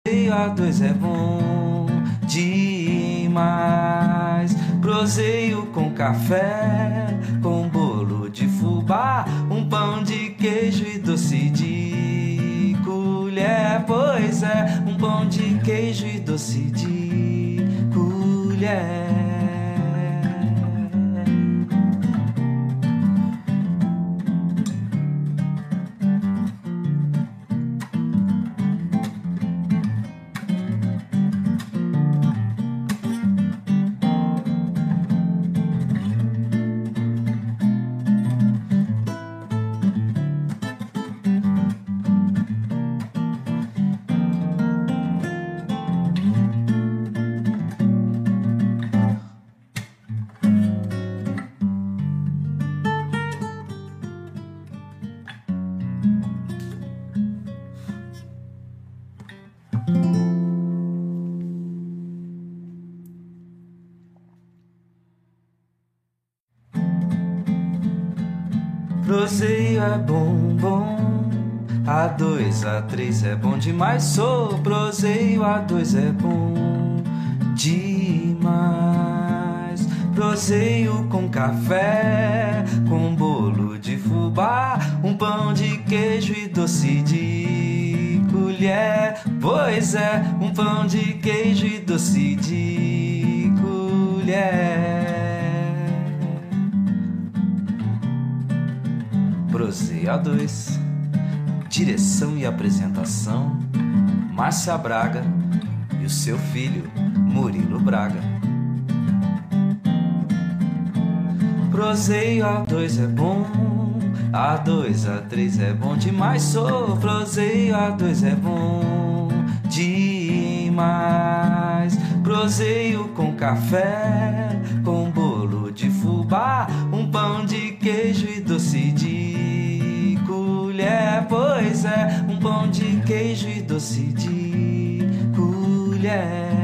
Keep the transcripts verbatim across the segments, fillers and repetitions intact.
A dois é bom demais. Proseio com café, com bolo de fubá, um pão de queijo e doce de colher. Pois é, um pão de queijo e doce de colher. Proseio é bom, bom. A dois, a três é bom demais. Sou proseio, a dois é bom demais. Proseio com café, com bolo de fubá, um pão de queijo e doce de colher. Pois é, um pão de queijo e doce de colher. Proseio A dois, direção e apresentação, Márcia Braga e o seu filho, Murilo Braga. Proseio A dois é bom, A dois, A três é bom demais. Sou proseio A dois é bom demais. Proseio com café, com bolo de fubá, um pão de queijo e doce de colher. Pois é, um pão de queijo e doce de colher.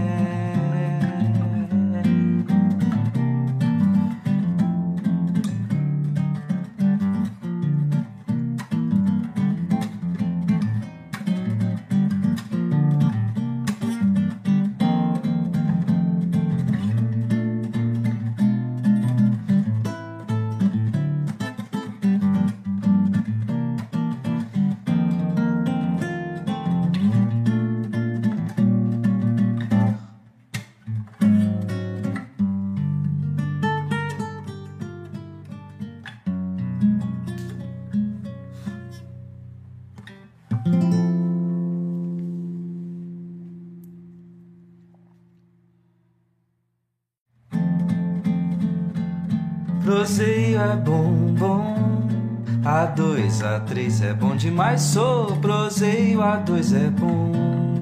Proseio é bom, bom. A dois, A três é bom demais. Sou proseio, A dois é bom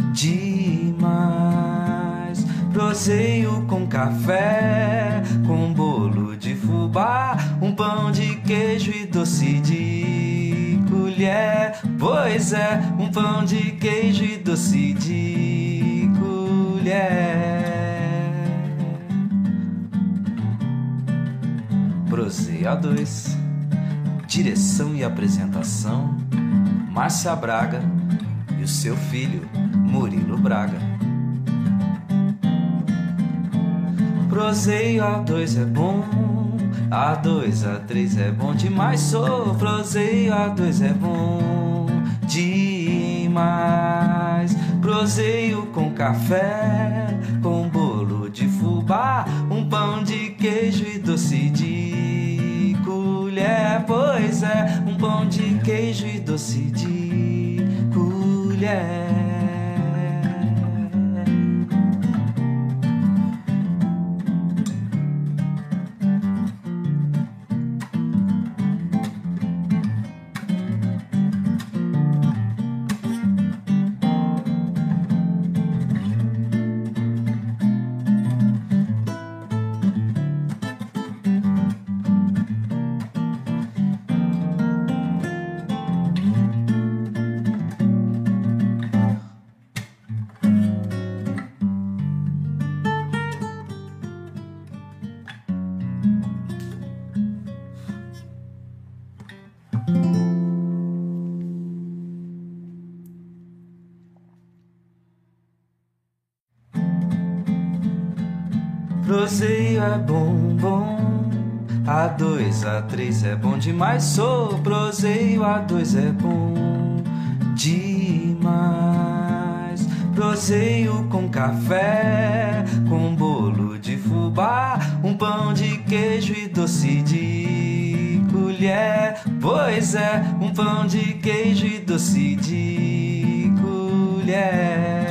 demais. Proseio com café, com bolo de fubá, um pão de queijo e doce de colher. Pois é, um pão de queijo e doce de colher. Proseio A dois, direção e apresentação, Márcia Braga e o seu filho, Murilo Braga. Proseio A dois é bom, A dois, A três é bom demais. Sou proseio A dois é bom demais. Proseio com café, com bolo de fubá, um pão de queijo e doce de colher. Pois é, um pão de queijo e doce de colher. Proseio é bom, bom. A dois, a três é bom demais. Sou proseio, a dois é bom demais. Proseio com café, com bolo de fubá, um pão de queijo e doce de colher. Pois é, um pão de queijo e doce de colher.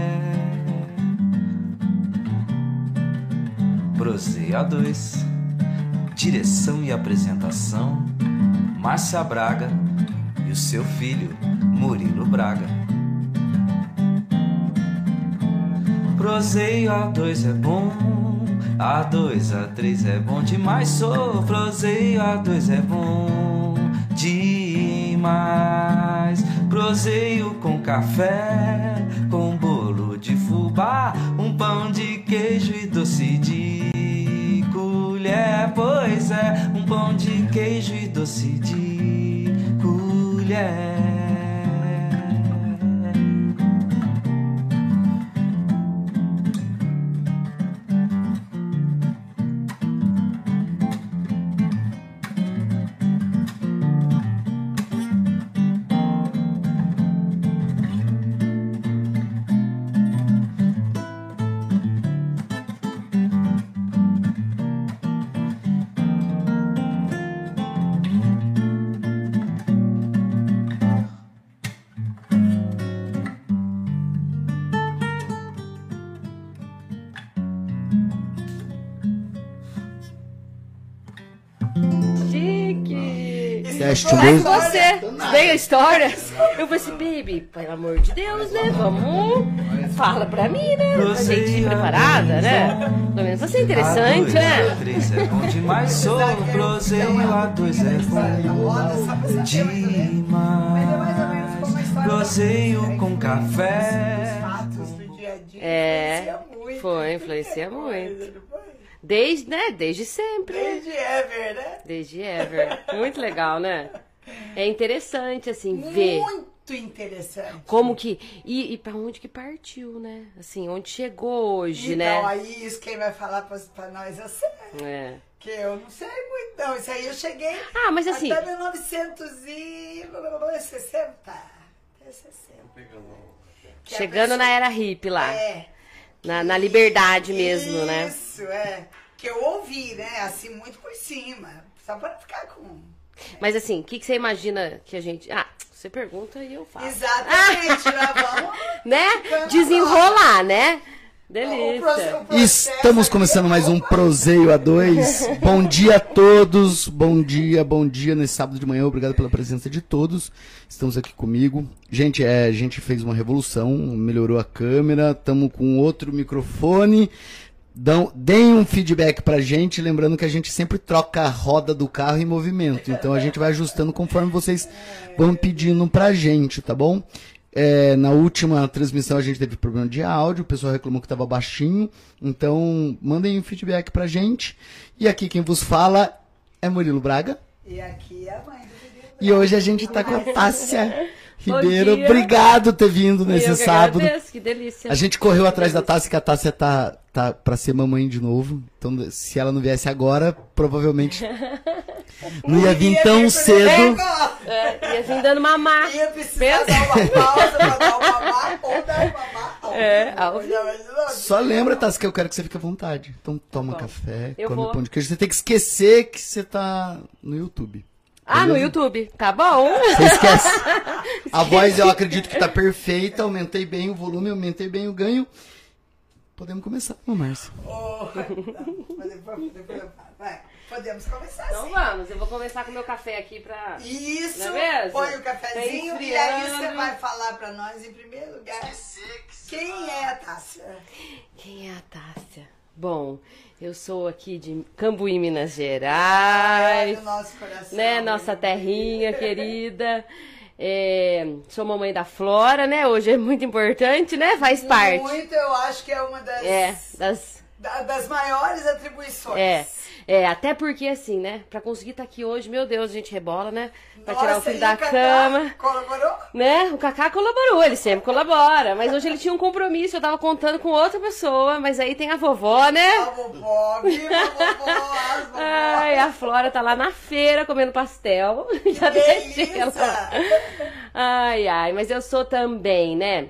Proseio a dois. Direção e apresentação, Márcia Braga e o seu filho, Murilo Braga. Proseio a dois é bom, a dois, a três é bom demais. Sou proseio a dois é bom demais. Proseio com café, com bolo de fubá, um pão de queijo e doce de colher. Pois é, um pão de queijo e doce de colher. Como é que você veio a história? Eu falei assim, baby, pelo amor de Deus, né? Vamos. Fala pra mim, né? Pra gente ir preparada, né? Pelo menos vai ser interessante, né? A três é bom demais, sou proseio, a dois é bom demais. Proseio com café. É, foi, influencia muito. Desde, né? Desde sempre. Desde ever, né? Desde ever. Muito legal, né? É interessante, assim, ver. Muito interessante. Como que... E, e pra onde que partiu, né? Assim, onde chegou hoje, então, né? Então, aí, isso quem vai falar pra, pra nós, eu sei. É. Que eu não sei muito, não. Isso aí eu cheguei... Ah, mas assim... Até mil novecentos e sessenta. Até sessenta. Chegando na era hippie lá. É. Na, na liberdade mesmo, isso, né? Isso, é. Que eu ouvi, né? Assim, muito por cima. Só pra ficar com... Mas assim, o que, que você imagina que a gente... Ah, você pergunta e eu faço. Exatamente, ah. Nós vamos... Né? Desenrolar, né? Delícia. Estamos começando mais um Proseio a dois. Bom dia a todos, bom dia, bom dia nesse sábado de manhã. Obrigado pela presença de todos. Estamos aqui comigo. Gente, é, a gente fez uma revolução, melhorou a câmera, estamos com outro microfone. Dão, deem um feedback pra gente, lembrando que a gente sempre troca a roda do carro em movimento. Então a gente vai ajustando conforme vocês vão pedindo pra gente, tá bom? É, na última transmissão a gente teve problema de áudio, o pessoal reclamou que estava baixinho, então mandem um feedback pra gente. E aqui quem vos fala é Murilo Braga. E aqui é a mãe do Murilo Braga. E hoje a gente tá com a Tássia Ribeiro. Obrigado por ter vindo nesse eu que sábado. Agradeço, que delícia. A gente correu atrás da Tássia, que a Tássia tá, tá pra ser mamãe de novo. Então, se ela não viesse agora, provavelmente não ia vir tão cedo. É, ia vir dando mamar. Ia precisar dar uma pausa pra dar uma mamar ou dar uma mamar. É, ao Só lembra, Tássia, que eu quero que você fique à vontade. Então toma café, eu come vou. pão de queijo. Você tem que esquecer que você tá no YouTube. Ah, no YouTube. Tá bom. Você esquece. A voz eu acredito que tá perfeita. Aumentei bem o volume, aumentei bem o ganho. Podemos começar, ô Márcia. Oh, vai, podemos começar Então sim. vamos, eu vou começar com o meu café aqui pra... Isso, não é mesmo? põe o Tá cafezinho e aí esfriando. você vai falar pra nós, em primeiro lugar, quem é a Tássia? Quem é a Tássia? Bom, eu sou aqui de Cambuí, Minas Gerais. É do nosso coração. Né, nossa terrinha querida. É, sou mamãe da Flora, né? Hoje é muito importante, né? Faz parte. Muito, eu acho que é uma das... É, das... da, das maiores atribuições. É, é, até porque assim, né, pra conseguir estar aqui hoje, meu Deus, a gente rebola, né, pra tirar o filho da cama. Colaborou? Né, o Cacá colaborou, ele sempre colabora, mas hoje ele tinha um compromisso, eu tava contando com outra pessoa, mas aí tem a vovó, né? A vovó, viva a vovó, as vovó. Ai, a Flora tá lá na feira comendo pastel, já deixei ela lá. Ai, ai, mas eu sou também, né,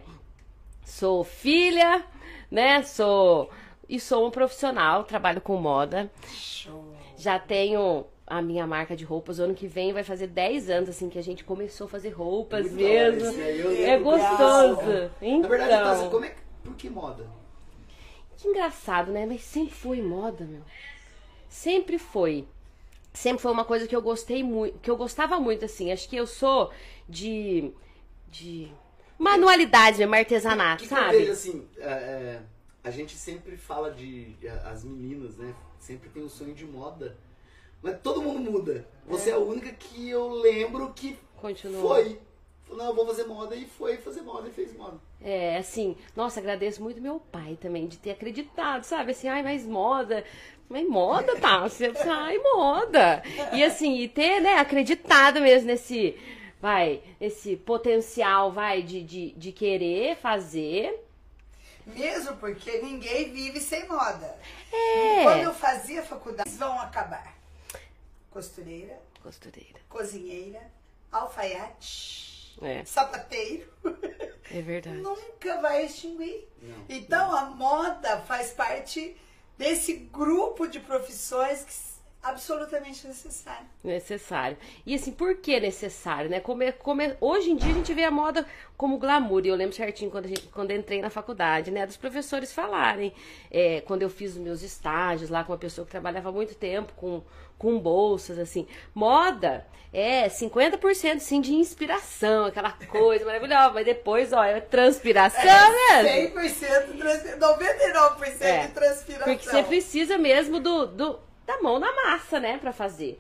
sou filha, né, sou... E sou um profissional, trabalho com moda. Show. Já tenho a minha marca de roupas. O ano que vem vai fazer dez anos, assim, que a gente começou a fazer roupas Muito mesmo. legal, eu É lembro. gostoso. Então, Na verdade, Tássia, como é que... Por que moda? que engraçado, né? Mas sempre foi moda, meu. Sempre foi. Sempre foi uma coisa que eu gostei muito, que eu gostava muito, assim. Acho que eu sou de... de manualidade mesmo, artesanato, que sabe? Que eu vejo, assim... É, é... A gente sempre fala de... As meninas, né? Sempre tem o sonho de moda. Mas todo mundo muda. Você é, é a única que eu lembro que Continuou. foi. Falou, não, eu vou fazer moda. E foi fazer moda e fez moda. É, assim... Nossa, agradeço muito meu pai também, de ter acreditado, sabe? Assim, ai, mas moda... Mas moda, tá? Você, ai, moda! E assim, e ter, né, acreditado mesmo nesse... Vai, esse potencial, vai, de, de, de querer fazer... Mesmo porque ninguém vive sem moda. É. Quando eu fazia faculdade, eles vão acabar. Costureira, Costureira. cozinheira, alfaiate, É. sapateiro. É verdade. Nunca vai extinguir. Não. Então a moda faz parte desse grupo de profissões que é absolutamente necessário. Necessário. E assim, por que necessário, né? Como, é- como é- hoje em dia a gente vê a moda como glamour. E eu lembro certinho quando, a gente, quando eu entrei na faculdade, né? Dos professores falarem. É, quando eu fiz os meus estágios lá com uma pessoa que trabalhava há muito tempo com, com bolsas, assim. Moda é cinquenta por cento, sim, de inspiração. Aquela coisa maravilhosa. Mas depois, ó, é transpiração É mesmo. cem por cento, trans- noventa e nove por cento É, de transpiração. Porque você precisa mesmo do, do- da mão na massa, né, pra fazer.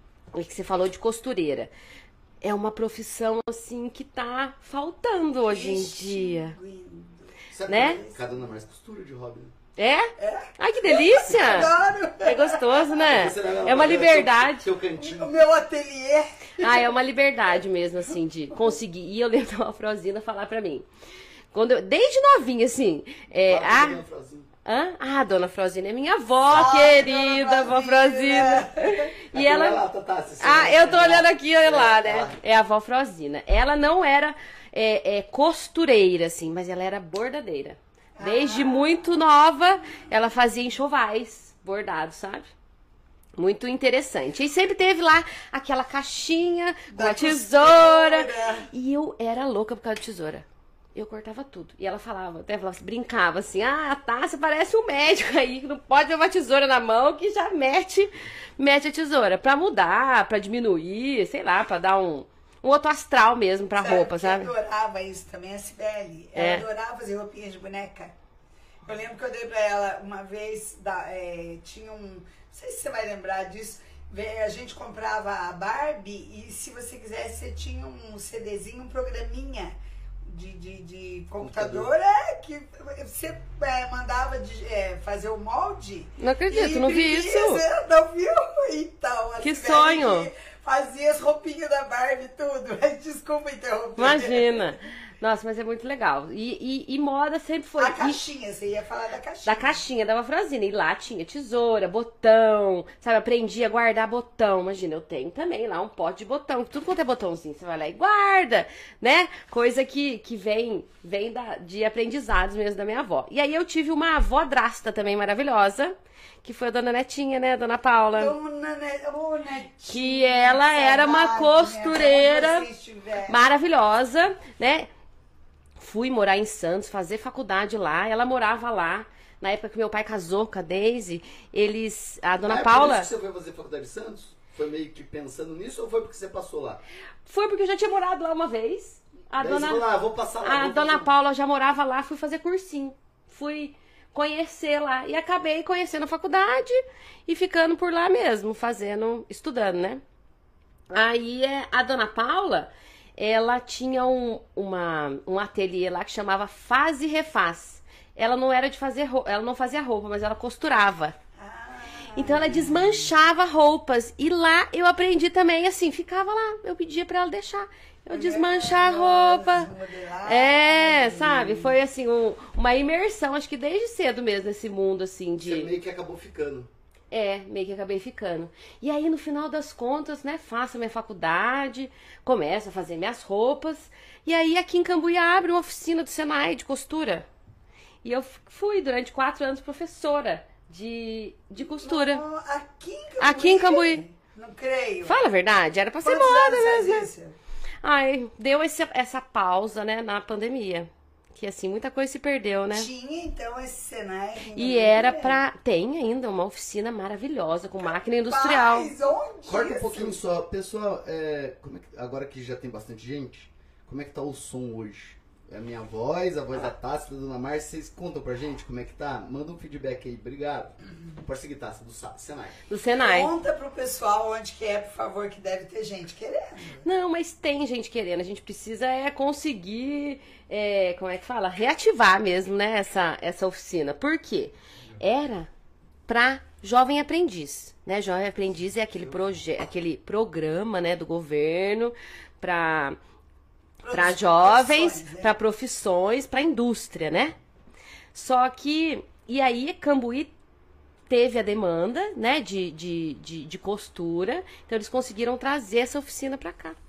O que você falou de costureira. É uma profissão, assim, que tá faltando hoje em dia. Extinguindo. Sabe Né? que cada dona mais costura de hobby, né? É? Ai, que delícia! Adoro! É gostoso, né? Você leva É uma pra liberdade. Teu, teu cantinho. O meu ateliê. Ah, é uma liberdade mesmo, assim, de conseguir. E eu lembro da Frosina falar pra mim. Quando eu, desde novinha, assim. É, Fala pra ah, dona Frozinha. hã? Ah, dona Frosina é minha avó, Salve, querida, dona avó Frosina. E Olha ela. lá, Tatá, você Ah, sabe. eu tô olhando aqui, olha lá, né? Ah, É a avó Frosina. Ela não era é, é, costureira, assim, mas ela era bordadeira. Desde muito nova, ela fazia enxovais, bordados, sabe? Muito interessante. E sempre teve lá aquela caixinha com Da a tesoura. costura. E eu era louca por causa de tesoura. Eu cortava tudo. E ela falava, até falava, brincava assim, ah, a Tássia parece um médico aí, que não pode ter uma tesoura na mão, que já mete, mete a tesoura. Pra mudar, pra diminuir, sei lá, pra dar um, um outro astral mesmo pra roupa, que sabe? adorava isso também, a Cibele. Ela É. adorava fazer roupinhas de boneca. Eu lembro que eu dei pra ela uma vez, da, é, tinha um... Não sei se você vai lembrar disso. Vé- A gente comprava a Barbie e se você quisesse, você tinha um CDzinho, um programinha de, de, de computador, é, que você é, mandava de, é, fazer o molde. Não acredito, e não vi imprimia, isso. Você não viu? Então, a Que Cibele sonho. que fazia as roupinhas da Barbie e tudo. Mas desculpa interromper. Imagina. Nossa, mas é muito legal. E, e, e moda sempre foi. A E- caixinha, você ia falar da caixinha. Da caixinha da Frosina. E lá tinha tesoura, botão, sabe? Aprendi a guardar botão. Imagina, eu tenho também lá um pote de botão. Tudo quanto é botãozinho, você vai lá e guarda, né? Coisa que, que vem, vem da, de aprendizados mesmo da minha avó. E aí eu tive uma avó drasta também maravilhosa, que foi a dona Netinha, né? A dona Paula. Dona Ne- ô, Netinha, Que ela era uma saudade, costureira né? Onde você estiver. maravilhosa, né? Fui morar em Santos, fazer faculdade lá. Ela morava lá. Na época que meu pai casou com a Daisy, eles... A dona Ah, é Paula... Por isso que você foi fazer faculdade de Santos? Foi meio que pensando nisso ou foi porque você passou lá? Foi porque eu já tinha morado lá uma vez. A Daí dona... você falou, ah, vou passar lá. A vou dona fazer- Paula já morava lá, fui fazer cursinho. Fui conhecer lá. E acabei conhecendo a faculdade e ficando por lá mesmo, fazendo, estudando, né? Aí é, a dona Paula, ela tinha um, uma, um ateliê lá que chamava Faz e Refaz. ela não era de fazer roupa, ela não fazia roupa, mas ela costurava. Então ela desmanchava roupas. E lá eu aprendi também, assim, ficava lá. Eu pedia pra ela deixar eu desmanchar a roupa. É, sabe? Foi assim, um, uma imersão, acho que desde cedo mesmo, nesse mundo, assim, de... Você meio que acabou ficando. É, meio que acabei ficando. E aí, no final das contas, né, faço a minha faculdade, começo a fazer minhas roupas. E aí, aqui em Cambuí, abre uma oficina do Senai de costura. E eu fui, durante quatro anos, professora de, de costura. Não, aqui em Cambuí? Aqui em Cambuí. Não creio. Fala a verdade, era pra ser Quantos moda anos faz mesmo. isso? Ai, deu esse, essa pausa, né, na pandemia. Que assim, muita coisa se perdeu, né? Tinha, então, esse Senai aqui em E Cambuí, era né? pra... Tem ainda uma oficina maravilhosa, com máquina industrial. Mas onde Corta um isso? pouquinho só. Pessoal, é, como é que, agora que já tem bastante gente, como é que tá o som hoje? É a minha voz, a voz da Tássia, da Dona Márcia, vocês contam pra gente como é que tá? Manda um feedback aí, obrigado. Pode seguir, Tássia, do Sa- Senai. Do Senai. Conta pro pessoal onde que é, por favor, que deve ter gente querendo. Não, mas tem gente querendo. A gente precisa é conseguir, é, como é que fala? Reativar mesmo, né, essa, essa oficina. Por quê? Era pra jovem aprendiz, né? Jovem aprendiz é aquele, proje aquele programa, né, do governo pra... para jovens, Profissões, né? para profissões, para indústria, né? Só que, e aí Cambuí teve a demanda, né, de, de, de, de costura, então eles conseguiram trazer essa oficina para cá.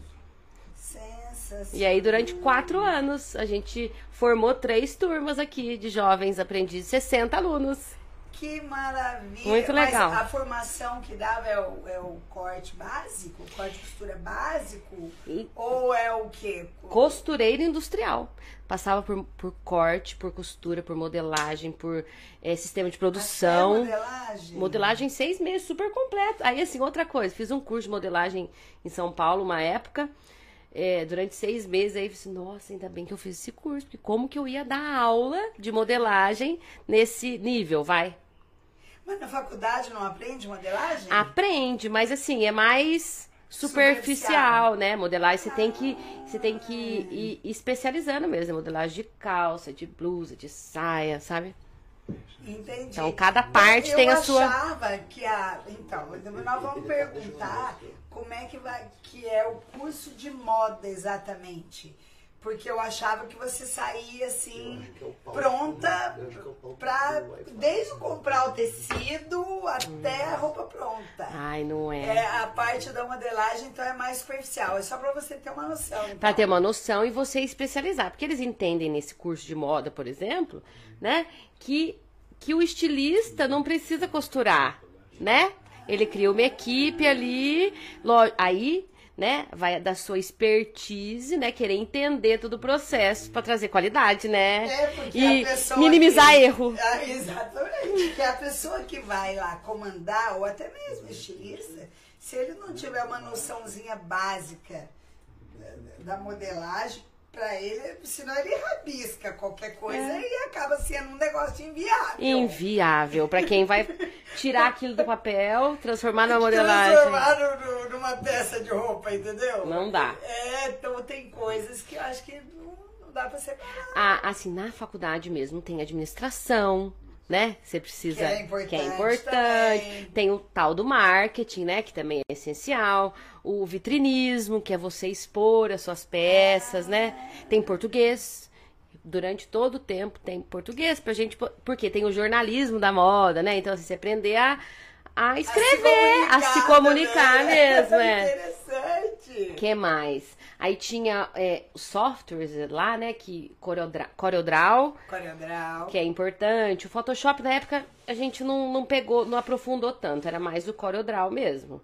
Sensacional. E aí durante quatro anos a gente formou três turmas aqui de jovens aprendizes, sessenta alunos. Que maravilha. Muito legal. Mas a formação que dava é o, é o corte básico? O corte de costura básico? E- Ou é o quê? Costureira industrial. Passava por, por corte, por costura, por modelagem, por eh, sistema de produção. Até modelagem? Modelagem seis meses, super completo. Aí, assim, outra coisa, fiz um curso de modelagem em São Paulo, uma época, é, durante seis meses, aí eu falei assim, nossa, ainda bem que eu fiz esse curso, porque como que eu ia dar aula de modelagem nesse nível, vai? Mas na faculdade não aprende modelagem? Aprende, mas assim, é mais superficial, né? Modelagem você tem que, você tem que ir especializando mesmo, modelagem de calça, de blusa, de saia, sabe? Entendi. Então, cada parte tem a sua- Eu achava que a... Então, nós vamos perguntar como é que, vai, que é o curso de moda exatamente. Porque eu achava que você saía assim, pronta, pra, desde comprar o tecido até a roupa pronta. Ai, não é. É, a parte da modelagem, então, é mais superficial. É só pra você ter uma noção. Então. Pra ter uma noção e você especializar. Porque eles entendem nesse curso de moda, por exemplo, né? Que, que o estilista não precisa costurar, né? Ele cria uma equipe ali, lo- aí, né? Vai da sua expertise, né? Querer entender todo o processo pra trazer qualidade, né? É, porque E a pessoa minimizar que- erro. Ah, exatamente. Porque a pessoa que vai lá comandar, ou até mesmo estilista, se ele não tiver uma noçãozinha básica da, da modelagem, pra ele, senão ele rabisca qualquer coisa É. e acaba sendo um negócio inviável. Inviável. Pra quem vai tirar aquilo do papel, transformar na modelagem. Transformar no- no- numa peça de roupa, entendeu? Não dá. É, então tem coisas que eu acho que não, não dá pra separar. Ah, assim, na faculdade mesmo tem administração, né? Você precisa. Que é importante que é importante. também. Tem o tal do marketing, né? Que também é essencial. O vitrinismo, que é você expor as suas peças, né? Tem português. Durante todo o tempo tem português pra gente. Porque tem o jornalismo da moda, né? Então, assim, você aprender a, a escrever, a se comunicar, também. mesmo, é. Interessante. Que mais? Aí tinha é, softwares lá, né? Que Coreodra- Coreldraw, Coreodral. que é importante. O Photoshop, na época, a gente não, não pegou, não aprofundou tanto. Era mais o Coreldraw mesmo.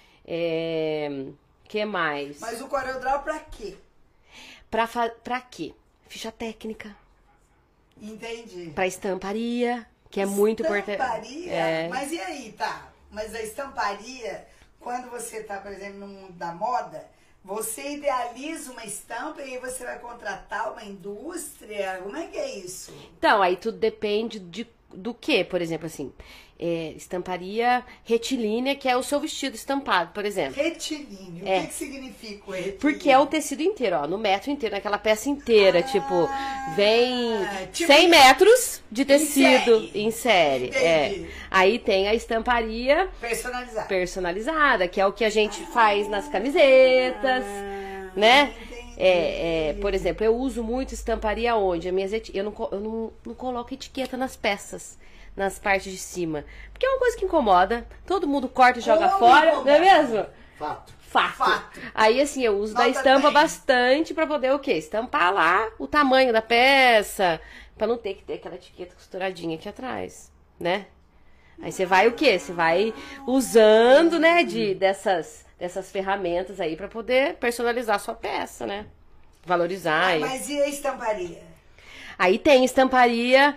É, que mais? Mas o Coreodral pra quê? Pra, fa- pra quê? Ficha técnica. Entendi. Pra estamparia, que é muito importante. Estamparia? É. Mas e aí, tá? Mas a estamparia, quando você tá, por exemplo, no mundo da moda, você idealiza uma estampa e aí você vai contratar uma indústria? Como é que é isso? Então, aí tudo depende de, do que, por exemplo, assim. é, estamparia retilínea, que é o seu vestido estampado, por exemplo. Retilíneo, É. o que, que significa o retilíneo? Porque é o tecido inteiro, ó, no metro inteiro, naquela peça inteira, Ah, tipo, vem tipo cem metros de em tecido série. em série. Entendi. É. Aí tem a estamparia Personalizado. personalizada, que é o que a gente faz nas camisetas, Ah, né? entendi. É, é, por exemplo, eu uso muito estamparia onde? As minhas eti- eu não, co- eu não, não coloco etiqueta nas peças, nas partes de cima. Porque é uma coisa que incomoda. Todo mundo corta e joga Como fora, não é incomoda? mesmo? Fato. Fato. Fato. Aí, assim, eu uso da Nota estampa dez. bastante pra poder o quê? Estampar lá o tamanho da peça, pra não ter que ter aquela etiqueta costuradinha aqui atrás, né? Aí você vai o quê? Você vai usando, né, de, dessas, dessas ferramentas aí pra poder personalizar a sua peça, né? Valorizar. e- Mas e a estamparia? Aí tem estamparia,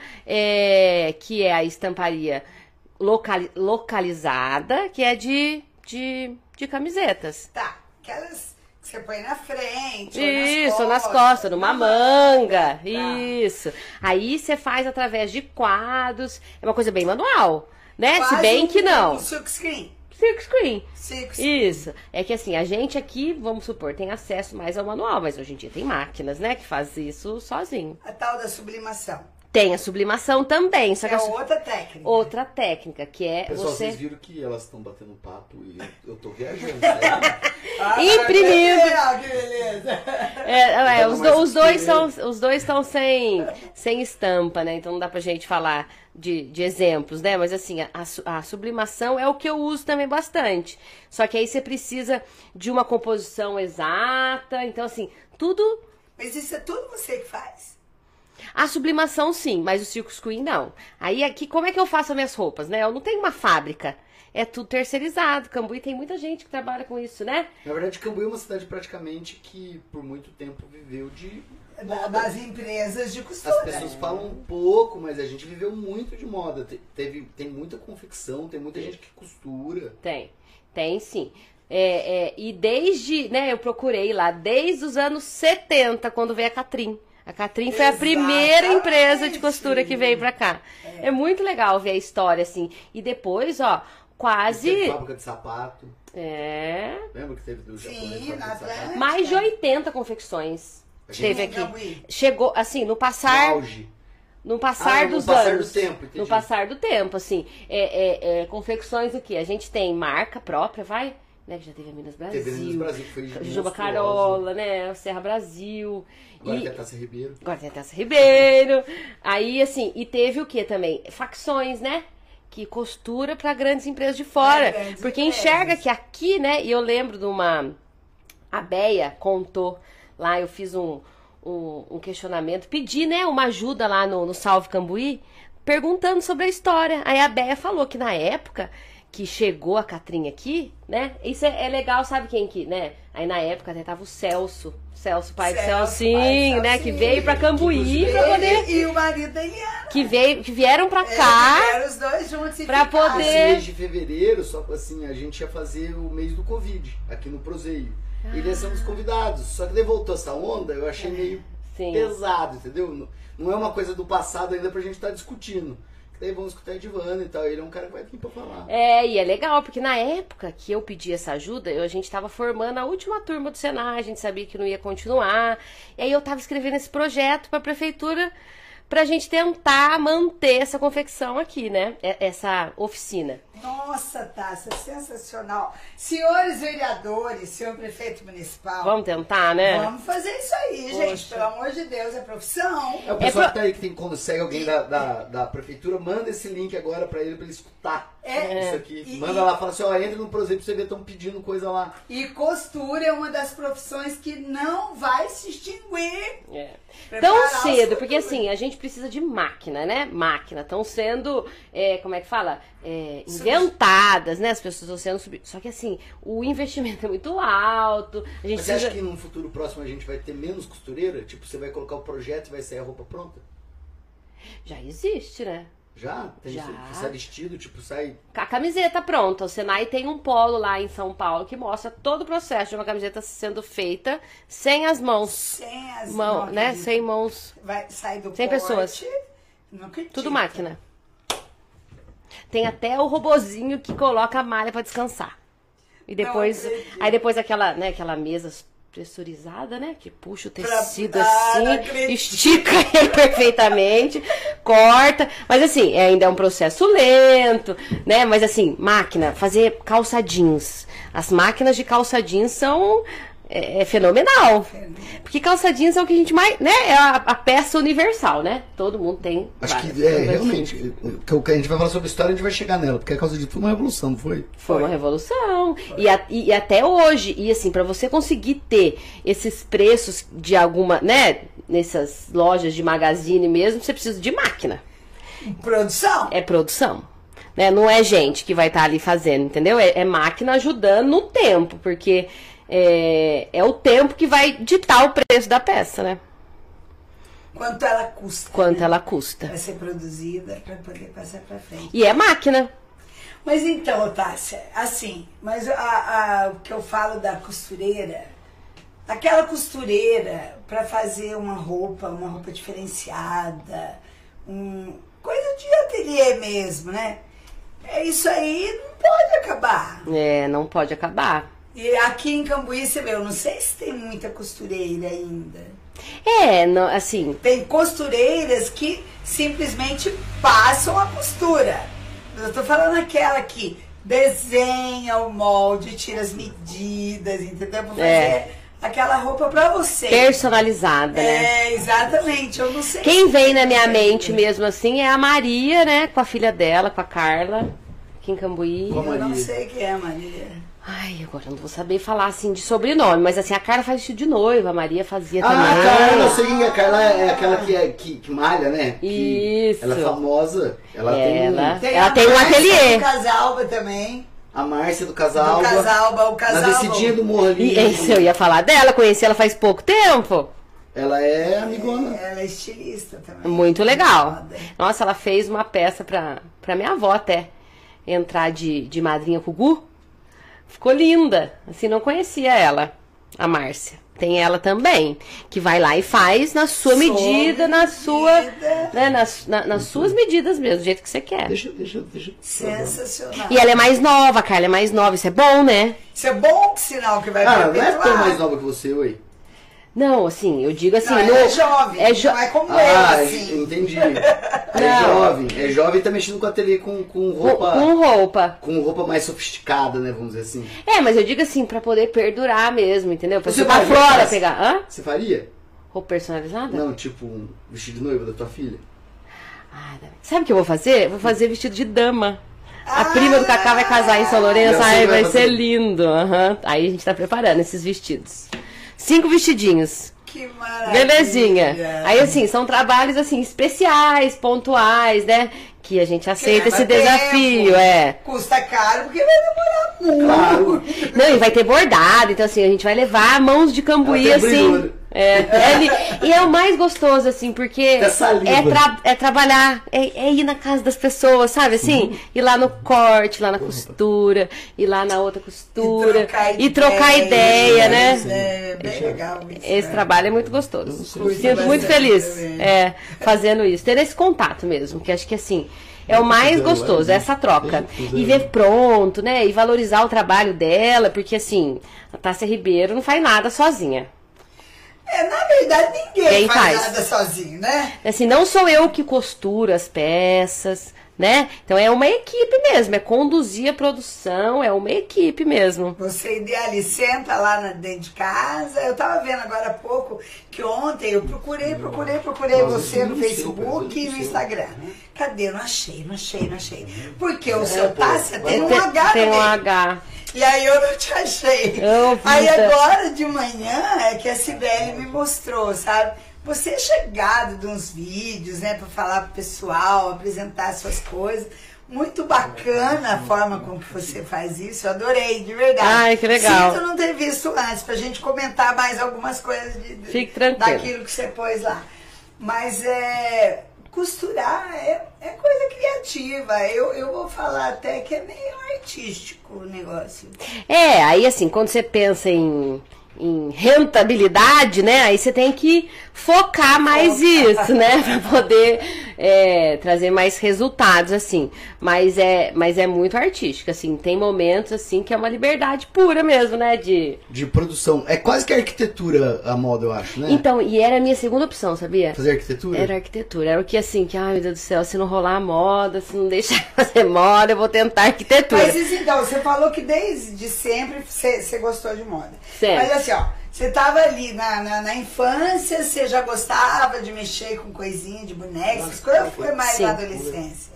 é, que é a estamparia locali- localizada, que é de, de, de camisetas. Tá, aquelas que você põe na frente, Isso, ou nas costas, numa na manga. Tá. Isso. Aí você faz através de quadros. É uma coisa bem manual, né? Quase Se bem um- que não. Um silk screen. Silk screen. Silk screen. Isso. É que assim, a gente aqui, vamos supor, tem acesso mais ao manual, mas hoje em dia tem máquinas, né, que fazem isso sozinho. A tal da sublimação. Tem a sublimação também, só que É a su- outra técnica. outra técnica, que é Pessoal, você vocês viram que elas estão batendo papo e eu tô viajando, sério? Ah, imprimindo. Ah, que beleza. É, é, Dá os, mais do- os dois experiência. são, os dois estão sem, sem estampa, né? Então não dá pra gente falar de, de exemplos, né? Mas assim, a, a su- a sublimação é o que eu uso também bastante. Só que aí você precisa de uma composição exata. Então, assim, tudo. Mas isso é tudo você que faz. A sublimação, sim, mas o silk screen não. Aí aqui, como é que eu faço as minhas roupas, né? Eu não tenho uma fábrica. É tudo terceirizado. Cambuí tem muita gente que trabalha com isso, né? Na verdade, Cambuí é uma cidade praticamente que por muito tempo viveu de Da- moda. Das empresas de costura. As pessoas falam um pouco, mas a gente viveu muito de moda. Te- Teve, tem muita confecção, tem muita gente que costura. Tem, tem sim. É, é, e desde, né, eu procurei lá, desde os anos setenta, quando veio a Catrim. A Catrim foi a primeira Exatamente. empresa de costura que veio pra cá. É. muito legal ver a história, assim. E depois, ó, Teve quase... fábrica de sapato. É... Lembra que teve do Sim, japonês fábrica na de sapato? Atlântica. Mais de oitenta confecções A gente- teve Sim, aqui. Cambuí. Chegou, assim, no No passar... auge. No passar Ah, no dos passar anos. do tempo, entendi. No passar do tempo, assim. É, é, é, confecções o quê? A gente tem marca própria, vai? Né, que já teve a Minas Brasil. Teve a Minas Brasil, que foi Jujuba monstruosa. Carola, né? O Serra Brasil. Agora e... tem a Taça Ribeiro. Agora tem a Taça Ribeiro. Aí, assim, e teve o que também? Facções, né? Que costura para grandes empresas de fora. É, grandes porque empresas. enxerga que aqui, né? E eu lembro de uma... A Beia contou lá, eu fiz um, um, um questionamento, pedi, né, uma ajuda lá no, no Salve Cambuí, perguntando sobre a história. Aí a Beia falou que na época que chegou a Catrim aqui, né? Isso é, é legal, sabe quem que, né? Aí na época até tava o Celso, Celso, pai do Celso, Celcinho, pai do né? Que Celcinho. veio pra Cambuí pra Ele poder... e o marido da Eliana. Que, veio, que vieram pra Eles cá... vieram os dois juntos e pra ficaram. poder- Esse mês de fevereiro, só que assim, a gente ia fazer o mês do Covid, aqui no Proseio. E nós somos convidados. Só que daí voltou essa onda, eu achei meio Sim. pesado, entendeu? Não- Não é uma coisa do passado ainda pra gente estar discutindo. Daí vamos escutar Edivana e tal. Ele é um cara que vai vir pra falar. É, e é legal, porque na época que eu pedi essa ajuda, eu, a gente estava formando a última turma do Senai, a gente sabia que não ia continuar. E aí eu estava escrevendo esse projeto para a prefeitura pra gente tentar manter essa confecção aqui, né? E- Essa oficina. Nossa, Tássia, sensacional. Senhores vereadores, senhor prefeito municipal, Vamos tentar, né? vamos fazer isso aí, gente. Poxa. Pelo amor de Deus, é profissão. É, o pessoal É que tá aí, que tem, quando segue alguém da, da, da prefeitura, manda esse link agora pra ele, pra ele escutar É. isso aqui. E- Manda lá, fala assim, ó, entra no Proseio pra você ver, estão pedindo coisa lá. E costura é uma das profissões que não vai se extinguir. É. Preparar Tão os cedo, porque futuros. assim, a gente precisa de máquina, né? Máquina. Estão sendo, é, como é que fala? É, Sub- inventadas, né? As pessoas estão sendo sub... Só que assim, o investimento é muito alto. A gente Mas você acha precisa... que num futuro próximo a gente vai ter menos costureira? Tipo, você vai colocar o projeto e vai sair a roupa pronta? Já existe, né? Já? Tem Já. isso? Sai vestido, tipo, sai... Com a camiseta pronta. O Senai tem um polo lá em São Paulo que mostra todo o processo de uma camiseta sendo feita sem as mãos. Sem as Mão, não né? acredito. Sem mãos. Vai sair do Sem corte. pessoas. Não acredito. Tudo máquina. Tem até o robozinho que coloca a malha pra descansar. E depois, aí depois aquela, né, aquela mesa pressurizada, né, que puxa o tecido pra... assim, ah, estica ele perfeitamente, corta, mas assim, ainda é um processo lento, né, mas assim, máquina, fazer calça jeans, as máquinas de calça jeans são é, é fenomenal, porque calça jeans é o que a gente mais, né, é a, a peça universal, né, todo mundo tem. Acho que é, realmente, o que a gente vai falar sobre história, a gente vai chegar nela, porque a calça jeans foi uma revolução, não foi? Foi uma revolução. E, a, e, e até hoje, e assim, para você conseguir ter esses preços de alguma, né, nessas lojas de magazine mesmo, você precisa de máquina. Produção? É produção. Né? Não é gente que vai estar tá ali fazendo, entendeu? É, é máquina ajudando no tempo, porque é, é o tempo que vai ditar o preço da peça, né? Quanto ela custa. Quanto né? ela custa. Vai ser produzida para poder passar para frente. E é máquina. Mas então, Tássia, assim, mas a, a, o que eu falo da costureira, aquela costureira para fazer uma roupa, uma roupa diferenciada, um, coisa de ateliê mesmo, né? É, isso aí não pode acabar. É, não pode acabar. E aqui em Cambuí, você vê, eu não sei se tem muita costureira ainda. É, não, assim... Tem costureiras que simplesmente passam a costura. Eu tô falando aquela que desenha o molde, tira as medidas, entendeu? Pra fazer É. aquela roupa pra você. Personalizada, né? É, exatamente. Eu não sei. Quem se vem na minha tem. mente mesmo assim é a Maria, né? Com a filha dela, com a Carla, aqui em Cambuí. Como? Eu não Maria. sei quem é a Maria. Ai, agora eu não vou saber falar assim de sobrenome, mas assim, a Carla faz vestido de noiva, a Maria fazia Ah, também. a Carla, eu sei quem é. A Carla é aquela que, é, que, que malha, né? Que Isso. ela é famosa. Ela Ela- tem Ela a tem um Márcia ateliê. do Casalba também. a Márcia do Do Casalba. Casalba, o Na Casalba. descidinha do morro ali. E isso eu ia falar dela, conheci ela faz pouco tempo. Ela é amigona. Ela é estilista também. Muito legal. Foda. Nossa, ela fez uma peça pra, pra minha avó até entrar de, de madrinha com o Gu. Ficou linda. Assim, não conhecia ela, a Márcia. Tem ela também, que vai lá e faz na sua Sua medida, na sua, medida. né, nas, na- nas suas medidas mesmo, do jeito que você quer. Deixa, deixa, deixa. Sensacional. E ela é mais nova, a Carla é mais nova, isso é bom, né? Isso é bom sinal que vai Ah, não é perpetuar. tão mais nova que você, oi. Não, assim, eu digo assim... Não, no- ela é jovem, é jo- não é como Ah, eu, é- assim. entendi. É Não. jovem. É jovem e tá mexendo com ateliê com, com com, roupa. com roupa. Com roupa mais sofisticada, né? Vamos dizer assim. É, mas eu digo assim, pra poder perdurar mesmo, entendeu? Pra Você você pra vai ver Flora essa? pegar... Hã? Você faria? Roupa personalizada? Não, tipo um vestido de noiva da tua filha. Ah, sabe o que eu vou fazer? Vou fazer vestido de dama. A Ah! prima do Cacá vai casar em São Lourenço, Já sei ai, que vai vai ser fazer. lindo. Aham. Aí a gente tá preparando esses vestidos. Cinco vestidinhos. Que maravilha. Belezinha. Aí, assim, são trabalhos, assim, especiais, pontuais, né? Que a gente aceita leva esse tempo, desafio, é. Custa caro porque vai demorar muito. Claro. Não, e vai ter bordado, então assim, a gente vai levar mãos de Cambuí, Ela tem assim. brilho. É, é li- e é o mais gostoso, assim, porque Até saliva. é, tra- é trabalhar, é, é ir na casa das pessoas, sabe assim? Ir lá no corte, lá na costura, ir lá na outra costura, e trocar ideia, né? É, bem legal isso. Esse né? trabalho é muito gostoso. Curto Sinto muito bastante feliz também. é, fazendo isso, ter esse contato mesmo, que acho que assim. É o mais gostoso, essa troca. E ver pronto, né? E valorizar o trabalho dela, porque assim, a Tássia Ribeiro não faz nada sozinha. É, na verdade, ninguém Quem faz, faz? nada sozinho, né? Assim, não sou eu que costuro as peças, né? Então é uma equipe mesmo, é conduzir a produção, é uma equipe mesmo. Você idealiza, senta lá na- dentro de casa. Eu tava vendo agora há pouco que ontem eu procurei, procurei, procurei Nossa, você eu no não sei, Facebook eu e não no sei. Instagram. Cadê? Eu não achei, não achei, não achei. Porque o É, seu pô, Tássia tem um Tem- H Tem um também. H. E aí eu não te achei. Ô, Aí vida. agora de manhã é que a Cibele me mostrou, sabe? Você é chegado de uns vídeos, né, pra falar pro pessoal, apresentar suas coisas. Muito bacana a forma com que você faz isso. Eu adorei, de verdade. Ai, que legal. Sinto não ter visto antes, pra gente comentar mais algumas coisas de, de- Fique tranquilo. daquilo que você pôs lá. Mas é. Costurar é, é coisa criativa. Eu, eu vou falar até que é meio artístico o negócio. É, aí assim, quando você pensa em, em rentabilidade, né? Aí você tem que focar mais isso, né? Pra poder é, trazer mais resultados, assim. Mas é, mas é muito artístico, assim. Tem momentos, assim, que é uma liberdade pura mesmo, né? De, de produção. É quase que arquitetura a moda, eu acho, né? Então, e era a minha segunda opção, sabia? Fazer arquitetura? Era arquitetura. Era o que, assim, que, ai, meu Deus do céu, se não rolar a moda, se não deixar fazer moda, eu vou tentar arquitetura. Mas isso, então, você falou que desde sempre você, você gostou de moda. Sempre. Mas assim, ó, você tava ali na, na, na infância, você já gostava de mexer com coisinha de boneca, essas coisas, foi mais Sim. na adolescência?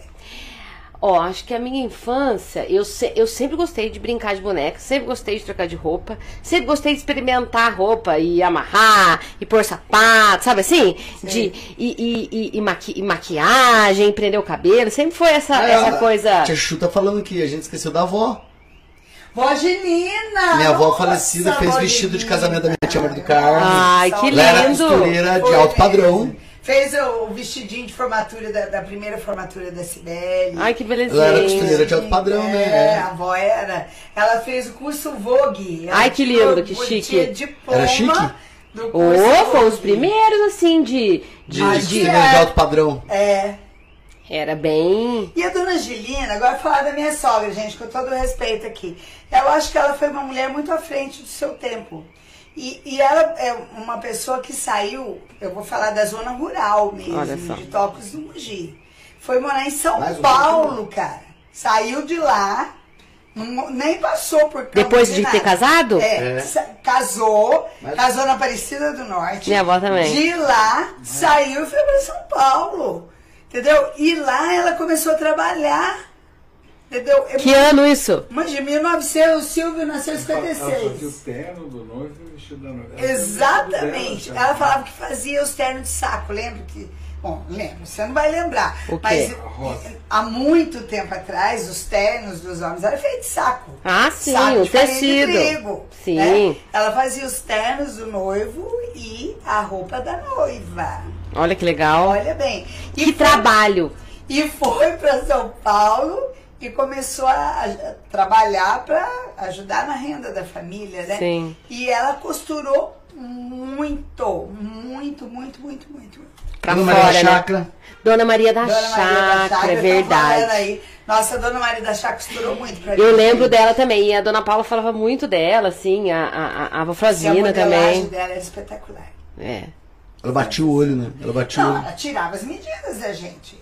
Ó, acho que a minha infância, eu, se, eu sempre gostei de brincar de boneca, sempre gostei de trocar de roupa, sempre gostei de experimentar roupa e amarrar, e pôr sapato, sabe assim? De, e, e, e, e, maqui, e maquiagem, prender o cabelo, sempre foi essa, Ah, essa coisa... Tia Chu tá falando que a gente esqueceu da avó. Vó Genina! Minha avó Nossa, falecida fez vó vestido de Genina. casamento da minha tia Maria do Carmo. Ai, que Ela era lindo! costureira de Foi alto padrão. mesmo. Fez o vestidinho de formatura, da, da primeira formatura da Cibele. Ai, que belezinha. Ela era costureira de alto padrão, É, né? a avó era. Ela fez o curso Vogue. Ela Ai, que tirou- lindo, que chique. tinha diploma Era chique? do curso Ô, foi os Vogue. primeiros, assim, de... De Ah, costureira é. de alto padrão. É. Era bem... E a dona Angelina, agora falar da minha sogra, gente, com todo o respeito aqui. Eu acho que ela foi uma mulher muito à frente do seu tempo. E, e ela é uma pessoa que saiu, eu vou falar da zona rural Olha mesmo, só. de Tocos do Mogi. Foi morar em São Mais um Paulo, cara. Saiu de lá, não- nem passou por Campo Depois de nada. ter casado? É, É. sa- casou, Mas- casou na Aparecida do Norte. Minha avó também. De lá, saiu e foi para São Paulo. Entendeu? E lá ela começou a trabalhar. Entendeu? É Que ano isso? Mas de mil e novecentos, o Silvio nasceu em cinquenta e Ela fazia o seis. terno do noivo e o vestido da noiva. Exatamente. Ela falava que fazia os ternos de saco. Lembra que... Bom, lembro. Você não vai lembrar. O quê? Mas A rosa. há muito tempo atrás, os ternos dos homens eram feitos de saco. Ah, sim, Saco o de farinha de tecido. trigo, Sim. né? Ela fazia os ternos do noivo e a roupa da noiva. Olha que legal. Olha bem. E Que foi- trabalho. E foi para São Paulo e começou a, a trabalhar para ajudar na renda da família, né? Sim. E ela costurou muito, muito, muito, muito, muito. Pra Dona Maria fora, da né? Chácara. Dona Maria da Dona Maria da Chácara, Chácara, é tá verdade. falando aí. Nossa, a Dona Maria da Chácara costurou muito pra Eu gente. lembro dela também, e a Dona Paula falava muito dela, assim, a, a, a, a avó E a Frozina modelagem também. dela era espetacular. É. Ela batia o olho, né? Ela batia o Não, olho. ela tirava as medidas da gente.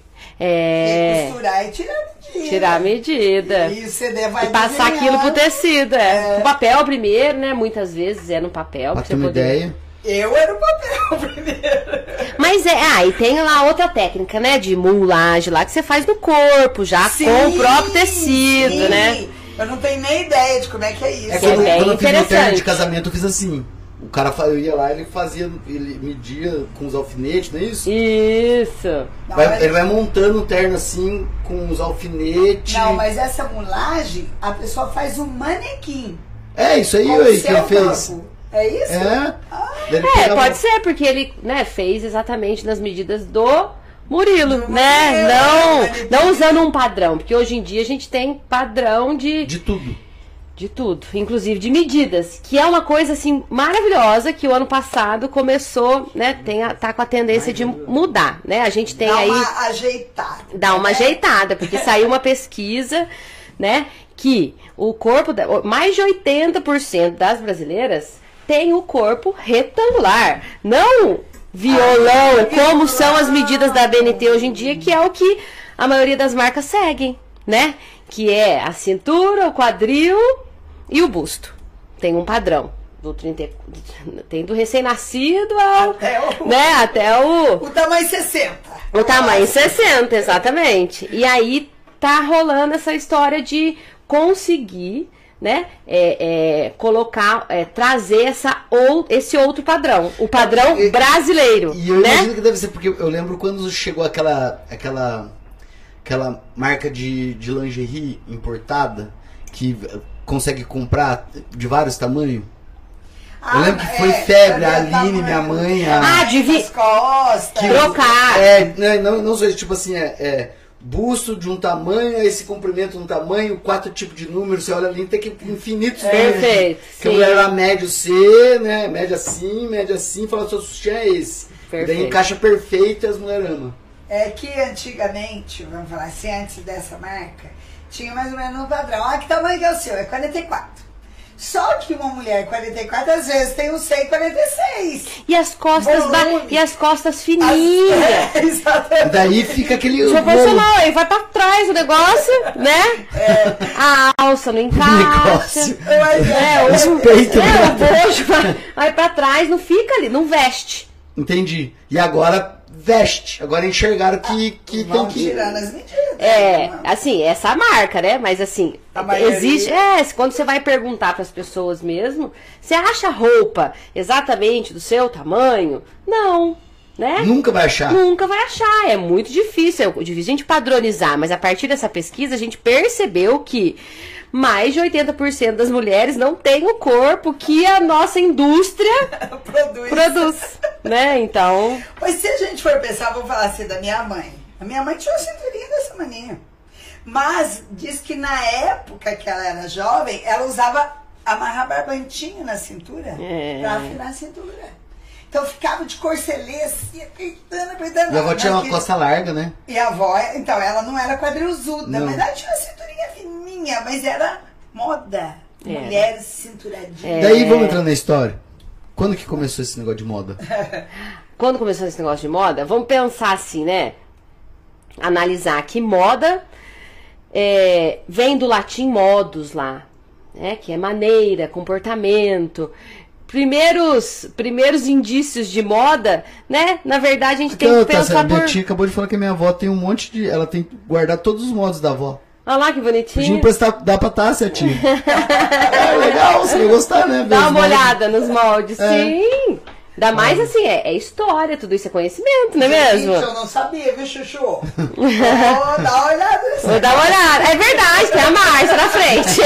É. E costurar e tirar a medida. Tirar a medida. E o C D vai E passar aquilo pro desenhando. tecido, é. O papel primeiro, né? Muitas vezes é no papel. Pra pra ter você uma poder... ideia. Eu era o papel primeiro. Mas é, ah, e tem lá outra técnica, né? De mulagem lá, que você faz no corpo, já Sim, com o próprio tecido, sim. né? Eu não tenho nem ideia de como é que é isso. É Que é quando, bem quando eu fiz meu terno interessante. de casamento, eu fiz assim. O cara fa- eu ia lá, ele fazia, ele media com os alfinetes, não é isso? Isso. Não, Vai- mas- ele vai montando o terno assim, com os alfinetes. Não, mas essa mulagem, a pessoa faz um manequim. É isso aí, com aí o que ele seu fez. corpo. É isso? É. Daí ele É, pegava- pode ser, porque ele, né, fez exatamente nas medidas do Murilo, Do né? Murilo, Não, né? não usando um padrão, porque hoje em dia a gente tem padrão de, De tudo. de tudo, inclusive de medidas, que é uma coisa assim maravilhosa que o ano passado começou, né, tem a, tá com a tendência de mudar, né? A gente tem Dá aí uma ajeitada. dá uma né? ajeitada, porque saiu uma pesquisa, né, que o corpo, da, mais de oitenta por cento das brasileiras tem o corpo retangular, não violão, Ah, como são as medidas da B N T hoje em dia, que é o que a maioria das marcas seguem, né, que é a cintura, o quadril e o busto. Tem um padrão. Do trinta, tem do recém-nascido ao, Até o- né, até o, O tamanho sessenta. o tamanho sessenta, exatamente. E aí tá rolando essa história de conseguir, né, é, é, colocar, é, trazer essa, ou, esse outro padrão. O padrão E- brasileiro, E eu né? imagino que deve ser, porque eu lembro quando chegou aquela aquela aquela marca de, de lingerie importada que consegue comprar de vários tamanhos. Eu lembro que foi febre, a Aline, minha mãe, a- Ah, de vi- As costas. Que- Trocar. É, né, não, não só isso, tipo assim, é, é busto de um tamanho, esse comprimento de um tamanho, quatro tipos de números, você olha ali, tem que infinitos números. Perfeito, Que a sim. mulher era médio C, né? Média assim, média assim, fala, seu sutiã é esse. E daí Perfeito. encaixa perfeito e as mulheres amam. É que antigamente, vamos falar assim, antes dessa marca, tinha mais ou menos um padrão. Ah, que tamanho que é o seu? É quarenta e quatro. Só que uma mulher quarenta e quatro, às vezes, tem um seio quarenta e seis. E as costas, ba... e as costas fininhas. As... É, exatamente. E daí fica aquele... Proporcional, aí vai pra trás o negócio, né? É. A alça não encaixa. Negócio. É, Os o, peitos, é, né? o bojo vai, vai pra trás, não fica ali, não veste. Entendi. E agora veste. Agora enxergaram que, que Vão tem que... tirando as medidas. É, né? assim, essa marca, né? Mas assim, A maioria- existe. É, quando você vai perguntar pras pessoas mesmo, você acha roupa exatamente do seu tamanho? Não, né? Nunca vai achar. Nunca vai achar, é muito difícil, é difícil a gente padronizar, mas a partir dessa pesquisa a gente percebeu que mais de oitenta por cento das mulheres não tem o corpo que a nossa indústria Produz. produz, né? Então, Mas se a gente for pensar, vou falar assim da minha mãe. A minha mãe tinha uma cinturinha dessa maninha. Mas diz que na época que ela era jovem, ela usava amarrar barbantinho na cintura É. pra afinar a cintura. Então ficava de corcelê assim, apertando, apertando. E a avó tinha uma Naquele- costa larga, né? E a avó, então, ela não era quadrilzuda, Não. mas ela tinha uma cinturinha fininha, mas era moda. É. Mulheres cinturadinhas. É. Daí vamos entrar na história. Quando que começou esse negócio de moda? quando começou esse negócio de moda, vamos pensar assim, né? Analisar que moda é, vem do latim modus lá, né? Que é maneira, comportamento. Primeiros, primeiros indícios de moda, né? Na verdade, a gente tem que Então, tá, pensar a minha por... tia acabou de falar que a minha avó tem um monte de... Ela tem que guardar todos os modos da avó. Olha lá que Podia bonitinho. emprestar, dá pra Tássia, tia. É legal, você vai gostar, né? ver Dá os uma moldes. olhada nos moldes, É. sim. Ainda mais assim, é, é história, tudo isso é conhecimento, não é mesmo? Gente, eu não sabia, viu, Chuchu? Vou dar uma olhada nisso. Vou dar uma olhada. É verdade, tem a Márcia na frente.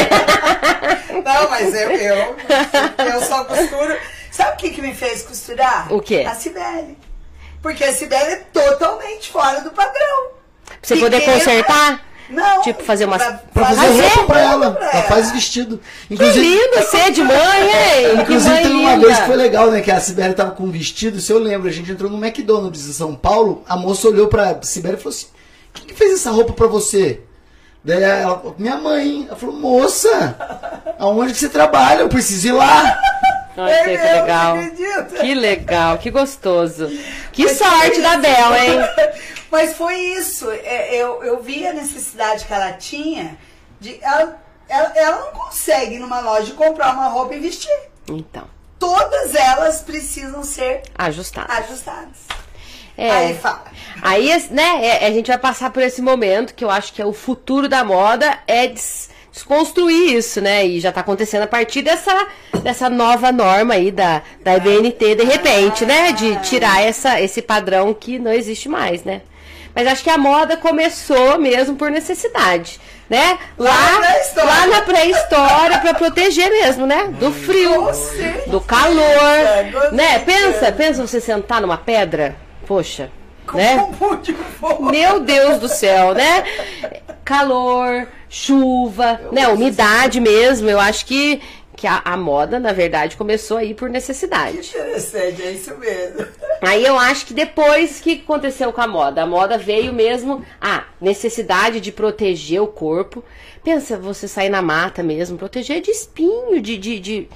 Não, mas eu, eu, eu só costuro. Sabe o que, que me fez costurar? O quê? A Cibele. Porque a Cibele é totalmente fora do padrão. Pra você poder Pequena. consertar? Não. Tipo, fazer umas- Pra fazer Fazer roupa pra ela. pra Ela faz vestido. Que lindo ser de mãe, hein? Que Inclusive, mãe teve uma linda. vez que foi legal, né? Que a Sibeli tava com um vestido, se eu lembro, a gente entrou no McDonald's em São Paulo, a moça olhou pra Sibeli e falou assim, quem que fez essa roupa pra você? Daí ela falou, minha mãe. Ela falou, moça, aonde que você trabalha? Eu preciso ir lá. Nossa, que É, legal. você acredita? Que legal, que gostoso. Que Mas sorte foi da isso. Bel, hein? Mas foi isso. É, Eu, eu vi a necessidade que ela tinha de. Ela, ela, ela não consegue numa loja comprar uma roupa e vestir. Então, Todas elas precisam ser ajustado. ajustadas. É. Aí fala. Aí, né, é, a gente vai passar por esse momento que eu acho que é o futuro da moda, é des- desconstruir isso, né? E já tá acontecendo a partir dessa, dessa nova norma aí da, da I B N T, de repente, né? De tirar essa, esse padrão que não existe mais, né? Mas acho que a moda começou mesmo por necessidade, né? Lá Lá, na pré-história. lá na pré-história, pra proteger mesmo, né? Do frio, Com certeza, do calor, com né? certeza. Pensa, pensa você sentar numa pedra, poxa, Com né? um monte de fogo. Meu Deus do céu, né? Calor, chuva, né? Umidade mesmo. Eu acho que, que a, a moda, na verdade, começou aí por necessidade. Interessante, é isso mesmo. Aí eu acho que depois, o que aconteceu com a moda? A moda veio mesmo a necessidade de proteger o corpo. Pensa, você sair na mata mesmo, proteger de espinho, de... de, de...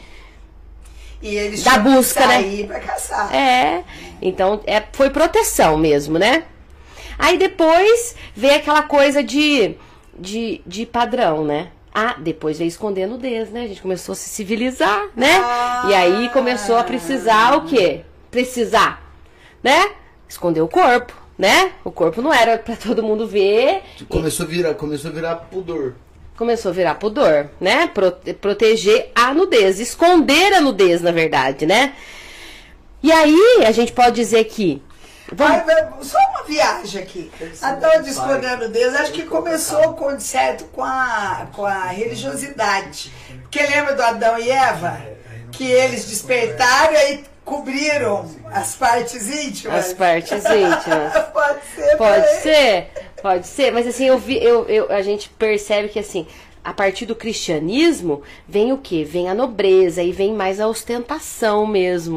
E eles Da tinham que busca, né? sair pra caçar. É, então é, foi proteção mesmo, né? Aí depois veio aquela coisa de, de, de padrão, né? Ah, depois veio esconder a nudez, né? A gente começou a se civilizar, né? Ah. E aí começou a precisar o quê? Precisar, né? Esconder o corpo, né? O corpo não era pra todo mundo ver. Começou a virar, começou a virar pudor. Começou a virar pudor, né? Prote- proteger a nudez, esconder a nudez, na verdade, né? E aí a gente pode dizer que... Vamos- Ai, mas só uma viagem aqui. A tal de escondendo Deus, acho que começou com, de certo com a, com a religiosidade. Porque lembra do Adão e Eva? Que eles despertaram e aí cobriram as partes íntimas. As partes íntimas. Pode ser. Pode também. ser, pode ser, mas assim, eu vi, eu, eu, a gente percebe que assim, a partir do cristianismo, vem o quê? Vem a nobreza e vem mais a ostentação mesmo.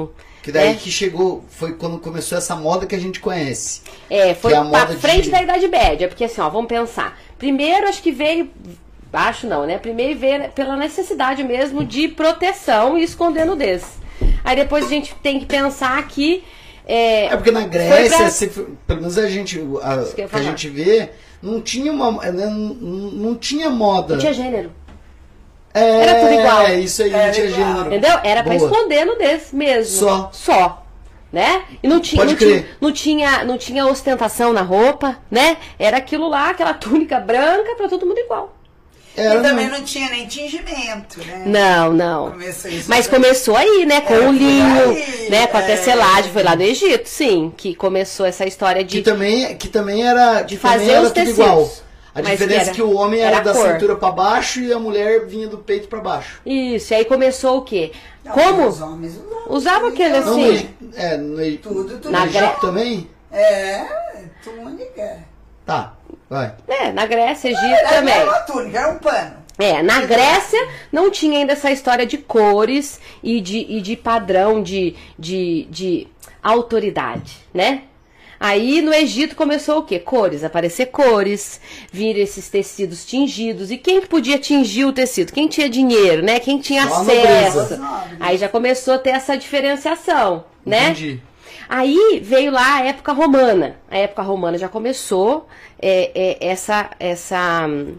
Que daí né? que chegou, foi quando começou essa moda que a gente conhece. É, foi que é a pra moda frente de- da Idade Média, porque assim, ó, vamos pensar. Primeiro, acho que veio, acho não, né? Primeiro veio pela necessidade mesmo de proteção e esconder nudez. Aí depois a gente tem que pensar que... É, É porque na foi Grécia, pra- se- pelo menos a gente, a, Isso que eu ia que a falar. gente vê, não tinha uma, não, não tinha moda. Não tinha gênero. É, era tudo igual. É, isso aí, não Era tinha igual. gênero. Entendeu? Era pra Boa. esconder nudez mesmo. Só. Só. Né? E não tinha, Pode não, crer. tinha, não, tinha, não tinha ostentação na roupa, né? Era aquilo lá, aquela túnica branca pra todo mundo igual. Era, E também não. não tinha nem tingimento, né? Não, não. Começou isso. Mas começou aí, né? Com É, o por linho, aí, né? Com a é. tecelagem, foi lá no Egito, sim, que começou essa história de... Que também, que também era, de que também fazer era os tudo tecidos. igual. A Mas diferença era- é que o homem era, era da cor. cintura pra baixo e a mulher vinha do peito pra baixo. Isso, e aí começou o quê? Não, Como? Os homens usavam. Usava aquele túnica. Não, Sim. no Egito, é, no Egito, Tudo, tudo. Na no Egito Gre- também? É, túnica. Tá, vai. É, na Grécia, Egito Era também. uma túnica, era um pano. É, na Grécia não tinha ainda essa história de cores e de, e de padrão de, de, de autoridade, né? Aí no Egito começou o quê? Cores, aparecer cores, vir esses tecidos tingidos. E quem que podia tingir o tecido? Quem tinha dinheiro, né? Quem tinha Só a acesso. nobreza. Aí já começou a ter essa diferenciação, né? Entendi. Aí veio lá a época romana. A época romana já começou é, é, essa, essa, hum,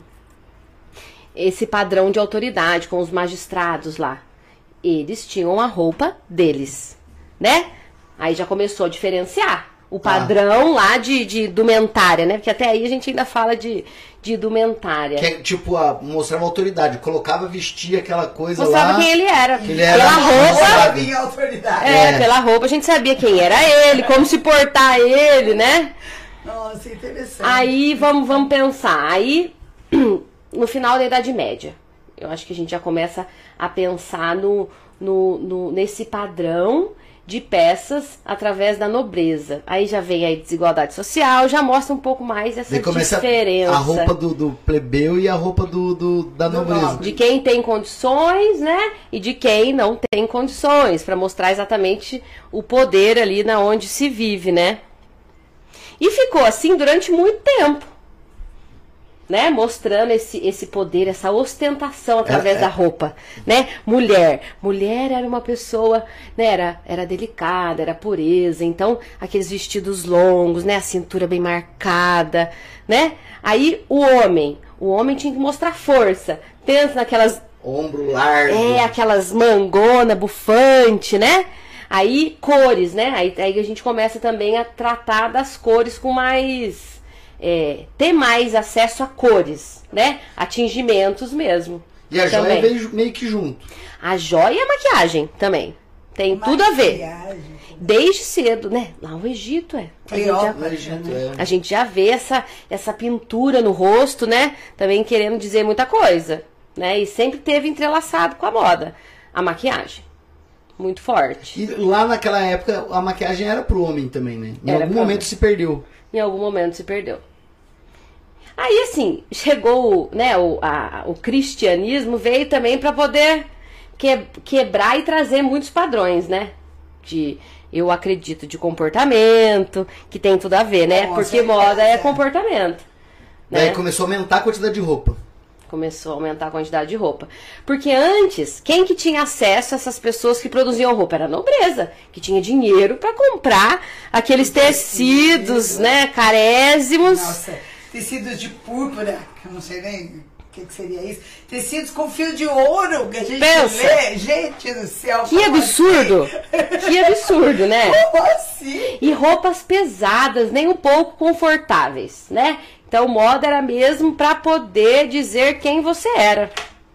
esse padrão de autoridade com os magistrados lá. Eles tinham a roupa deles, né? Aí já começou a diferenciar o Tá. padrão lá de, de indumentária, né? Porque até aí a gente ainda fala de, de indumentária. Que é tipo, a, mostrava autoridade, colocava, vestia aquela coisa Mostrava lá. quem ele era. que ele era Pela roupa, sabe? Vinha autoridade. é, É. pela roupa a gente sabia quem era ele, como se portar ele, né? Nossa, interessante. Aí vamos, vamos pensar. Aí, no final da Idade Média, eu acho que a gente já começa a pensar no, no, no- nesse padrão de peças através da nobreza. Aí já vem a desigualdade social, já mostra um pouco mais essa Daí começa diferença. a roupa do, do plebeu e a roupa do, do- da Do nobreza. nobre. De quem tem condições, né? E de quem não tem condições, para mostrar exatamente o poder ali na onde se vive, né? E ficou assim durante muito tempo, né? Mostrando esse, esse poder, essa ostentação através É, é. da roupa, né? Mulher, mulher era uma pessoa, né? Era, era delicada, era pureza, então aqueles vestidos longos, né? A cintura bem marcada, né? Aí o homem, o homem tinha que mostrar força. Pensa naquelas Ombro largo. é, aquelas mangona bufante, né? Aí, cores, né? Aí, aí a gente começa também a tratar das cores com mais... É, ter mais acesso a cores, né? A tingimentos mesmo. E a também. joia veio meio que junto. A joia e a maquiagem também. Tem tudo a ver. Maquiagem. Desde cedo, né? Lá no Egito, é. A gente já, Cleópatra, No Egito, né? é. a gente já vê essa, essa pintura no rosto, né? Também querendo dizer muita coisa, né? E sempre teve entrelaçado com a moda. A maquiagem. Muito forte. E lá naquela época a maquiagem era pro homem também, né? Em Era algum pro momento homem. se perdeu. Em algum momento se perdeu. Aí, assim, chegou, né, o, a- o cristianismo veio também para poder que- quebrar e trazer muitos padrões, né? De, eu acredito, de comportamento, que tem tudo a ver, né? Com Porque certeza. moda é comportamento. Daí Né? começou a aumentar a quantidade de roupa. Começou a aumentar a quantidade de roupa. Porque antes, quem que tinha acesso a essas pessoas que produziam roupa? Era a nobreza, que tinha dinheiro para comprar aqueles tecidos, né, carésimos. Nossa, tecidos de púrpura, que eu não sei nem o que, que seria isso. Tecidos com fio de ouro, que a gente Pensa. vê. Gente do céu. Que como absurdo! Que absurdo, né? Assim? Como assim? E roupas pesadas, nem um pouco confortáveis, né? Então, moda era mesmo pra poder dizer quem você era,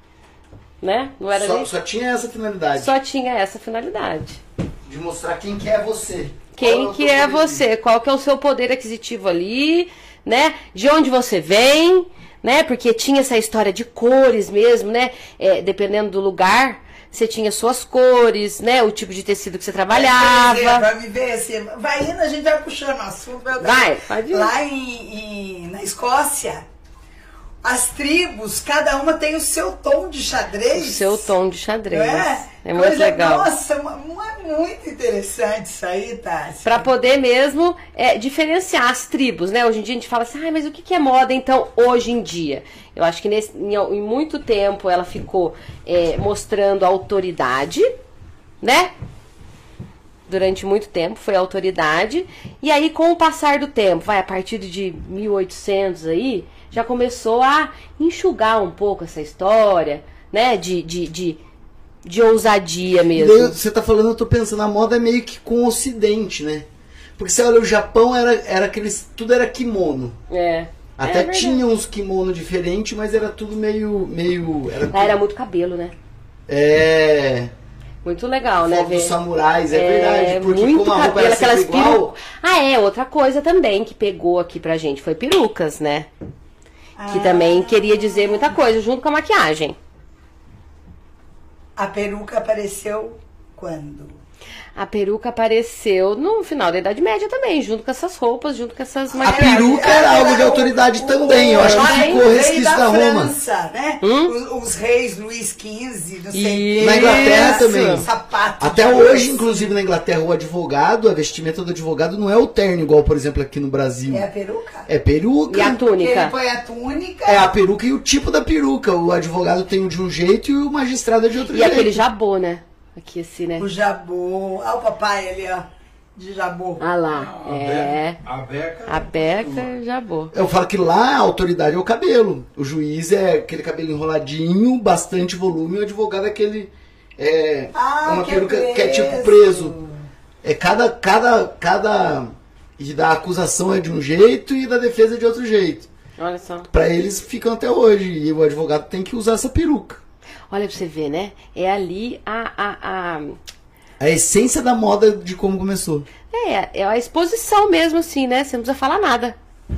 né? Não era Só, nem... só tinha essa finalidade. Só tinha essa finalidade. De mostrar quem que é você. Quem Qual o que teu é poder. você? Qual que é o seu poder aquisitivo ali, né? De onde você vem, né? Porque tinha essa história de cores mesmo, né? É, dependendo do lugar, você tinha suas cores, né? O tipo de tecido que você Por trabalhava. exemplo, pra me ver assim, vai indo, a gente vai puxando o assunto. Meu Deus. Vai, pode ir. Lá em, em- na Escócia, as tribos, cada uma tem o seu tom de xadrez. O seu tom de xadrez. É, é muito Coisa, legal. Nossa, é muito interessante isso aí, Tássia. Para poder mesmo é, diferenciar as tribos, né? Hoje em dia a gente fala assim, ah, mas o que é moda então hoje em dia? Eu acho que nesse, em, em muito tempo ela ficou é, mostrando autoridade, né? Durante muito tempo foi autoridade. E aí com o passar do tempo, vai a partir de mil e oitocentos aí, já começou a enxugar um pouco essa história, né? De, de, de, de ousadia mesmo. Daí, você tá falando, eu tô pensando, a moda é meio que com o ocidente, né? Porque você olha, o Japão era, era aqueles. Tudo era kimono. É. Até é tinha uns kimono diferentes, mas era tudo meio. meio era, tudo... Era muito cabelo, né? É. Muito legal, né? Fogo dos samurais, é, é verdade. Porque muito como a roupa cabelo, era aquelas sempre igual... peru... Ah, é, outra coisa também que pegou aqui pra gente foi perucas, né? Que Ah. também queria dizer muita coisa, junto com a maquiagem. A peruca apareceu quando? A peruca apareceu no final da Idade Média também, junto com essas roupas, junto com essas A maquiagens. peruca era algo de autoridade também, eu acho que Ai, ficou Veio resquício da da Roma. França, né? Hum? Os, os reis Luís quinze, não sei o Isso. quê. Na Inglaterra também. Sapato Até de hoje, ouro. inclusive na Inglaterra, o advogado, a vestimenta do advogado não é o terno, igual, por exemplo, aqui no Brasil. É a peruca? É peruca. E a Ele túnica. põe a túnica. É a peruca e o tipo da peruca. O advogado tem um de um jeito e o magistrado é de outro E jeito. aquele jabô, né? Aqui assim, né? O jabô. Olha o papai ali, ó. De jabô. Ah lá, A é. Beca, a Beca. A beca e o jabô. Eu falo que lá a autoridade é o cabelo. O juiz é aquele cabelo enroladinho, bastante volume, e o advogado é aquele. É Ah, uma que é peruca que é tipo preso. preso. É cada. cada. cada. E da acusação é de um jeito e da defesa é de outro jeito. Olha só. Pra eles ficam até hoje. E o advogado tem que usar essa peruca. Olha pra você ver, né? É ali a... a, a... A essência da moda de como começou. É, é a exposição mesmo, assim, né? Você não precisa falar nada.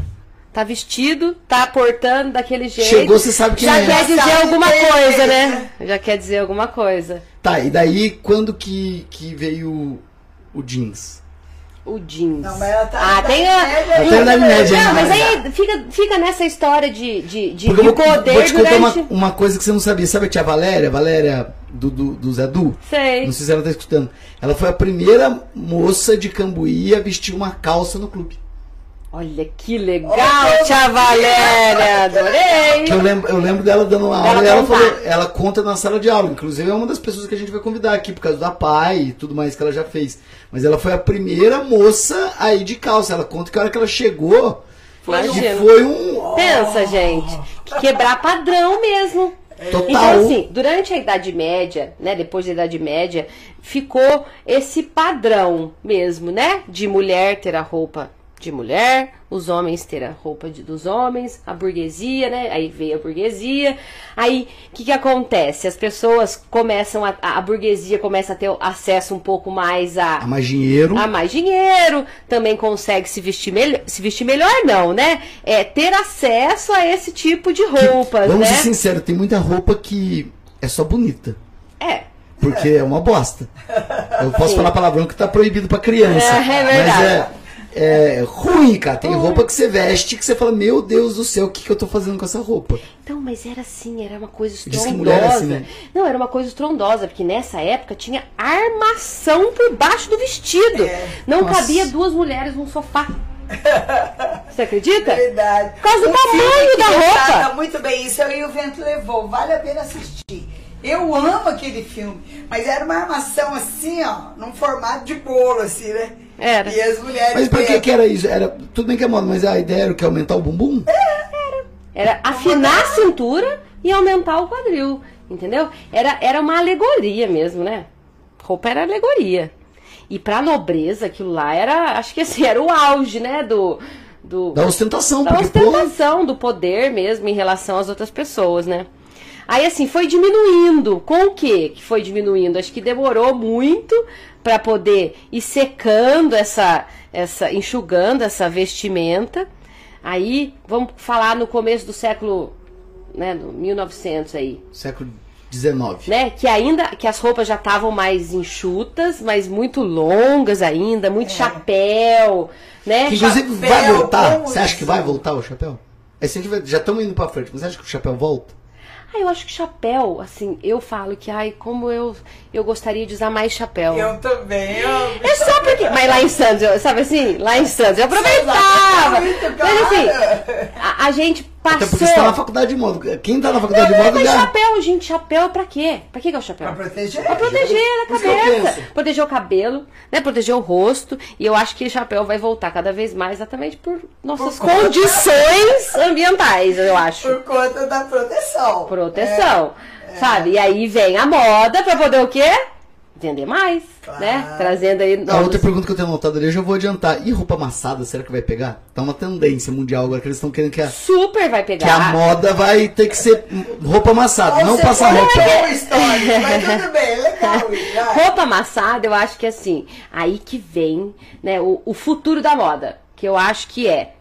Tá vestido, tá portando daquele jeito. Chegou, você sabe quem Já é. quer dizer Sabe alguma quem é. coisa, né? Já quer dizer alguma coisa. Tá, e daí quando que, que veio o, o jeans? O jeans. Não, mas ela tá Ah, na tem Idade a... Média Até na Idade Média, Não, né? mas aí fica, fica nessa história de, de, de, Porque de eu vou, poder vou te contar durante... uma, uma coisa que você não sabia. Sabe a tia Valéria? Valéria do, do, do Zé Du? Sei. Não sei se ela tá escutando. Ela foi a primeira moça de Cambuí a vestir uma calça no clube. Olha que legal, tia Valéria. Adorei. Que eu lembro, eu lembro dela dando uma Ela aula e ela contar. falou, ela conta na sala de aula. Inclusive é uma das pessoas que a gente vai convidar aqui por causa da pai e tudo mais que ela já fez. Mas ela foi a primeira moça a ir de calça. Ela conta que a hora que ela chegou, Imagina. que foi um Pensa, gente, que quebrar padrão mesmo. total. Então, assim, durante a Idade Média, né, depois da Idade Média, ficou esse padrão mesmo, né, de mulher ter a roupa de mulher, os homens ter a roupa de, dos homens, a burguesia, né, aí veio a burguesia, aí o que que acontece? As pessoas começam, a, a burguesia começa a ter acesso um pouco mais a... a mais dinheiro. a mais dinheiro, também consegue se vestir melhor, se vestir melhor não, né? É ter acesso a esse tipo de roupas, Vamos né? ser sinceros, tem muita roupa que é só bonita. É. Porque é uma bosta. Eu posso Sim. falar palavrão que tá proibido pra criança. É, é verdade. Mas é, é ruim, cara. Tem roupa que você veste que você fala, meu Deus do céu, o que, que eu tô fazendo com essa roupa? Então, mas era assim, era uma coisa Diz que estrondosa. mulher é assim, né? Não, era uma coisa estrondosa, porque nessa época tinha armação por baixo do vestido. É. Não Nossa. cabia duas mulheres num sofá. Você acredita? Verdade. Por causa do Um tamanho filme que da retrata roupa. muito bem isso, e o Vento Levou. Vale a pena assistir. Eu amo aquele filme, mas era uma armação assim, ó, num formato de bolo, assim, né? Era. E as mulheres... Mas pra que dentro. que era isso? Era, tudo bem que é moda, mas a ideia era o que? Aumentar o bumbum? Era afinar a cintura e aumentar o quadril, entendeu? Era, era uma alegoria mesmo, né? Roupa era alegoria. E pra nobreza, aquilo lá era, acho que assim, era o auge, né? Do, do, Da ostentação, da porque, pô, ostentação, do poder mesmo em relação às outras pessoas, né? Aí assim, foi diminuindo. Com o quê que foi diminuindo? Acho que demorou muito para poder ir secando essa, essa, enxugando essa vestimenta. Aí, vamos falar no começo do século, né, do mil e novecentos aí, século dezenove. né, que ainda, que as roupas já estavam mais enxutas, mas muito longas ainda, muito chapéu, né? Que, inclusive Chapéu, vai voltar. como Você acha isso? que vai voltar o chapéu? Aí se a gente vai, já estamos indo pra frente, mas você acha que o chapéu volta? Ah, eu acho que chapéu, assim, eu falo que, ai, como eu, eu gostaria de usar mais chapéu. Eu também, eu... É só porque... Mas lá em Santos, eu- sabe assim? Lá em Santos, eu aproveitava. Muito Mas assim, caro. a, a gente passou... Até porque você tá na faculdade de moda. Quem tá na faculdade de Não, moda mas já... chapéu, gente, chapéu pra quê? Pra que que é o chapéu? Pra proteger. Pra proteger a Por isso que eu cabeça, penso. proteger o cabelo, né? Proteger o rosto. E eu acho que o chapéu vai voltar cada vez mais exatamente por nossas Por conta- condições ambientais, eu acho. Por conta da proteção. Proteção, sabe? E aí vem a moda pra poder o quê? Vender mais, Claro. né? Trazendo aí A novos... outra pergunta que eu tenho anotado ali, eu já vou adiantar. E roupa amassada, será que vai pegar? Tá uma tendência mundial agora que eles estão querendo que a, Super vai pegar. que a moda vai ter que ser roupa amassada, É. não Você passar foi roupa. uma história, mas tudo bem, legal. isso, vai. Roupa amassada, eu acho que assim, aí que vem, né, o, o futuro da moda, que eu acho que é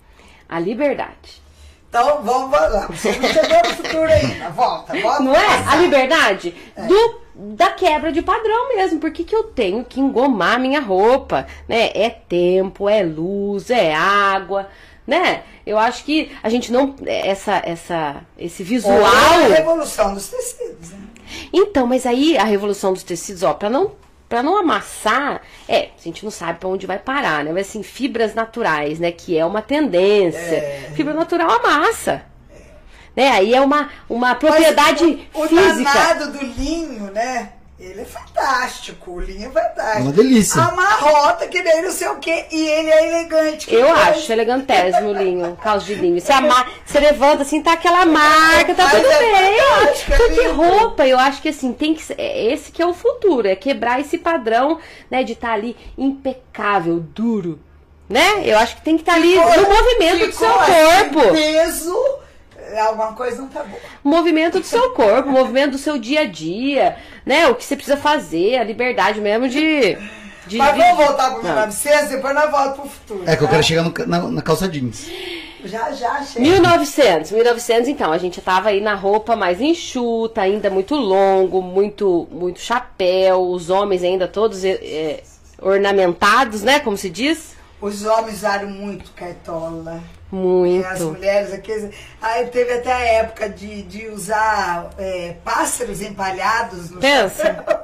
a liberdade. Então, vamos lá. Você não chegou no futuro ainda. Volta, volta. Não é? passar. A liberdade do, da quebra de padrão mesmo. Por que que eu tenho que engomar minha roupa? Né? É tempo, é luz, é água, né? Eu acho que a gente não... Essa, essa, esse visual... Ou a revolução dos tecidos, né? Então, mas aí a revolução dos tecidos, ó, pra não, pra não amassar, é, a gente não sabe pra onde vai parar, né? Mas assim, fibras naturais, né? Que é uma tendência. É. Fibra natural amassa. Né? Aí é uma, uma propriedade Mas o, o física. danado do linho, né? Ele é fantástico. O linho é fantástico. É uma delícia. Amarrota, que nem não sei o quê. E ele é elegante. que Eu coisa. acho elegantésimo o linho, calça de linho. Você, ama, você levanta assim, tá aquela marca, tá Mas tudo é bem. fantástico, é Só que lindo. roupa, eu acho que assim, tem que ser, é esse que é o futuro, é quebrar esse padrão, né, de estar ali impecável, duro, né? Eu acho que tem que estar ali Ficou- no movimento do ficou seu assim, corpo. peso, alguma coisa não tá boa. Movimento do seu corpo, movimento do seu dia a dia, né? O que você precisa fazer, a liberdade mesmo de... de Mas de- vamos voltar pro Não. mil e novecentos, depois nós voltamos pro futuro. É que eu tá? quero chegar no ca- na, na calça jeans. Já, já, chega. mil e novecentos, mil e novecentos, então, a gente tava aí na roupa mais enxuta, ainda muito longo, muito muito chapéu, os homens ainda todos é, ornamentados, né, como se diz? Os homens usaram muito cartola. E as Muito. mulheres aqui. Aí teve até a época de, de usar é, pássaros empalhados no Pensa. chapéu.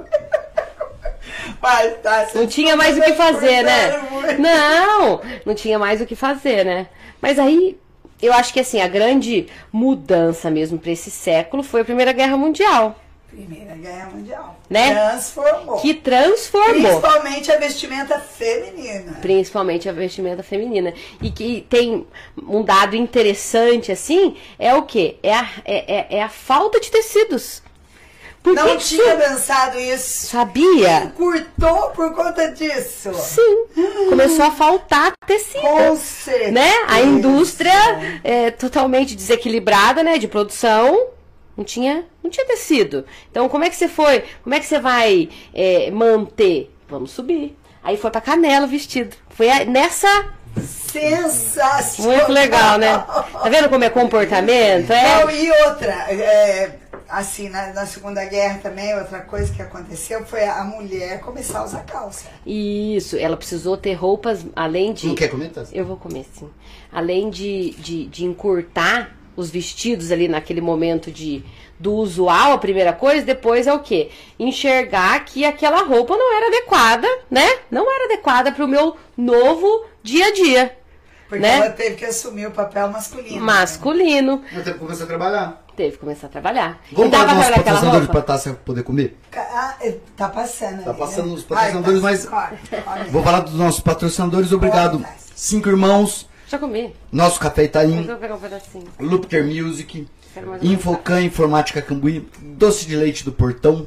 Mas tá, Não tinha mais o que fazer, né? muito. Não, não tinha mais o que fazer, né? Mas aí, eu acho que assim, a grande mudança mesmo pra esse século foi a Primeira Guerra Mundial, Primeira Guerra Mundial. Né? Transformou. que transformou. Principalmente a vestimenta feminina. Principalmente a vestimenta feminina. E que tem um dado interessante, assim, é o quê? É a, é, é- é a falta de tecidos. Por que Não que tinha isso- pensado isso. Sabia? Curtou por conta disso. Sim. Começou a faltar tecido. Com certeza. Né? A indústria é totalmente desequilibrada, né, de produção. Não tinha, não tinha tecido. Então, como é que você foi? Como é que você vai é, manter? Vamos subir. Aí foi pra Canela o vestido. Foi a- nessa... Sensacional. Muito legal, né? Tá vendo como é comportamento? É. Não, e outra, é, assim, na, na Segunda Guerra também, outra coisa que aconteceu foi a mulher começar a usar calça. Isso, ela precisou ter roupas, além de... Não quer comentar? Eu vou comer, sim. Além de, de, de encurtar os vestidos ali naquele momento de, do usual, a primeira coisa, depois é o quê? Enxergar que aquela roupa não era adequada, né? Não era adequada para o meu novo dia a dia. Porque Né? ela teve que assumir o papel masculino. Masculino. Eu tenho que começar a trabalhar. Teve que começar a trabalhar. Vamos E dava para os pra nossos olhar aquela patrocinadores roupa? pra Tássia poder comer? Ah, é, tá passando Tá ali, passando né? os patrocinadores, Vai, mas- Tássia, corta, corta. Vou falar dos nossos patrocinadores, obrigado. Corta. Cinco Irmãos, Já comi. Nosso Café Mas eu Itaim, vou pegar um pedacinho. Lupter Music, Quero mais um Infocan Informática Cambuí, Doce de Leite do Portão,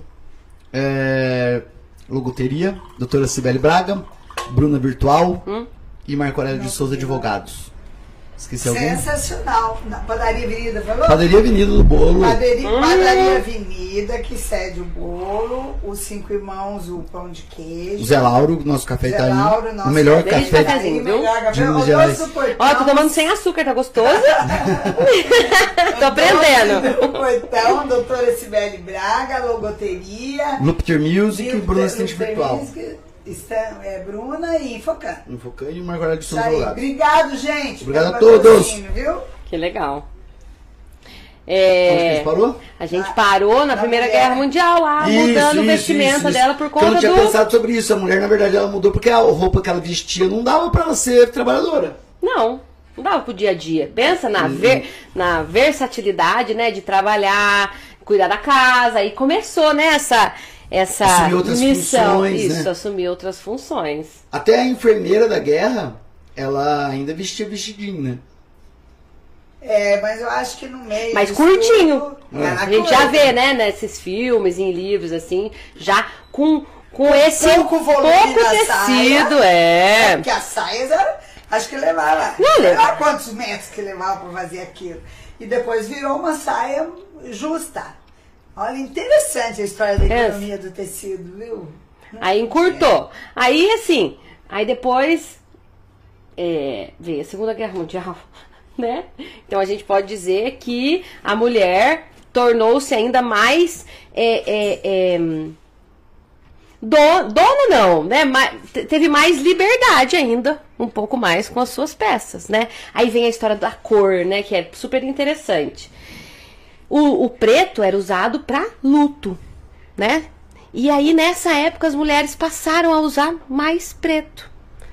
é, Logoteria, Doutora Cibele Braga, Bruna Virtual Hum? e Marco Aurélio de Souza Advogados. Esqueci alguém? Sensacional. Na Padaria Avenida, falou? Padaria Avenida do Bolo. Padaria, Hum. Padaria Avenida, que cede o bolo, os Cinco Irmãos, o pão de queijo. O Zé Lauro, Nosso Café Zé Itaim, Lauro, nosso o melhor Beijo, café cafezinho, viu? melhor café. de Minas O Gerais. doce do Portão. Ó, tô tomando sem açúcar, tá gostoso? Tô aprendendo. O Portão, doutora Cibele Braga, Logoteria. Lupter Music e Lupter- Bruna Assistente Lupter Virtual. Music, Stan- é, Bruna e Infocan. Infocan e Marco Aurélio de Isso Souza aí. Advogados. Obrigado, gente. Obrigado pelo a todos. patrocínio, viu? Que legal. Onde que a É, gente parou? a gente parou na na Primeira mulher. Guerra Mundial lá, Isso, mudando o isso, vestimenta isso, isso. dela por Porque eu não conta tinha do... pensado sobre isso. A mulher, na verdade, ela mudou porque a roupa que ela vestia não dava pra ela ser trabalhadora. Não, não dava pro dia a dia. Pensa na, ver, na versatilidade, né, de trabalhar, cuidar da casa. E começou, né, essa, essa Assumir outras missão. funções, Isso, né? assumir outras funções. Até a enfermeira da guerra, ela ainda vestia vestidinho, né? É, mas eu acho que no meio. Mas disso curtinho. tudo, É. A era gente já curto. vê, né, nesses filmes, em livros, assim, já com, com esse pouco volume pouco na tecido, saia. é. Porque as saias eram, acho que levava. Não, sei leva- lá quantos metros que levava pra fazer aquilo. E depois virou uma saia justa. Olha, interessante a história da É. economia do tecido, viu? Aí encurtou. Aí, assim, aí depois é, veio a Segunda Guerra Mundial, né? Então a gente pode dizer que a mulher tornou-se ainda mais é, é, é, do- dono não, né? Ma- te- teve mais liberdade ainda, um pouco mais com as suas peças, né? Aí vem a história da cor, né? Que é super interessante. O, o preto era usado para luto, né? E aí nessa época as mulheres passaram a usar mais preto.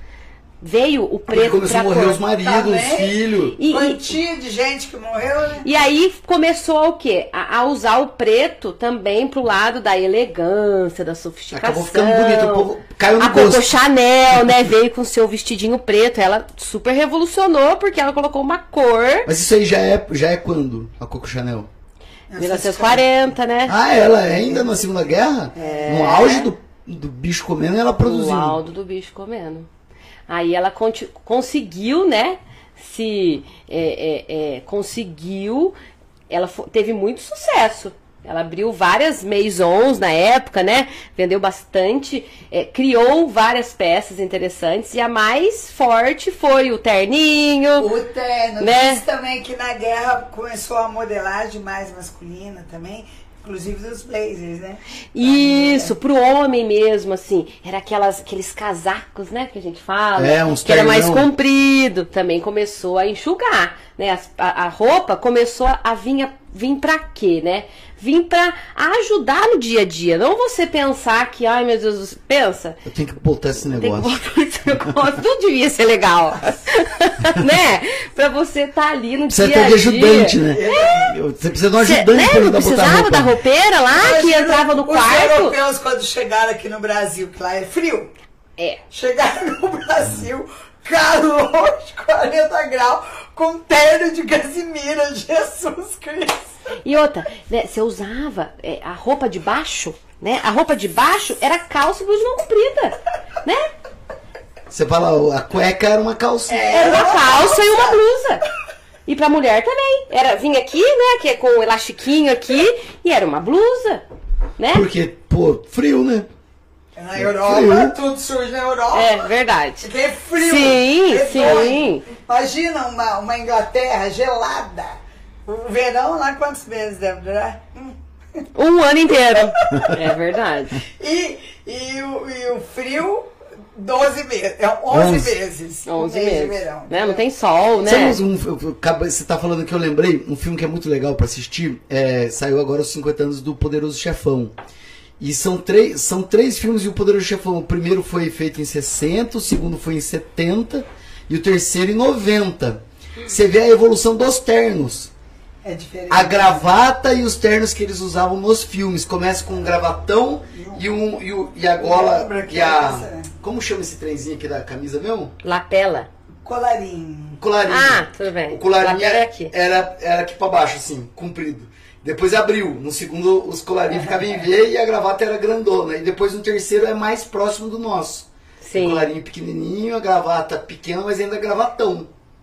Veio o Porque preto começou pra a morrer cor. os maridos, Também. os filhos. E, e, Quantia de gente que morreu, né? e aí começou o quê? A, a usar o preto também pro lado da elegância, da sofisticação. Acabou ficando bonito, o povo caiu no A Coco gosto. Chanel, né, veio com seu vestidinho preto. Ela super revolucionou porque ela colocou uma cor. Mas isso aí já é, já é quando? A Coco Chanel? mil novecentos e quarenta, né? Ah, ela ainda na Segunda Guerra? No auge do, do bicho comendo, ela O produziu. laudo do bicho comendo. Aí ela conti- conseguiu, né? Se é, é, é, conseguiu, ela fo- teve muito sucesso. Ela abriu várias maisons na época, né? Vendeu bastante, é, criou várias peças interessantes e a mais forte foi o terninho. O terno, Né? diz também que na guerra começou a modelagem mais masculina também, inclusive dos blazers, né? Isso, pro homem mesmo, assim. Era aquelas, aqueles casacos, né, que a gente fala. É, uns que era mais ternão. comprido. Também começou a enxugar, né? As- A, a roupa começou a vir, a, vir pra quê, né? Vim pra ajudar no dia a dia. Não você pensar que, ai meu Deus, pensa. Eu tenho que botar esse Tem que negócio. botar esse negócio. Não devia ser legal. Né? Pra você estar ali no Precisa dia ter a de dia. ajudante, né? Você precisa de um Cê, ajudante né? pra Não ajudar a botar a precisava roupa. da roupeira lá que Imagina entrava no Os quarto. europeus, quando chegaram aqui no Brasil, que lá é frio, É. chegaram no Brasil, calor de quarenta graus, com terno de Casimira, Jesus Cristo. E outra, né, você usava é, a roupa de baixo, né? A roupa de baixo era calça e blusa não comprida, né? Você fala, a cueca era uma calça. Era uma calça e uma blusa. E pra mulher também. Era, vinha aqui, né, que é com o elastiquinho aqui, e era uma blusa, né? Porque, pô, frio, né? Na Europa, Frio. tudo surge na Europa. É, verdade. Porque é frio. Sim, é sim. doido. Imagina uma, uma Inglaterra gelada. O verão lá, quantos meses deve durar? Hum. Um ano inteiro. É verdade. E, e, o, e o frio, doze meses. É onze Onze. meses. Um onze mês de meses. verão. Né? Não tem sol, né? Sabe um, eu- eu- acaba- você tá falando que eu lembrei, um filme que é muito legal pra assistir, é, saiu agora os cinquenta anos do Poderoso Chefão. E são três, são três filmes e o Poderoso Chefão. O primeiro foi feito em sessenta, o segundo foi em setenta e o terceiro em noventa. Você vê a evolução dos ternos. É diferente. A gravata e os ternos que eles usavam nos filmes. Começa com um gravatão e, um, e, o- e a gola. Lembra que E a, era essa? como chama esse trenzinho aqui da camisa mesmo? Lapela. Colarinho. Colarinho. Ah, tudo bem. O colarinho Lapela é aqui. Era, era aqui pra baixo, assim, comprido. Depois abriu. No segundo, os colarinhos ficavam em V e a gravata era grandona. E depois no terceiro é mais próximo do nosso. Sim. O colarinho pequenininho, a gravata pequena, mas ainda gravatão.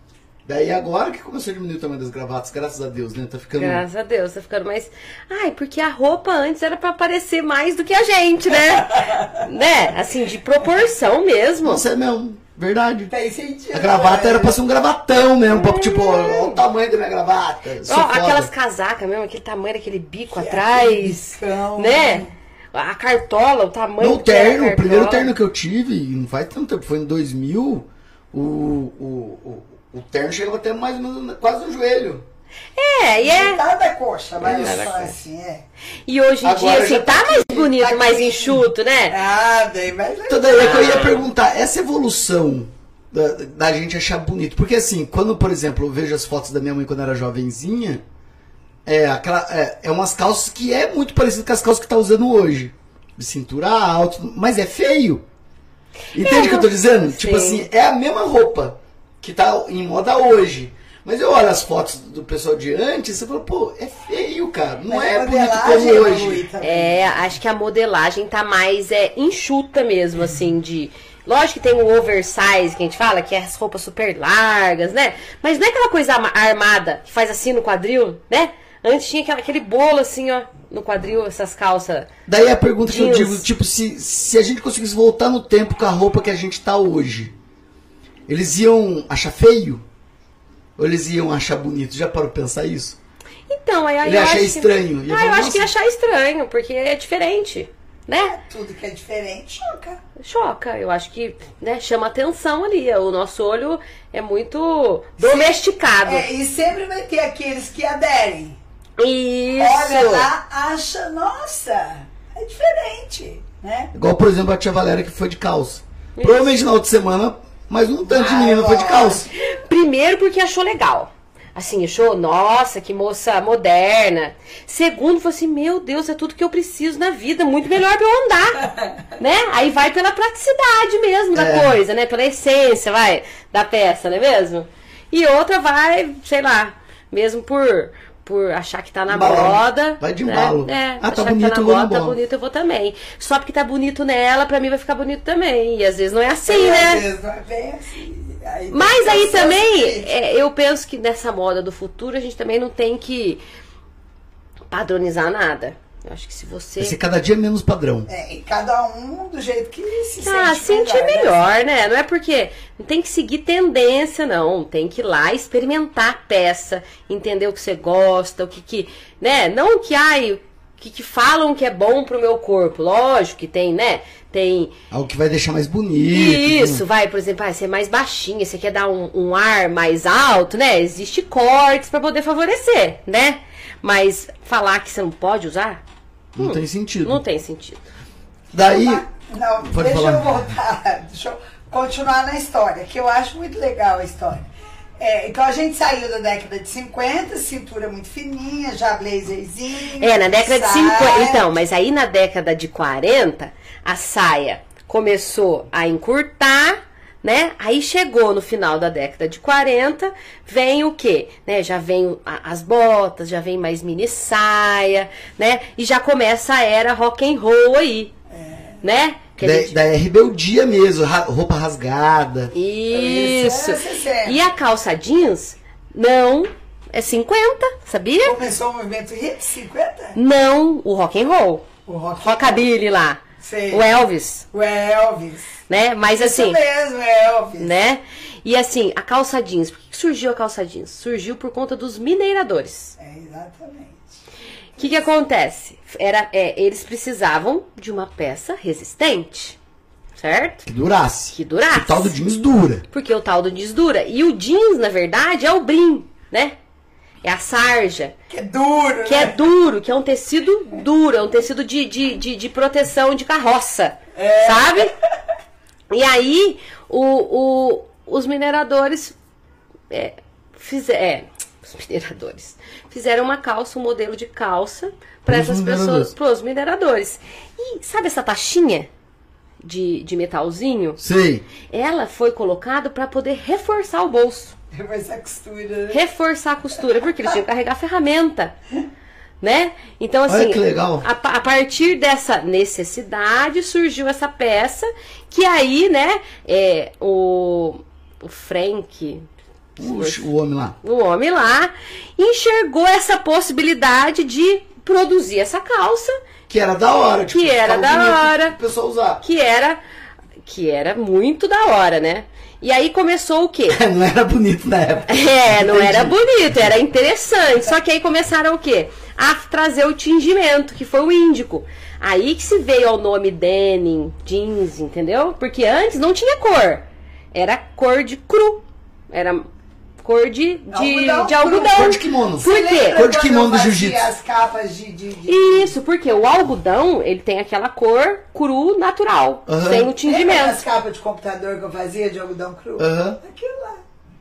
Daí agora que começou a diminuir o tamanho das gravatas, graças a Deus, né? Tá ficando... Graças a Deus, tá ficando mais. Ai, porque a roupa antes era pra parecer mais do que a gente, né? Né? Assim, de proporção mesmo. Nossa, é mesmo. Verdade. Tem sentido. A gravata né? era pra ser um gravatão mesmo. pra, tipo, olha o tamanho da minha gravata. Sou Ó, foda. aquelas casacas mesmo, aquele tamanho, aquele bico atrás. bicão, Né? né? A cartola, o tamanho No que era a terno, o cartola. primeiro terno que eu tive, e não faz tanto tempo, foi em dois mil, o, o, o, O terno chegava até mais ou menos quase no joelho. É, e é. Tá da coxa, mas É. só assim, é. E hoje em Agora dia, assim, já tá tá mais aqui, bonito, tá mais aqui. enxuto, né? Ah, bem mais legal. Então daí é que eu ia perguntar, essa evolução da, da gente achar bonito, porque assim, quando, por exemplo, eu vejo as fotos da minha mãe quando era jovenzinha, é, aquela, é, é umas calças que é muito parecido com as calças que tá usando hoje. De cintura alta, mas é feio. Entende o que eu tô dizendo? Sim. Tipo assim, é a mesma roupa que tá em moda hoje. Mas eu olho as fotos do pessoal de antes e você fala, pô, é feio, cara. Não Mas é a bonito modelagem como evolui hoje. também. É, acho que a modelagem tá mais é, enxuta mesmo, assim, de... Lógico que tem o oversize, que a gente fala, que é as roupas super largas, né? Mas não é aquela coisa ama- armada, que faz assim no quadril, né? Antes tinha aquela- aquele bolo assim, ó, no quadril, essas calças. Daí a pergunta que eu Jeans. digo, tipo, se, se a gente conseguisse voltar no tempo com a roupa que a gente tá hoje, eles iam achar feio? Ou eles iam achar bonito? Já parou pra pensar isso? Então, aí, aí Ele eu ia achar acho estranho. Que... Ia Ah, falar, eu acho que ia "Nossa." achar estranho, porque é diferente, né? Tudo que é diferente choca. Choca, eu acho que né, chama atenção ali. O nosso olho é muito domesticado. É, e sempre vai ter aqueles que aderem. Isso. Olha lá, acha, nossa, é diferente, né? Igual, por exemplo, a tia Valéria que foi de calça. Provavelmente na outra semana, mas um tanto de Vai, menina foi de ó. calça. Primeiro porque achou legal. Assim, achou, nossa, que moça moderna. Segundo, falou assim, meu Deus, é tudo que eu preciso na vida, muito melhor pra eu andar. Né? Aí vai pela praticidade mesmo da É. coisa, né? Pela essência, vai, da peça, não é mesmo? E outra vai, sei lá, mesmo por, por achar que tá na Embalo. moda. Vai de né? embalo. É, Ah, tá achar bonito, que tá eu na vou no moda, tá embalo. bonito, eu vou também. Só porque tá bonito nela, pra mim vai ficar bonito também. E às vezes não é assim, E né? às vezes não é bem assim. Aí Mas tem aí que ser também, assim. é, eu penso que nessa moda do futuro a gente também não tem que padronizar nada. Eu acho que se você Vai ser cada dia menos padrão. É, e cada um do jeito que se ah, sente sentir melhor, né? melhor, né? Não é porque não tem que seguir tendência, não. Tem que ir lá experimentar a peça, entender o que você gosta, o que que, né? Não que ai, o que que falam que é bom pro meu corpo. Lógico que tem, né? Tem Algo que vai deixar mais bonito. isso, vai, por exemplo, ah, você é mais baixinha, você quer dar um, um ar mais alto, né? Existe cortes pra poder favorecer, né? Mas falar que você não pode usar, Não tem sentido. não tem sentido. Daí, Não, Pode deixa falar. eu voltar, deixa eu continuar na história, que eu acho muito legal a história. É, então a gente saiu da década de cinquenta, cintura muito fininha, já blazerzinho. É, na década de saia. cinquenta. Então, mas aí na década de quarenta, a saia começou a encurtar, né? Aí chegou no final da década de quarenta, vem o quê? Né? Já vem a- as botas, já vem mais mini saia, né? E já começa a era rock and roll aí, né? Que a daí, gente- daí é rebeldia mesmo, ra- roupa rasgada. Isso. Isso, é sessenta. E a calça jeans, não, é cinquenta, sabia? Começou o movimento hit, cinquenta? Não, o rock and roll. O rock. Rockabilly lá. Sei. O Elvis, O Elvis. né? Mas assim, Isso mesmo, Elvis. né? E assim, a calça jeans, por que surgiu a calça jeans? Surgiu por conta dos mineiradores. É, exatamente. O que que acontece? Era, é, eles precisavam de uma peça resistente, certo? Que durasse. Que durasse. O tal do jeans dura. Porque o tal do jeans dura. E o jeans, na verdade, é o brim, né? É a sarja. Que é duro, Que é né? duro, que é um tecido duro, é um tecido de, de, de, de proteção de carroça, É. sabe? E aí, o, o, os mineradores é, fizeram, é, os mineradores fizeram uma calça, um modelo de calça para Pros essas mineradores. pessoas, pros mineradores. E sabe essa taxinha de, de metalzinho? Sei. Ela foi colocada para poder reforçar o bolso. Depois a costura, né? Reforçar a costura, porque eles tinham que carregar ferramenta, né? Então, assim, Olha que legal. A, pa- a partir dessa necessidade surgiu essa peça, que aí, né, é, o, o Frank, Puxa, o homem lá. o homem lá, enxergou essa possibilidade de produzir essa calça, Que era da hora. Tipo, Que era ficava da bonito hora. pro pessoal usar. que era, que era muito da hora, né? E aí começou o quê? Não era bonito na época. É, não Entendi. era bonito, era interessante. Só que aí começaram o quê? A trazer o tingimento, que foi o índico. Aí que se veio ao nome denim, jeans, entendeu? Porque antes não tinha cor. Era cor de cru. Era cor de, de Algodão. de algodão. Cor de kimono. Por quê? Lembra Cor de quando kimono do eu fazia jiu-jitsu. as capas de... de, de... Isso, porque o algodão, ele tem aquela cor cru natural, Aham. sem o Lembra tingimento. as capas de computador que eu fazia de algodão cru? Aham. Aquilo lá.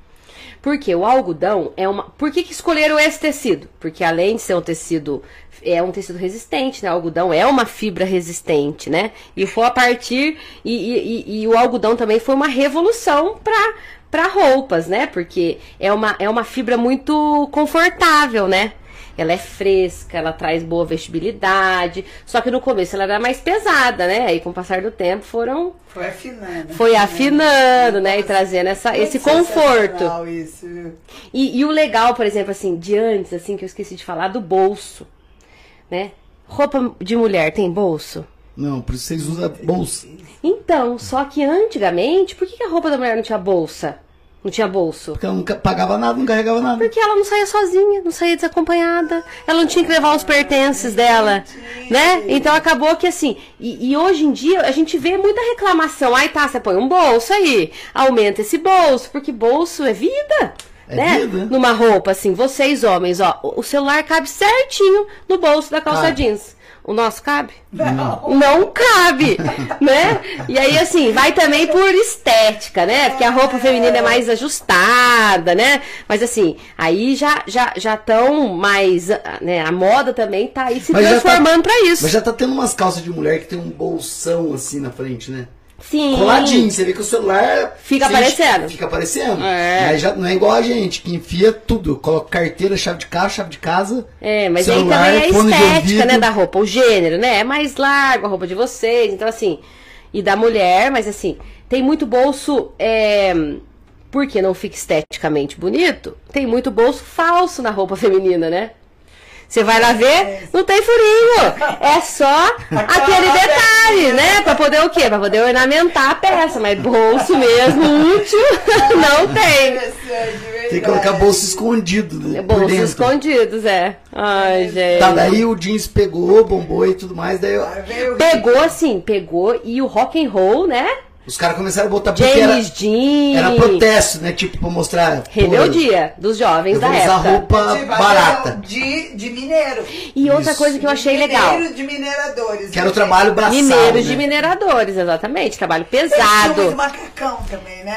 Porque o algodão é uma... Por que que escolheram esse tecido? Porque além de ser um tecido... É um tecido resistente, né? O algodão é uma fibra resistente, né? E foi a partir... E, e, e, e o algodão também foi uma revolução para para roupas, né? Porque é uma, é uma fibra muito confortável, né? Ela é fresca, ela traz boa vestibilidade. Só que no começo ela era mais pesada, né? Aí com o passar do tempo foram... Foi afinando. Foi afinando, né? E trazendo essa, esse conforto. Isso. E, e o legal, por exemplo, assim, de antes, assim, que eu esqueci de falar, do bolso, né? Roupa de mulher tem bolso? Não, por isso vocês usam bolsa. Então, só que antigamente, por que que a roupa da mulher não tinha bolsa? Não tinha bolso? Porque ela nunca pagava nada, não carregava nada. Porque ela não saía sozinha, não saía desacompanhada. Ela não tinha que levar os pertences dela, né? Então acabou que assim... E, e hoje em dia a gente vê muita reclamação. Ai, tá, você põe um bolso aí, aumenta esse bolso, porque bolso é vida. É né? vida. Numa roupa, assim, vocês homens, ó, o celular cabe certinho no bolso da calça Cabe. jeans. O nosso cabe? Não. Não cabe, né? E aí, assim, vai também por estética, né? Porque a roupa feminina é mais ajustada, né? Mas, assim, aí já já já estão mais, né? A moda também tá aí se Mas já transformando tá- pra isso. Mas já tá tendo umas calças de mulher que tem um bolsão assim na frente, né? Sim. Coladinho, você vê que o celular... Fica você- aparecendo. Fica aparecendo. É. Mas já não é igual a gente, que enfia tudo. Coloca carteira, chave de carro, chave de casa. É, mas celular, aí também é a fone de estética, ouvido. né, da roupa, o gênero, né? É mais largo a roupa de vocês, então assim, e da mulher, mas assim, tem muito bolso, é, porque não fica esteticamente bonito, tem muito bolso falso na roupa feminina, né? Você vai lá ver, não tem furinho, é só aquele detalhe, né? Pra poder o quê? Pra poder ornamentar a peça, mas bolso mesmo, útil, não tem. Tem que colocar bolso escondido, né? por Bolsos dentro. escondidos, é. Ai, gente. Tá, daí o jeans pegou, bombou e tudo mais, daí eu- Pegou, assim, pegou, e o rock and roll, né? os caras começaram a botar porque era, James Dean. era protesto, né? Tipo, pra mostrar... pô, Rebeldia dos jovens eu da vou usar época. roupa Tipo, barata. De, de mineiro. E outra Isso. coisa que eu achei De legal. mineiro, de mineradores. Que era o trabalho braçal, Mineiros né? de mineradores, exatamente. Trabalho Eles tinham muito pesado. macacão também, né?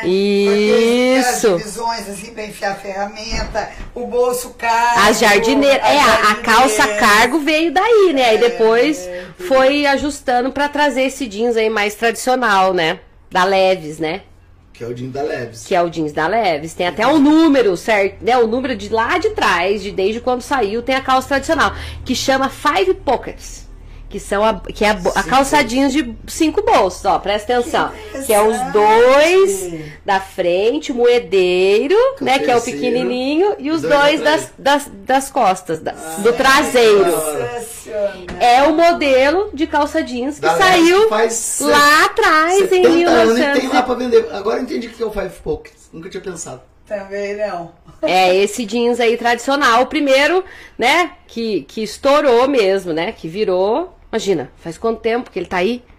Isso. Aquelas divisões assim pra enfiar ferramenta, o bolso cargo. As jardineiras. É, a, a calça jardineiras. cargo veio daí, né? Aí depois foi ajustando pra trazer esse jeans aí mais tradicional, né? Da Leves, né? Que é o jeans da Leves. Que é o jeans da Leves. Tem até um número, certo? Né? O número de lá de trás, de desde quando saiu, tem a calça tradicional, que chama Five Pockets. Que, são a, que é a, bo- a calça jeans de cinco bolsos, ó, presta atenção. Que, que é os dois da frente, o moedeiro, Com né? o Que é o terceiro, pequenininho, e os dois Ah, dois atrás. das, das, das costas, da- do traseiro. Sensacional. É o modelo de calça jeans que Da Leves, saiu que faz lá atrás, em setenta mil anos e novecentos. tem lá pra vender. Agora eu entendi o que é o Five Pockets. Nunca tinha pensado. Também não. É esse jeans aí tradicional, o primeiro, né, que, que estourou mesmo, né, que virou, imagina, faz quanto tempo que ele tá aí?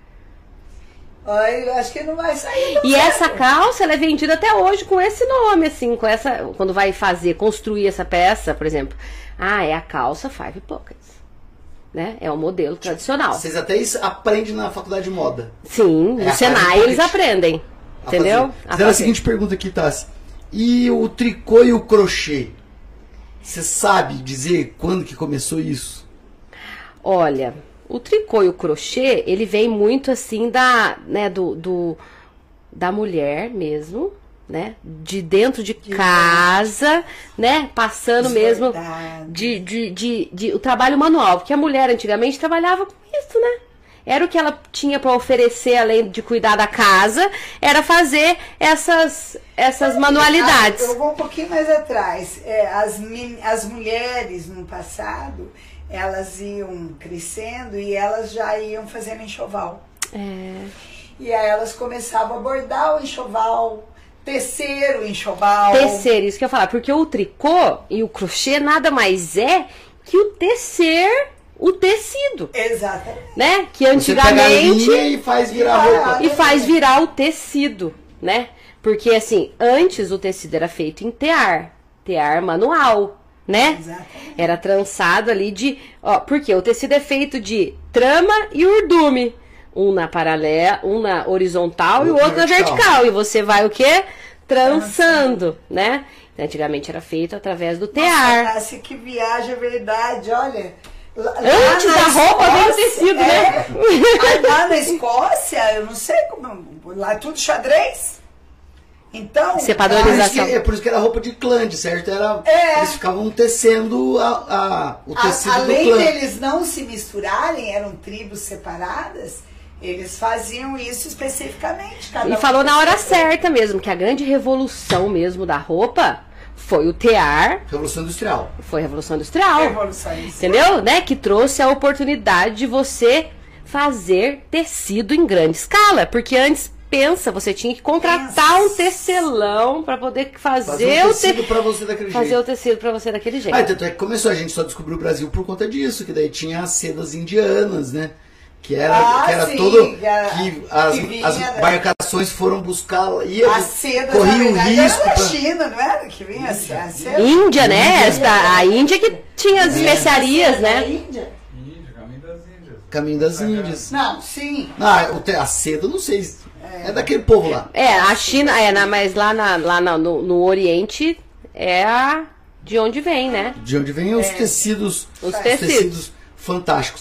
Ai, eu acho que não vai sair. Não E sabe? essa calça, ela é vendida até hoje com esse nome, assim, com essa, quando vai fazer, construir essa peça, por exemplo, ah, é a calça Five Pockets, né, é o modelo tradicional. Vocês até isso aprendem na faculdade de moda. Sim, É no a Senai Five eles Pocket. aprendem, A entendeu? fazer. A Fizeram a fazer. seguinte pergunta aqui, Tassi. E o tricô e o crochê? Você sabe dizer quando que começou isso? Olha, o tricô e o crochê, ele vem muito assim da, né, do, do da mulher mesmo, né? De dentro de casa, né? Passando mesmo Verdade. de, de, de, de o trabalho manual, porque a mulher antigamente trabalhava com isso, né? Era o que ela tinha para oferecer, além de cuidar da casa, era fazer essas, essas manualidades. Ah, eu vou um pouquinho mais atrás. É, as, min- as mulheres no passado, elas iam crescendo e elas já iam fazendo enxoval. É. E aí elas começavam a bordar o enxoval, tecer o enxoval. Tecer, isso que eu ia falar, porque o tricô e o crochê nada mais é que o tecer o tecido, Exatamente. né? Que Você pega a antigamente linha e faz virar roupa. e faz virar o tecido, né? Porque assim, antes o tecido era feito em tear, tear manual, né? Exatamente. Era trançado ali de... Ó, porque o tecido é feito de trama e urdume. Um na paralela, um na horizontal e o outro na vertical. E você vai o quê? Trançando, né? Então, antigamente era feito através do tear. Nossa, que viagem, é verdade, olha. Lá Antes da roupa vem o tecido, é, né? Lá na Escócia, eu não sei como... Lá é tudo xadrez. Então... Você É padronização. por, isso que, é por isso que era roupa de clã, certo? Era, É. Eles ficavam tecendo a, a, o tecido A, do além clã. deles não se misturarem, eram tribos separadas, eles faziam isso especificamente. Cada E um falou na hora com seu- certa mesmo, que a grande revolução mesmo da roupa foi o tear, Revolução Industrial. foi a Revolução Industrial. Revoluções. Entendeu? Né? Que trouxe a oportunidade de você fazer tecido em grande escala. Porque antes, pensa, você tinha que contratar Pensa. um tecelão para poder fazer, Fazer um o te- tecido pra você daquele fazer jeito. o tecido para você daquele jeito. Ah, tanto é que começou, a gente só descobriu o Brasil por conta disso, que daí tinha as sedas indianas, né? Que era, Ah, que era sim, todo. que a- Que as, que vinha, as né? embarcações foram buscar. Ia, A seda, corria na um verdade, risco. era da pra- China, não era? Que vinha assim, a seda. Índia, né? Esta, a Índia que tinha as especiarias, Da né? Índia? Índia, caminho das Índias. Caminho das Índias. Não, sim. Ah, o te- a seda, eu não sei. se- É daquele povo lá. É, a China, é, na, mas lá, na, lá na- no, no Oriente é a de onde vem, né? De onde vêm os tecidos. Os tecidos. fantásticos.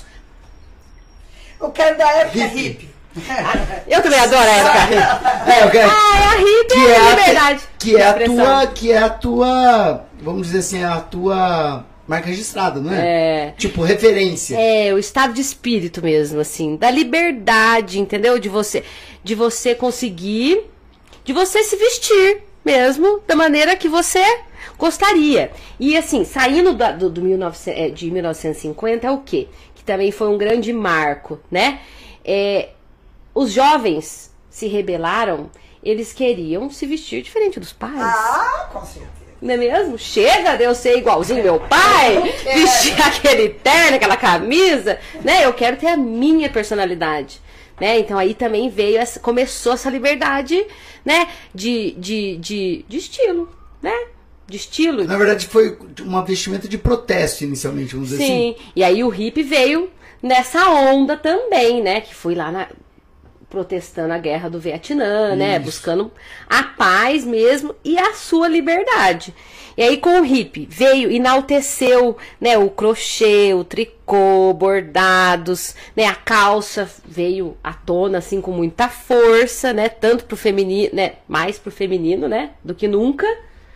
Eu quero da época Hippie. hippie. Eu também adoro a época. É, eu quero- Ah, é a hippie, que é é a a, liberdade. que é a de expressão. tua, que é a tua, vamos dizer assim, a tua marca registrada, não é? É. Tipo referência. É, o estado de espírito mesmo, assim, da liberdade, entendeu? De você, de você conseguir, de você se vestir mesmo da maneira que você gostaria. E assim, saindo da- do, do mil e novecentos, é, de mil novecentos e cinquenta é o quê? Que também foi um grande marco, né? É, os jovens se rebelaram, eles queriam se vestir diferente dos pais. Ah, com certeza. Não é mesmo? Chega de eu ser igualzinho meu pai, quero. vestir aquele terno, aquela camisa, né? Eu quero ter a minha personalidade, né? Então aí também veio, essa, começou essa liberdade, né? De, de, de, de estilo, né? De estilo. Na verdade foi uma vestimenta de protesto inicialmente, vamos dizer Sim, assim. e aí o hippie veio nessa onda também, né? Que foi lá na... protestando a guerra do Vietnã, né? Isso. Buscando a paz mesmo e a sua liberdade. E aí com o hippie veio, enalteceu, né? O crochê, o tricô, bordados, né? A calça veio à tona, assim, com muita força, né? Tanto pro feminino, né? Mais pro feminino, né? Do que nunca.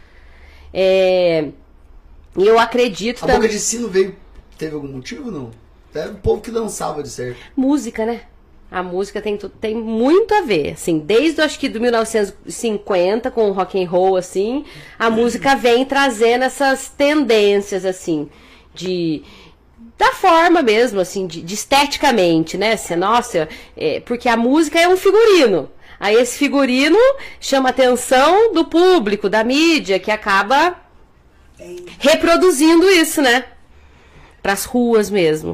É... E eu acredito A também... boca de sino veio, teve algum motivo ou não? Era o povo que dançava de certo. Música, né? A música tem, tu- tem muito a ver, assim, desde acho que do mil novecentos e cinquenta com o rock and roll, assim, a música vem trazendo essas tendências, assim, de da forma mesmo, assim, de, de esteticamente, né? Assim, nossa, é, porque a música é um figurino. Aí esse figurino chama a atenção do público, da mídia, que acaba reproduzindo isso, né? Pras ruas mesmo.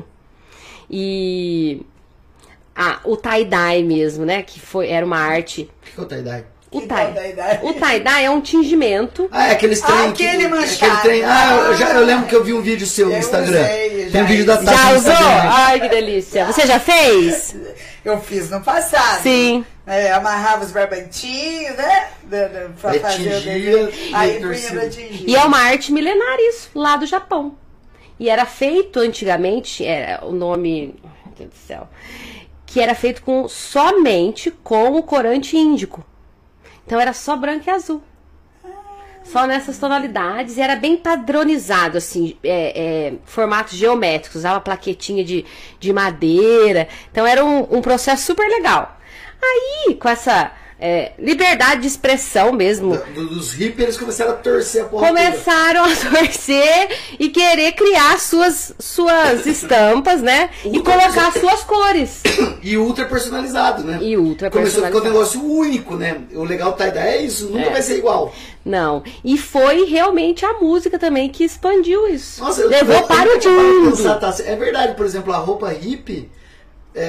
E ah, o tie-dye mesmo, né? Que foi, era uma arte. O que que é o tie-dye? O Que tie- tie-dye? o tie-dye é um tingimento. Ah, é aqueles trem Ah, que- aquele manchado. aquele trem. Ah, eu, já, eu lembro que eu vi um vídeo seu no Eu Instagram. usei, já Tem um vídeo da usei. Tati Já no usou? Instagram, né? Ai, que delícia. Você já fez? Eu fiz no passado. Sim. É, amarrava os barbantinhos, né? Da, da, pra Aí fazer o tingia, desenho. e Aí torcia. punha pra tingir. E é uma arte milenar isso, lá do Japão. E era feito antigamente, era o nome, meu Deus do céu, que era feito com somente com o corante índico. Então era só branco e azul. Só nessas tonalidades, e era bem padronizado, assim, é, é, formatos geométricos, usava plaquetinha de, de madeira. Então era um, um processo super legal. Aí, com essa é, liberdade de expressão mesmo, Do- dos hippies eles começaram a torcer a porra toda. começaram a torcer e querer criar suas, suas estampas, né? E colocar suas cores. E ultra personalizado, né? E ultra Começou a ficar um personalizado. negócio único, né? O legal do tie-dye é isso, nunca É. vai ser igual. Não. E foi realmente a música também que expandiu isso. Nossa, eu Levou eu para nunca o tinha parado pra mundo. pensar, tá? É verdade, por exemplo, a roupa hippie, é,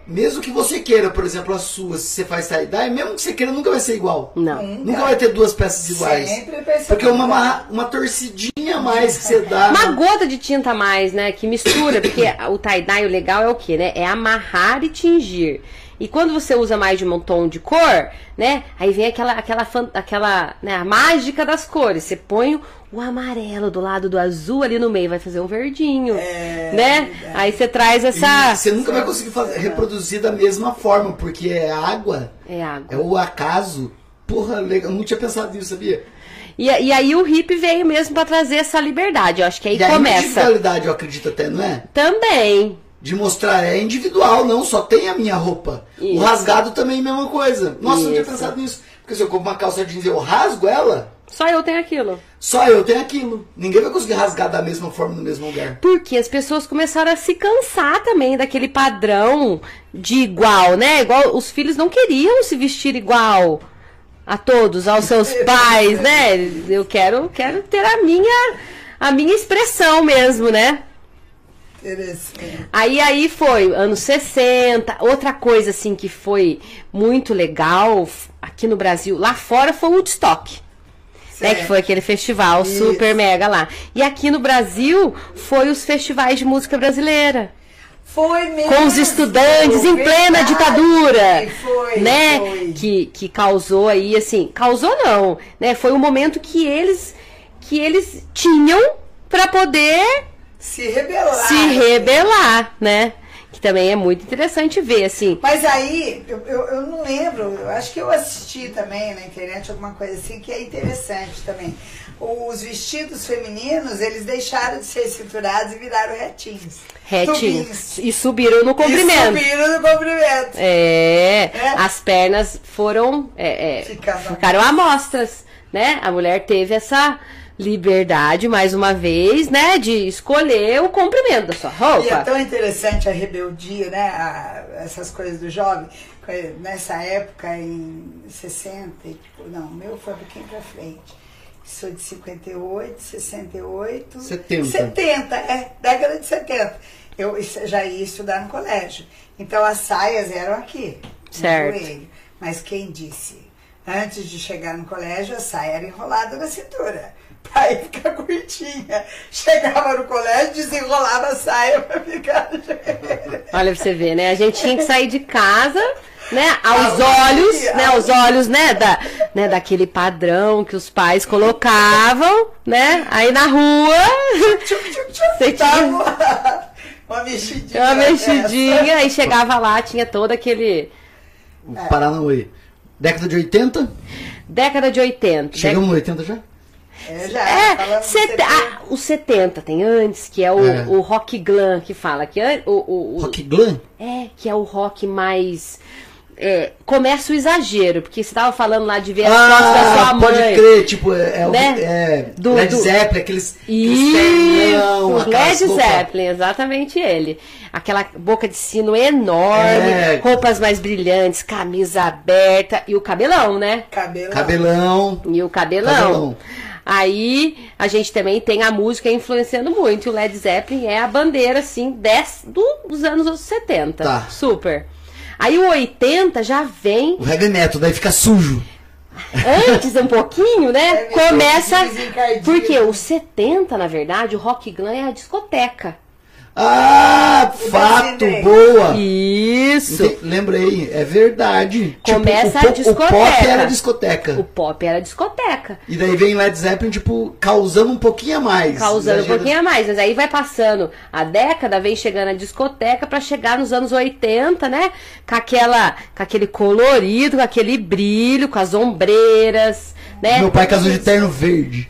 mesmo que você queira, por exemplo, a sua, se você faz tie-dye, mesmo que você queira, nunca vai ser igual. Não. Nunca vai ter duas peças iguais. Sempre pensa Porque uma, uma, uma torcidinha a mais que você dá. Uma gota de tinta a mais, né? Que mistura, porque o tie-dye, o legal é o quê, né? É amarrar e tingir. E quando você usa mais de um tom de cor, né? Aí vem aquela, aquela, aquela né, a mágica das cores. Você põe o amarelo do lado do azul ali no meio, vai fazer um verdinho, é, né? É. Aí você traz essa... E você nunca vai conseguir fazer, reproduzir da mesma forma, porque é água. É água. É o acaso. Porra, legal. Eu não tinha pensado nisso, sabia? E, e aí o hip veio mesmo pra trazer essa liberdade. Eu acho que aí e começa. A individualidade, eu acredito até, não é? Também. De mostrar, é individual, não, só tem a minha roupa. Isso. O rasgado também é a mesma coisa. Nossa, eu não tinha pensado nisso. Porque se eu compro uma calça jeans e eu rasgo ela... Só eu tenho aquilo. Só eu tenho aquilo. Ninguém vai conseguir rasgar da mesma forma no mesmo lugar. Porque as pessoas começaram a se cansar também daquele padrão de igual, né? Igual os filhos não queriam se vestir igual a todos, aos seus pais, né? Eu quero, quero ter a minha, a minha expressão mesmo, né? Interessante. Aí, aí foi, anos sessenta, outra coisa assim que foi muito legal aqui no Brasil, lá fora foi o Woodstock, né, que foi aquele festival Isso. super mega lá. E aqui no Brasil foi os festivais de música brasileira. Foi mesmo. Com os estudantes foi, em plena verdade. ditadura, foi, né, foi. Que, que causou aí, assim, causou não, né, foi o momento que eles, que eles tinham para poder... Se rebelar. Se rebelar, né? Que também é muito interessante ver, assim. Mas aí, eu, eu, eu não lembro, eu acho que eu assisti também na internet alguma coisa assim, que é interessante também. Os vestidos femininos, eles deixaram de ser cinturados e viraram retinhos. Retinhos. E subiram no comprimento. E subiram no comprimento. É, é. As pernas foram... É, é, ficaram amostras, né? A mulher teve essa... liberdade, mais uma vez, né, de escolher o comprimento da sua roupa. E é tão interessante a rebeldia, né, a, essas coisas do jovem. Nessa época, em sessenta, tipo, não, o meu foi um pouquinho pra frente. Sou de cinquenta e oito, sessenta e oito... setenta. setenta, é, década de setenta. Eu já ia estudar no colégio. Então, as saias eram aqui, certo. no joelho. Mas quem disse? Antes de chegar no colégio, a saia era enrolada na cintura. Pra ir ficar curtinha. Chegava no colégio, desenrolava a saia pra ficar no joelho. Olha pra você ver, né? A gente tinha que sair de casa, né? Aos olhos, né? Aos olhos, né? Da, né? Daquele padrão que os pais colocavam, né? Aí na rua... Você tinha... Uma mexidinha. Uma mexidinha. Aí chegava lá, tinha todo aquele... É. Paranauê. Década de oitenta? Década de oitenta. Chegamos no oitenta já? É, já. É, set... ah, os setenta tem antes, que é o, é. o rock glam que fala. Que é, o, o, o, rock glam? É, que é o rock mais... É, começa o exagero, porque você tava falando lá de ver as ah, fotos da sua mãe. Pode crer, tipo, é, né? é do, Led do... Zeppelin, aqueles... Isso, Led Zeppelin, exatamente ele. Aquela boca de sino enorme, é. roupas mais brilhantes, camisa aberta e o cabelão, né? Cabelão. Cabelão. E o cabelão. cabelão. Aí a gente também tem a música influenciando muito. E o Led Zeppelin é a bandeira, assim, dez, dos anos setenta. Tá. Super. Aí o oitenta já vem... O heavy metal, daí fica sujo. Antes um pouquinho, né? É, começa... Porque o setenta, na verdade, o rock glam é a discoteca. Ah, fato, boa! Isso! Entendi, lembrei, é verdade. Começa tipo, o, a discoteca. O pop era discoteca. O pop era discoteca. E daí vem Led Zeppelin, tipo, causando um pouquinho a mais. Causando exagero. um pouquinho a mais, mas aí vai passando a década, vem chegando a discoteca pra chegar nos anos oitenta, né? Com, aquela, com aquele colorido, com aquele brilho, com as ombreiras, né? Meu pai casou de terno verde.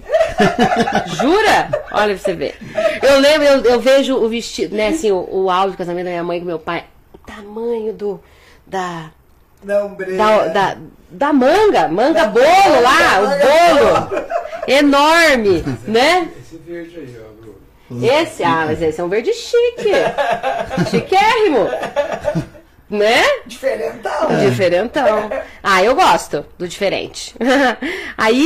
Jura? Olha pra você ver. Eu lembro, eu, eu vejo o vestido, né, assim, o, o áudio do casamento da minha mãe com meu pai, o tamanho do, da, da, ombreira. da, da, da manga, manga da bolo manga, lá, o bolo, bolo. Enorme, né? Esse verde aí, ó, Bruno. Esse, ah, mas esse é um verde chique, chiquérrimo. Né? Diferentão. É. Diferentão. Ah, eu gosto do diferente. Aí...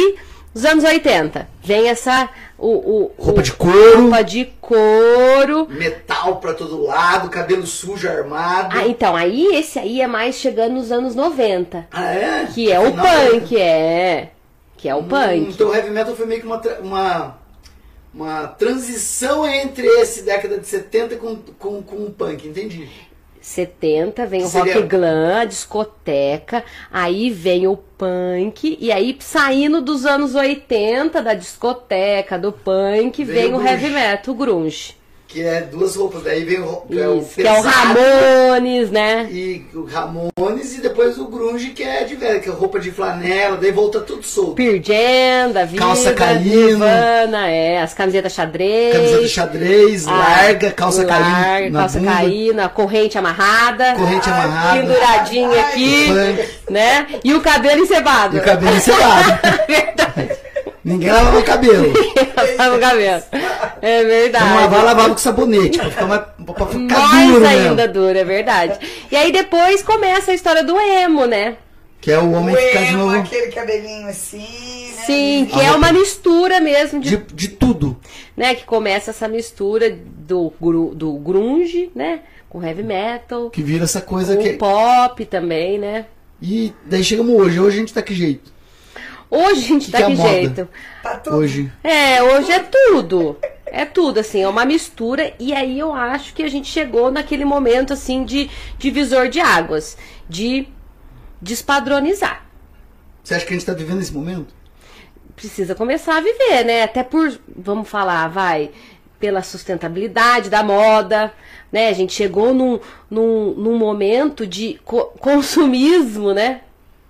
Os anos oitenta. Vem essa... O, o, roupa o, de couro. Roupa de couro. Metal pra todo lado, cabelo sujo, armado. Ah, então, aí esse aí é mais chegando nos anos noventa. Ah, é? Que é o Final punk, é. Que é o hum, punk. Então o heavy metal foi meio que uma, uma, uma transição entre esse década de setenta com, com, com o punk, entendi. setenta, vem o Seria... rock glam, a discoteca, aí vem o punk, e aí saindo dos anos oitenta, da discoteca, do punk, vem, vem o, o heavy metal, o grunge. Que é duas roupas, daí vem o, que Isso, é o que é o Ramones, né? E o Ramones e depois o grunge, que é de velho, que é roupa de flanela, daí volta tudo solto. Pearl Jam, da vida, calça caindo, Nirvana, é, as camisetas xadrez. Camiseta xadrez, larga, calça caindo na calça bunda. caindo, corrente amarrada. Corrente amarrada. Penduradinha aqui, punk. Né? E o cabelo encebado. E o cabelo encebado. Verdade. Ninguém lavava o cabelo. Ninguém lavava o cabelo. É verdade. Não lavar, lavava com sabonete, pra ficar, mais, pra ficar mais duro ainda mesmo. duro, é verdade. E aí depois começa a história do emo, né? Que é o homem o que fica de emo, novo. aquele cabelinho assim, né? Sim, que A é roupa. uma mistura mesmo de, De, de tudo. né, que começa essa mistura do, gru, do grunge, né, com heavy metal, Que vira essa coisa com que. pop também, né? E daí chegamos hoje. Hoje a gente tá que jeito? Hoje a gente Que tá que é que a moda? jeito? Tá tudo. Hoje. É, hoje é tudo. É tudo, assim, é uma mistura. E aí eu acho que a gente chegou naquele momento, assim, de divisor de águas. De despadronizar. Você acha que a gente tá vivendo esse momento? Precisa começar a viver, né? Até por, vamos falar, vai, pela sustentabilidade da moda, né? A gente chegou num, num, num momento de co consumismo, né?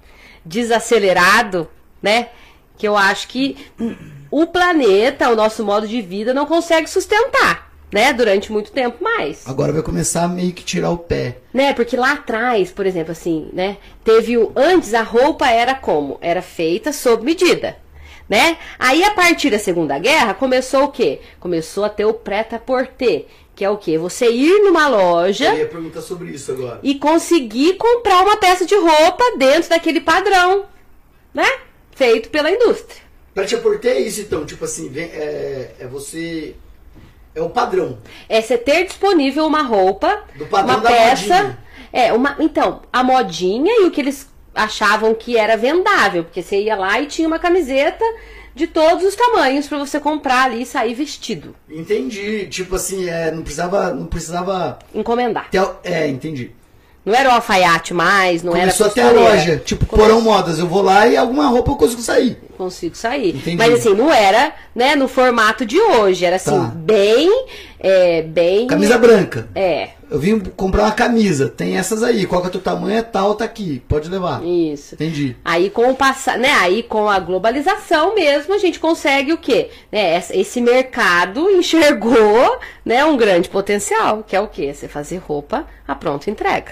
Desacelerado, né? Que eu acho que o planeta, o nosso modo de vida não consegue sustentar, né? Durante muito tempo mais. Agora vai começar a meio que tirar o pé. Né? Porque lá atrás, por exemplo, assim, né? Teve o... Antes a roupa era como? Era feita sob medida, né? Aí a partir da Segunda Guerra começou o quê? Começou a ter o prêt-à-porter, que é o quê? Você ir numa loja... Eu ia perguntar sobre isso agora. E conseguir comprar uma peça de roupa dentro daquele padrão, né? Feito pela indústria. Prêt-à-porter é isso, então. Tipo assim, vem- é, é você... É o padrão. É você ter disponível uma roupa, Do padrão uma da peça... modinha. É, uma... Então, a modinha e o que eles achavam que era vendável. Porque você ia lá e tinha uma camiseta de todos os tamanhos pra você comprar ali e sair vestido. Entendi. Tipo assim, é, não precisava... Não precisava Encomendar. ter, é, entendi. Não era o alfaiate mais, não Começou era a ter a costureira. loja. Tipo, Começou- Porão Modas. Eu vou lá e alguma roupa eu consigo sair. Consigo sair. Entendi. Mas assim, não era, né, no formato de hoje. Era assim, Tá. bem, é, bem... Camisa branca. É, Eu vim comprar uma camisa. Tem essas aí. Qual que é o teu tamanho? É tal, tá aqui. Pode levar. isso. Entendi. Aí com o passar, né, aí com a globalização mesmo, a gente consegue o quê? Né, essa- esse mercado enxergou, né, um grande potencial, que é o quê? Você fazer roupa a pronta entrega,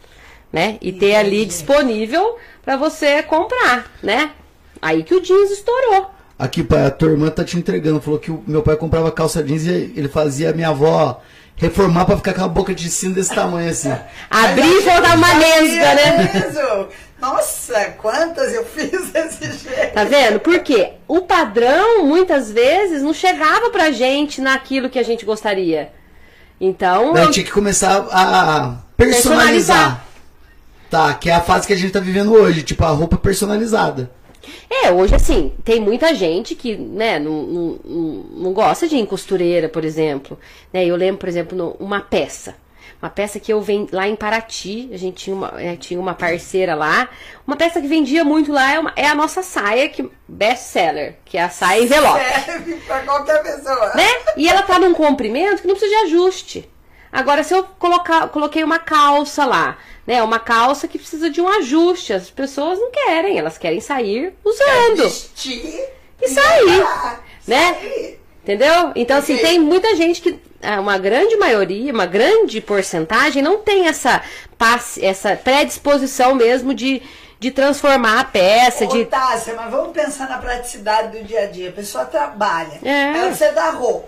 né? E ter ali disponível pra você comprar, né? Aí que o jeans estourou. Aqui, pai, a tua irmã tá te entregando. Falou que o meu pai comprava calça jeans e ele fazia a minha avó reformar pra ficar com a boca de sino desse tamanho assim. Abrir e soltar uma nesga, né? Mesmo. Nossa, quantas eu fiz desse jeito. Tá vendo? Porque o padrão, muitas vezes, não chegava pra gente naquilo que a gente gostaria. Então, Daí tinha que começar a personalizar. Personalizar. Tá, que é a fase que a gente tá vivendo hoje. Tipo, a roupa personalizada. é, hoje assim, tem muita gente que, né, não, não, não, não gosta de ir em costureira, por exemplo. Né? Eu lembro, por exemplo, no- uma peça. Uma peça que eu vendi lá em Paraty, a gente tinha uma, eh, tinha uma parceira lá. Uma peça que vendia muito lá é, uma- é a nossa saia, que best seller, que é a saia envelope. Serve pra qualquer pessoa. Né? E ela tá num comprimento que não precisa de ajuste. Agora, se eu colocar, coloquei uma calça lá, né? Uma calça que precisa de um ajuste. As pessoas não querem, elas querem sair usando. Vestir E sair, parar, né? sair. Entendeu? Então, assim, Sim. tem muita gente que, ah, uma grande maioria, uma grande porcentagem, não tem essa, passe- essa predisposição mesmo de, de transformar a peça, Ô, de... Tássia, mas vamos pensar na praticidade do dia a dia. A pessoa trabalha, É. ela precisa da roupa.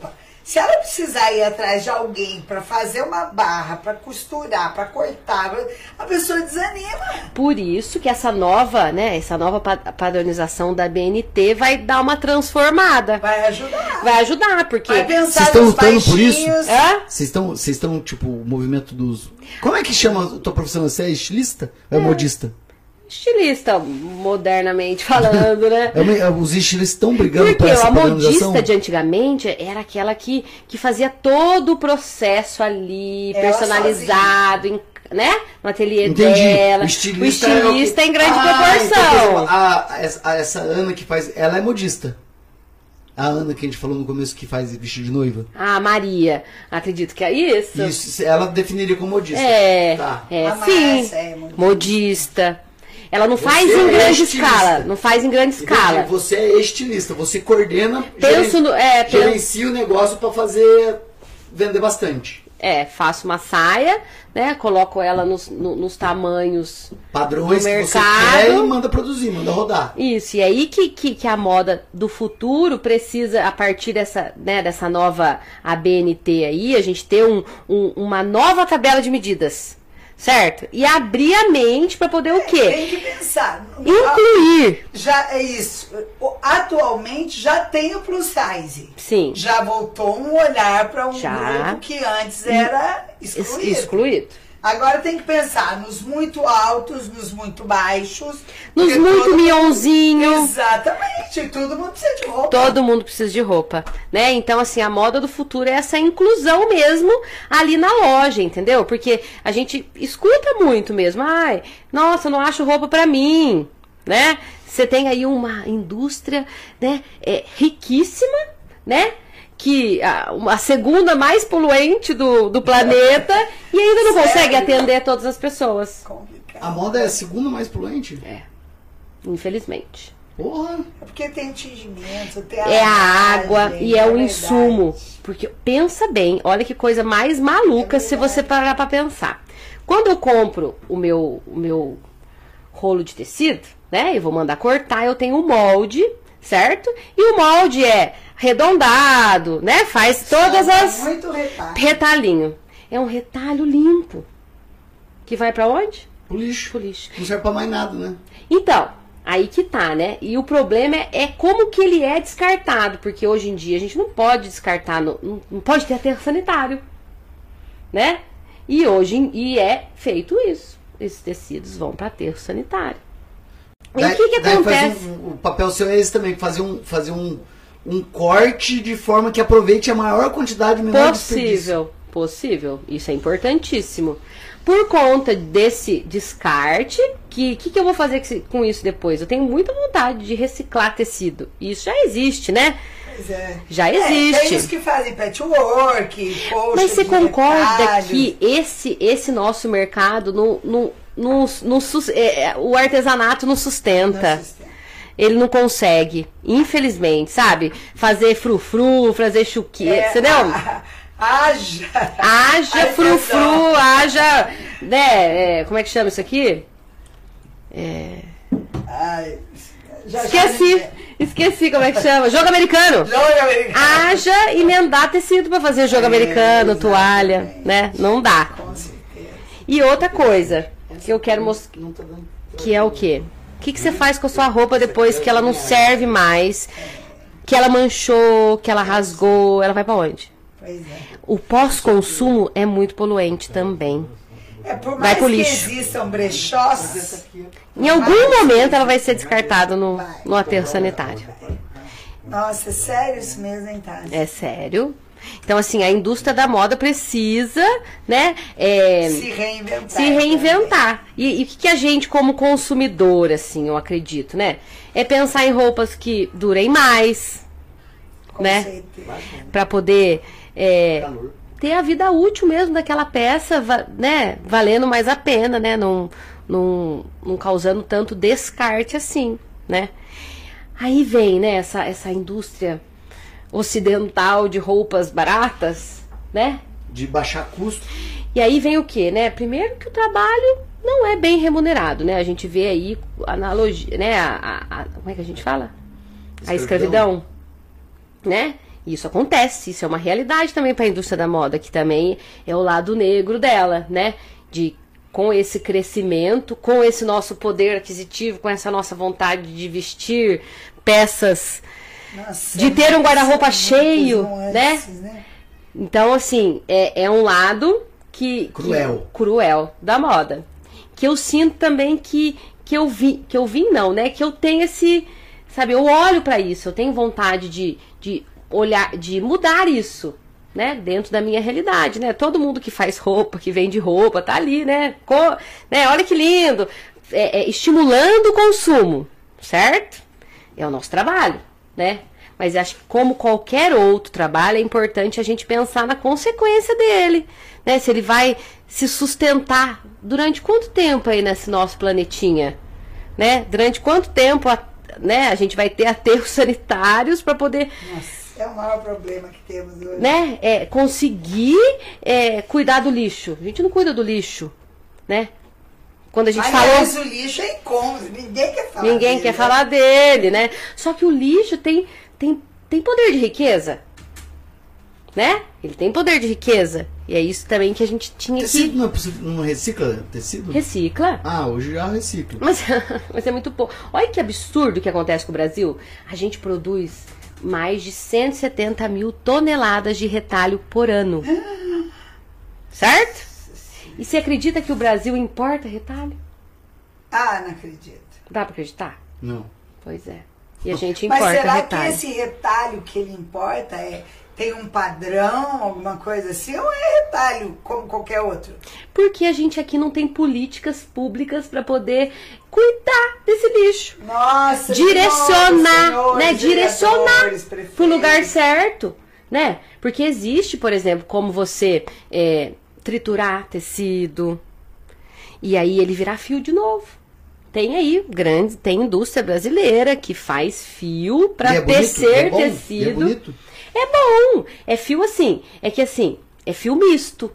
Se ela precisar ir atrás de alguém para fazer uma barra, para costurar, para cortar, a pessoa desanima. Por isso que essa nova, né, essa nova padronização da B N T vai dar uma transformada. Vai ajudar. Vai ajudar, porque... Vai pensar Vocês estão nos lutando por isso? baixinhos. Hã? Vocês estão, vocês estão, tipo, o movimento dos... Como é que chama a tua profissão? Você é estilista? Ou é modista? Estilista, modernamente falando, né? É uma- os estilistas estão brigando por Porque essa a padronização? modista de antigamente era aquela que, que fazia todo o processo ali, Ela personalizado, em, né? No ateliê Entendi. dela. O estilista, é o que- em grande Ah, então, por exemplo, proporção. a, a- essa, a- essa Ana que faz... Ela é modista. A Ana que a gente falou no começo que faz vestido de noiva. Ah, Maria, acredito que é isso. Isso, ela definiria como modista. É, Tá. é A sim. Márcia é modista. Modista. Ela não faz Você em é grande estilista. escala. Não faz em grande Entendi. escala. Você é estilista, você coordena, Penso geren- no- é, penso- gerencia o negócio pra fazer, vender bastante. É, faço uma saia, né? Coloco ela nos, no- nos tamanhos Padrões do que você mercado. quer e manda produzir, manda rodar. Isso, e aí que, que, que a moda do futuro precisa, a partir dessa, né, dessa nova A B N T aí, a gente ter um, um- uma nova tabela de medidas, certo? E abrir a mente para poder o Tem quê? que pensar. Incluir, Já é isso. O- Atualmente já tem o plus size. sim, Já voltou um olhar para um Já. grupo que antes era ex- excluído. excluído. Agora tem que pensar nos muito altos, nos muito baixos. Nos porque muito todo mundo- mionzinho. Exatamente. Todo mundo precisa de roupa. Todo mundo precisa de roupa, né? Então, assim, a moda do futuro é essa inclusão mesmo ali na loja, entendeu? Porque a gente escuta muito mesmo. Ai, nossa, eu não acho roupa pra mim, né? Você tem aí uma indústria, né, é, riquíssima, né? Que a, uma- a segunda mais poluente do, do planeta e ainda não Sério? consegue atender todas as pessoas. Complicado. A moda é a segunda mais poluente? É, infelizmente. Porra. É porque tem tingimento, tem É a lavagem, água e é o verdade. insumo. Porque pensa bem, olha que coisa mais maluca É se você parar pra pensar. Quando eu compro o meu, o meu rolo de tecido, né? E vou mandar cortar, eu tenho um molde, certo? E o molde é arredondado, né? Faz todas Sobra as Muito retalho. retalhinho. É um retalho limpo. Que vai pra onde? O lixo. Pro lixo. Não serve pra mais nada, né? Então, aí que tá, né? E o problema é, é como que ele é descartado, porque hoje em dia a gente não pode descartar, no- não, não pode ter aterro sanitário, né? E hoje em- e é feito isso. Esses tecidos vão para aterro sanitário. E o que que daí faz acontece? um- o papel seu é esse também, fazer um, fazer um, um corte de forma que aproveite a maior quantidade, o menor desperdício. Possível, possível. Isso é importantíssimo. Por conta desse descarte, que que, que eu vou fazer com esse- com isso depois? Eu tenho muita vontade de reciclar tecido. Isso já existe, né? Pois é. Já É, existe. tem os que fazem patchwork, poxa Mas você de concorda retalhos. que esse, esse nosso mercado, não, não, não, não sus- é, é, o artesanato não sustenta. Não sustenta. Ele não consegue, infelizmente, sabe? Fazer frufru, fazer chuqueta, É, entendeu? a- Haja. Haja Ai, frufru, perdão. haja, né, é, como é que chama isso aqui? Ai, já- já Esqueci, me- esqueci como é que chama, jogo americano. Jogo americano. Haja emendar tecido pra fazer jogo É, americano, toalha, exatamente. né? Não dá. Com certeza. E outra coisa que eu quero mostrar, Não tá dando. que é o quê? O que, que você faz com a sua roupa depois que ela não serve mais, que ela manchou, que ela rasgou, ela vai pra onde? Pois é. O pós-consumo é muito poluente também. É, por Vai mais pro que lixo. existam brechós, Em algum momento ela vai ser descartada no, no aterro sanitário. nossa, é sério isso mesmo, hein, Tati? É sério. Então, assim, a indústria da moda precisa, né, é, Se reinventar. se reinventar. E, e o que, que a gente, como consumidor, assim, eu acredito, né? É pensar em roupas que durem mais, Com né? certeza. Pra poder é, Calor. ter a vida útil mesmo daquela peça, va- né? Valendo mais a pena, né? Não, não, não causando tanto descarte assim, né? Aí vem, né, essa, essa indústria ocidental de roupas baratas, né? De baixar custo. E aí vem o quê, né? Primeiro que o trabalho não é bem remunerado, né? A gente vê aí analogia, né? A, a- a- como é que a gente fala? A escravidão, né? Isso acontece, isso é uma realidade também para a indústria da moda, que também é o lado negro dela, né? De com esse crescimento, com esse nosso poder aquisitivo, com essa nossa vontade de vestir peças, Nossa, de ter um guarda-roupa cheio, né? né? Então, assim, é, é um lado que cruel. Que, cruel da moda. Que eu sinto também que, que eu vi, que eu vi não, né? Que eu tenho esse, sabe, eu olho para isso, eu tenho vontade de, de olhar, de mudar isso, né, dentro da minha realidade, né, todo mundo que faz roupa, que vende roupa, tá ali, né, Co né olha que lindo, é, é, estimulando o consumo, certo? É o nosso trabalho, né, mas acho que como qualquer outro trabalho, é importante a gente pensar na consequência dele, né, se ele vai se sustentar durante quanto tempo aí nesse nosso planetinha, né, durante quanto tempo, a, né, a gente vai ter aterros sanitários para poder... Nossa. É o maior problema que temos hoje. Né? É, conseguir é, cuidar do lixo. A gente não cuida do lixo, né? Quando a gente Aliás, falou... o lixo é incômodo. Ninguém quer falar Ninguém dele, quer né? falar dele, né? Só que o lixo tem, tem, tem poder de riqueza. Né? Ele tem poder de riqueza. E é isso também que a gente tinha tecido que... não, é possível, não recicla tecido? Recicla. Ah, hoje já recicla. Mas, mas é muito pouco. Olha que absurdo que acontece com o Brasil. A gente produz... mais de cento e setenta mil toneladas de retalho por ano. Certo? E você acredita que o Brasil importa retalho? Ah, não acredito. Dá pra acreditar? Não. Pois é. E a gente importa Mas será retalho. que esse retalho que ele importa é, tem um padrão, alguma coisa assim, ou é retalho como qualquer outro? Porque a gente aqui não tem políticas públicas para poder cuidar desse lixo. Nossa, direcionar, senhores, né? Direcionar prefeitos. pro lugar certo, né? Porque existe, por exemplo, como você é, triturar tecido e aí ele virar fio de novo. Tem aí grande, tem indústria brasileira que faz fio para é tecer é bom? tecido. É bonito? É bom, é fio assim, é que assim, é fio misto,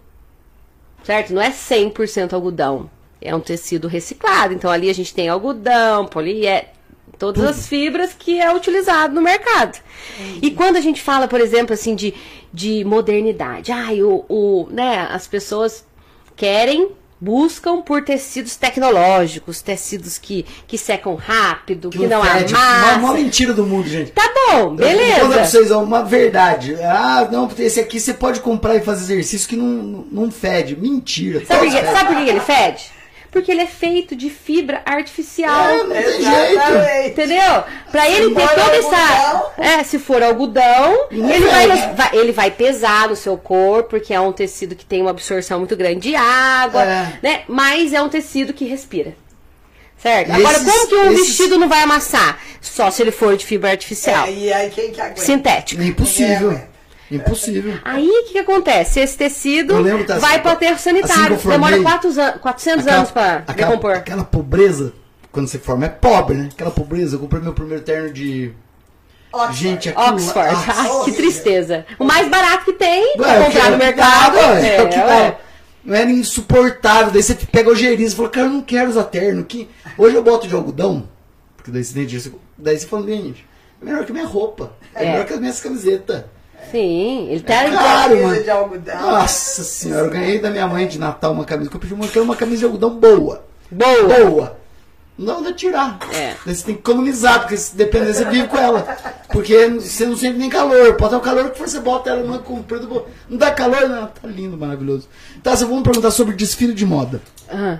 certo? Não é cem por cento algodão, é um tecido reciclado, então ali a gente tem algodão, poliéster, todas Tudo. as fibras que é utilizado no mercado. Uhum. E quando a gente fala, por exemplo, assim, de, de modernidade, ai, o, o, né, as pessoas querem... buscam por tecidos tecnológicos, tecidos que, que secam rápido, que, que não fede. amassam. Uma, uma mentira do mundo, gente. Tá bom, beleza. Eu vou contar pra vocês uma verdade. Ah, não, esse aqui você pode comprar e fazer exercício que não, não fede. Mentira. Sabe por, que, sabe por que ele fede? Porque ele é feito de fibra artificial. É, não tem jeito. Entendeu? Pra ele ter toda essa... É, se for algodão, ele vai, vai, ele vai pesar no seu corpo, porque é um tecido que tem uma absorção muito grande de água, é. né? Mas é um tecido que respira. Certo? Esses, Agora, como que um esses... vestido não vai amassar? Só se ele for de fibra artificial. É, e aí quem que aguenta? Sintético. É impossível. É. Impossível. Aí o que, que acontece? Esse tecido lembro, tá, vai para o aterro sanitário. Assim demora quatrocentos anos para decompor. Aquela pobreza, quando você forma, é pobre, né? Aquela pobreza. Eu comprei meu primeiro terno de. Oxford. Gente, aquilo Oxford. Lá, Ai, que tristeza. O mais barato que tem para Ué, comprar no mercado. Dava, é, é o que dava. Não era insuportável. Daí você pega o geriz e fala, cara, eu não quero usar terno. Que... Hoje eu boto de algodão. Porque daí você, daí você fala, gente, é melhor que minha roupa. É, é. melhor que as minhas camisetas. Sim, ele tá... É claro, mano. De algodão. Nossa senhora, eu ganhei da minha mãe de Natal uma camisa, que eu pedi uma, uma camisa de algodão boa. Boa. Boa. Não dá tirar. É. Daí você tem que economizar, porque se depender, você vive com ela. Porque você não sente nem calor. Pode ter o calor que for, você bota ela numa comprida. Não dá calor, não. Tá lindo, maravilhoso. Tá, vamos perguntar sobre desfile de moda. O uhum.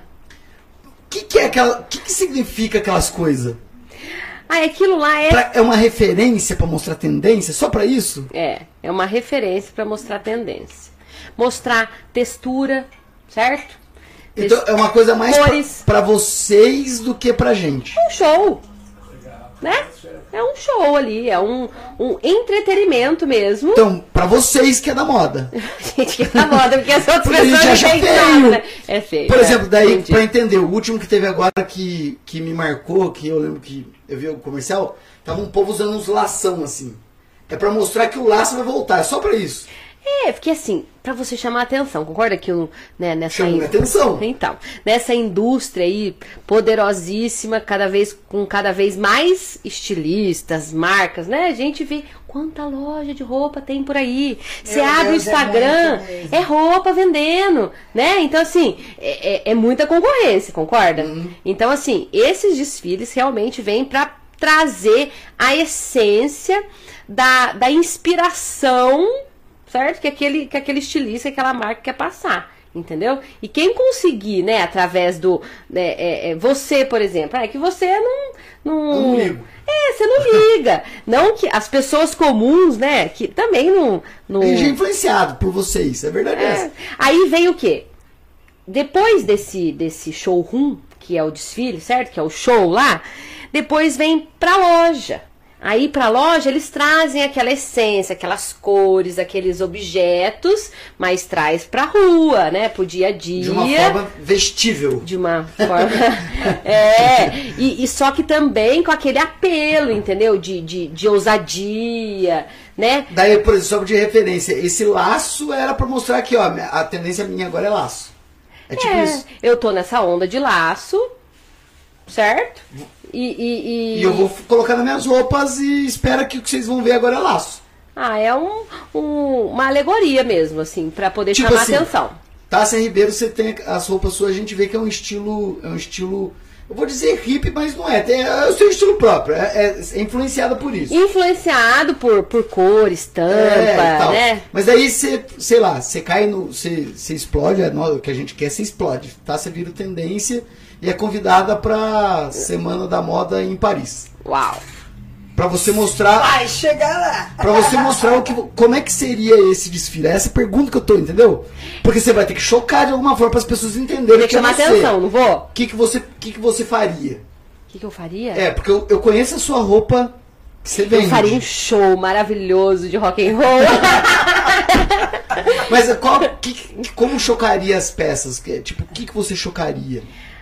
que, que é aquela. O que, que significa aquelas coisas? Ah, aquilo lá é... Pra, é uma referência para mostrar tendência? Só para isso? É, é uma referência para mostrar tendência. Mostrar textura, certo? Então é uma coisa mais para vocês do que pra gente. Um show, né? É um show ali, é um, um entretenimento mesmo. Então, pra vocês que é da moda. Gente, que é da moda, porque as outras pessoas não feio. Nada, né? É feio. Por é, exemplo, daí, entendi. pra entender, o último que teve agora que, que me marcou, que eu lembro que eu vi o comercial, tava um povo usando uns lação assim. É pra mostrar que o laço vai voltar, é só pra isso. É, porque assim, pra você chamar a atenção, concorda que o, né, nessa Chama in... atenção. Então, nessa indústria aí poderosíssima, cada vez com cada vez mais estilistas, marcas, né? A gente vê quanta loja de roupa tem por aí. Você abre Deus, o Instagram, é, é roupa vendendo, né? Então, assim, é, é, é muita concorrência, concorda? Uhum. Então, assim, esses desfiles realmente vêm pra trazer a essência da, da inspiração, certo? Que aquele, que aquele estilista, aquela marca quer passar, entendeu? E quem conseguir, né, através do... Né, é, é, você, por exemplo, é que você não... Não, não ligo. É, você não liga. Não que as pessoas comuns, né, que também não... não... A gente é influenciado por vocês, é verdade é. essa. Aí vem o quê? Depois desse, desse showroom, que é o desfile, certo? Que é o show lá, depois vem pra loja. Aí pra loja eles trazem aquela essência, aquelas cores, aqueles objetos, mas traz pra rua, né? Pro dia a dia. De uma forma vestível. De uma forma... é, e, e só que também com aquele apelo, entendeu? De, de, de ousadia, né? Daí, por exemplo, só de referência, esse laço era pra mostrar que, ó, a tendência minha agora é laço. É tipo é, isso. Eu tô nessa onda de laço, certo? E, e, e... e eu vou colocar nas minhas roupas e espero que o que vocês vão ver agora é laço. Ah, é um, um, uma alegoria mesmo, assim, pra poder tipo chamar assim, atenção. Tássia Ribeiro, você tem as roupas suas, a gente vê que é um estilo, é um estilo, eu vou dizer hippie, mas não é, tem, é o seu estilo próprio, é, é influenciado por isso. Influenciado por, por cor, estampa, é, né? Mas daí você, sei lá, você cai no, você, você explode, é, o que a gente quer, você explode, tá? Você vira tendência e é convidada pra Semana da Moda em Paris. Uau! Pra você mostrar... Vai chegar lá! Pra você mostrar o que, como é que seria esse desfile. É essa pergunta que eu tô, entendeu? Porque você vai ter que chocar de alguma forma para as pessoas entenderem. Tem que chamar atenção, não vou? O que, que, você, que, que você faria? O que, que eu faria? É, porque eu, eu conheço a sua roupa que você vende. Eu faria um show maravilhoso de rock and roll. Mas qual, que, como chocaria as peças? Tipo, o que, que você chocaria?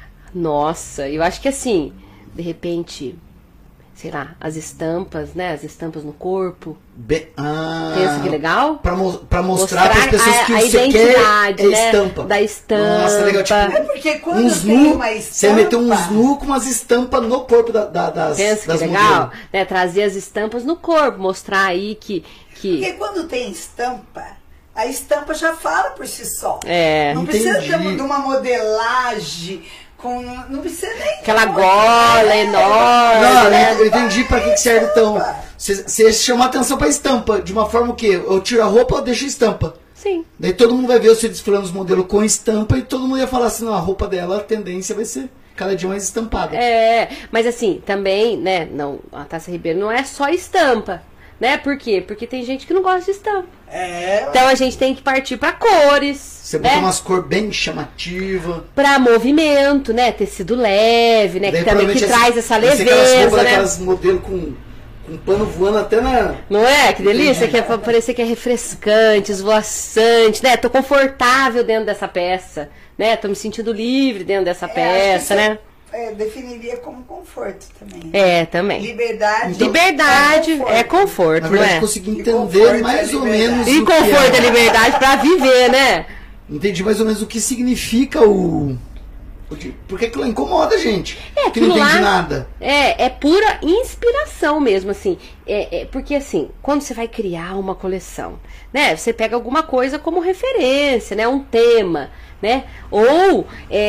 Nossa, eu acho que assim, de repente, sei lá, as estampas, né? As estampas no corpo. Be ah, Pensa que legal? Pra, mo pra mostrar, mostrar para as pessoas a, que a você quer é né? estampa. Da estampa. Nossa, legal. Tipo, é porque quando uns tem nu, uma estampa... Você meteu uns nu com umas estampas no corpo da, da, das Pensa das que legal? Né? Trazer as estampas no corpo, mostrar aí que... que... Porque quando tem estampa, a estampa já fala por si só. É. Não Entendi. precisa de uma modelagem... Com, não precisa nem... Aquela gola enorme. Não, né? eu entendi pra que serve então. Você chama atenção pra estampa. De uma forma que eu tiro a roupa, eu deixo a estampa. Sim. Daí todo mundo vai ver você desfilando os modelos com estampa e todo mundo ia falar assim, não, a roupa dela, a tendência vai ser cada dia mais estampada. É, mas assim, também, né, não, a Tássia Ribeiro não é só estampa, né? Por quê? Porque tem gente que não gosta de estampa. É. Então a gente tem que partir pra cores. Você né? botou umas cores bem chamativas. Pra movimento, né? Tecido leve, né? Daí, que também que essa, traz essa aquelas leveza, roupas, né? Aquelas modelos com, com pano voando até na... Não é? Que delícia, que é pra parecer que é refrescante, esvoaçante, né? Tô confortável dentro dessa peça, né? Tô me sentindo livre dentro dessa É, peça, né? É, definiria como conforto também. É, também. Liberdade. Liberdade é é conforto, Na não verdade, é? consegui E entender conforto mais é ou liberdade. menos E o que conforto é. é liberdade pra viver, né? Entendi mais ou menos o que significa o... o de- Porque aquilo incomoda a gente. É, que não aquilo entende lá- nada. É, é pura inspiração mesmo, assim. É, é, porque, assim, quando você vai criar uma coleção, né? Você pega alguma coisa como referência, né? Um tema, né? Ou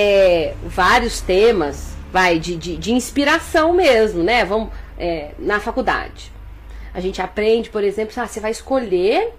é, vários temas, vai, de, de, de inspiração mesmo, né? Vamos, é, na faculdade. A gente aprende, por exemplo, ah, você vai escolher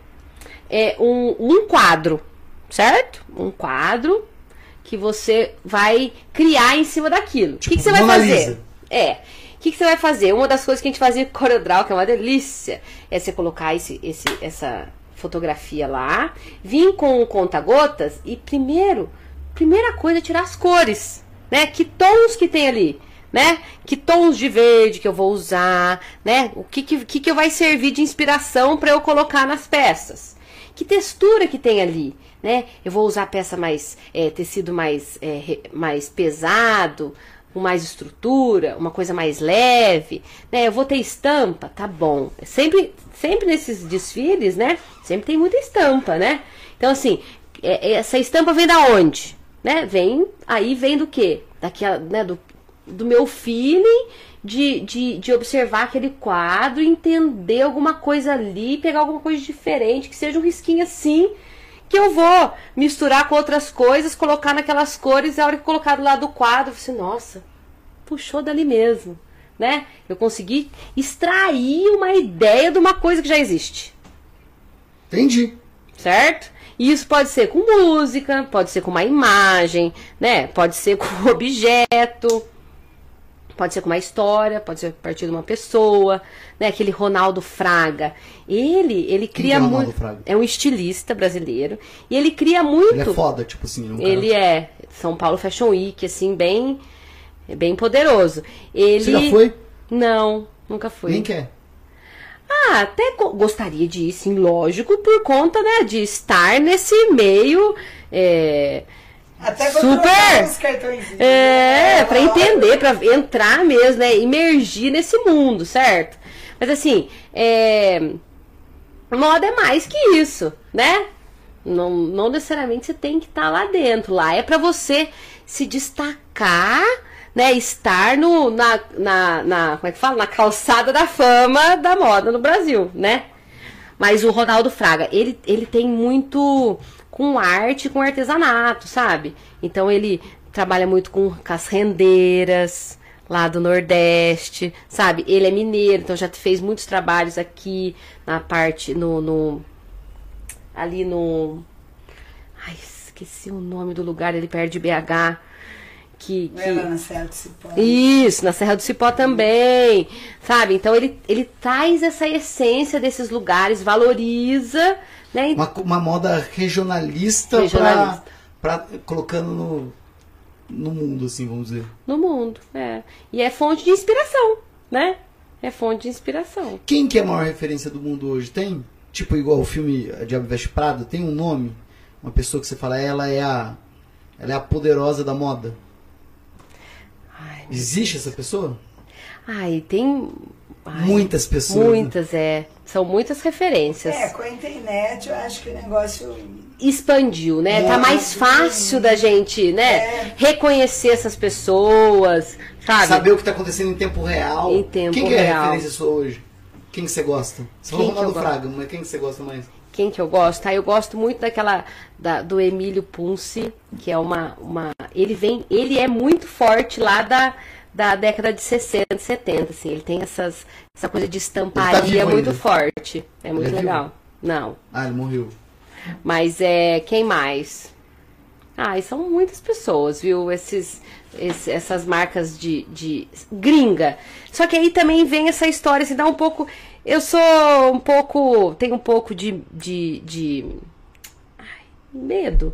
é, um, um quadro, certo? Um quadro que você vai criar em cima daquilo. O Tipo, que, que você vai Mona fazer? Lisa. É. O que, que você vai fazer? Uma das coisas que a gente fazia com CorelDRAW, que é uma delícia, é você colocar esse, esse, essa fotografia lá, vir com o conta-gotas e primeiro, primeira coisa é tirar as cores, né? Que tons que tem ali, né? Que tons de verde que eu vou usar, né? O que que, que, que vai servir de inspiração para eu colocar nas peças? Que textura que tem ali, né? Eu vou usar peça mais, é, tecido mais, é, re- mais pesado, com mais estrutura, uma coisa mais leve, né? Eu vou ter estampa, tá bom. Sempre, sempre nesses desfiles, né? Sempre tem muita estampa, né? Então, assim, essa estampa vem da onde? Né? Vem, aí vem do quê? Daquela, né? Do, do meu feeling de, de, de observar aquele quadro, entender alguma coisa ali, pegar alguma coisa diferente, que seja um risquinho assim, que eu vou misturar com outras coisas, colocar naquelas cores, e a hora que eu colocar do lado do quadro, eu falei, nossa, puxou dali mesmo, né? Eu consegui extrair uma ideia de uma coisa que já existe. Entendi. Certo? E isso pode ser com música, pode ser com uma imagem, né? Pode ser com objeto, pode ser com uma história, pode ser a partir de uma pessoa, né? Aquele Ronaldo Fraga. Ele, ele cria Quem que é muito. Fraga? É um estilista brasileiro. E ele cria muito. Ele é foda, tipo assim. Um ele cara... é São Paulo Fashion Week, assim, bem, bem poderoso. Ele... Você já foi? Não, nunca fui. Nem quer. Ah, até gostaria de ir, sim, lógico, por conta, né, de estar nesse meio é, até super, os cartõezinhos, é, né? para entender, para entrar mesmo, né, imergir nesse mundo, certo? Mas assim, é, moda é mais que isso, né? Não, não necessariamente você tem que estar lá dentro, lá é para você se destacar, né, estar no, na, na, na, como é que fala? Na calçada da fama da moda no Brasil, né? Mas o Ronaldo Fraga, ele, ele tem muito com arte, com artesanato, sabe? Então ele trabalha muito com, com as rendeiras lá do Nordeste, sabe? Ele é mineiro, então já fez muitos trabalhos aqui na parte, no, no ali no... Ai, esqueci o nome do lugar, ele perto de B H... Que, que... Ela na Serra do Cipó. Isso, na Serra do Cipó também, sabe? Então ele, ele traz essa essência desses lugares, valoriza, né? Uma, uma moda regionalista, Regionalista. Pra, pra, colocando no, no mundo, assim, vamos dizer. No mundo, é. E é fonte de inspiração, né? É fonte de inspiração. Quem que é a maior referência do mundo hoje? Tem? Tipo, igual o filme A Diabo Veste Prada, tem um nome? Uma pessoa que você fala, ela é a, ela é a poderosa da moda? Ai, existe essa pessoa? Ai, tem... Ai, muitas pessoas. Muitas, né? é. São muitas referências. É, com a internet eu acho que o negócio... expandiu, né? Muito tá mais fácil da gente, né? É. Reconhecer essas pessoas, sabe? Saber o que tá acontecendo em tempo real. Em tempo quem que é real. a referência sua hoje? Quem que você gosta? Você falou Quem que Ronaldo eu Fraga, mas quem que você gosta mais? Quem que eu gosto? Ah, eu gosto muito daquela da, do Emílio Punce, que é uma, uma ele vem, ele é muito forte lá da, da década de sessenta, setenta, assim, ele tem essas essa coisa de estamparia Ele tá vivo muito ainda? forte. É muito Ele é legal. vivo? Não. Ah, ele morreu. Mas é quem mais? Ah, e são muitas pessoas, viu? Esses, esse, essas marcas de, de gringa. Só que aí também vem essa história, assim, dá um pouco. Eu sou um pouco. Tenho um pouco de. de, de ai, medo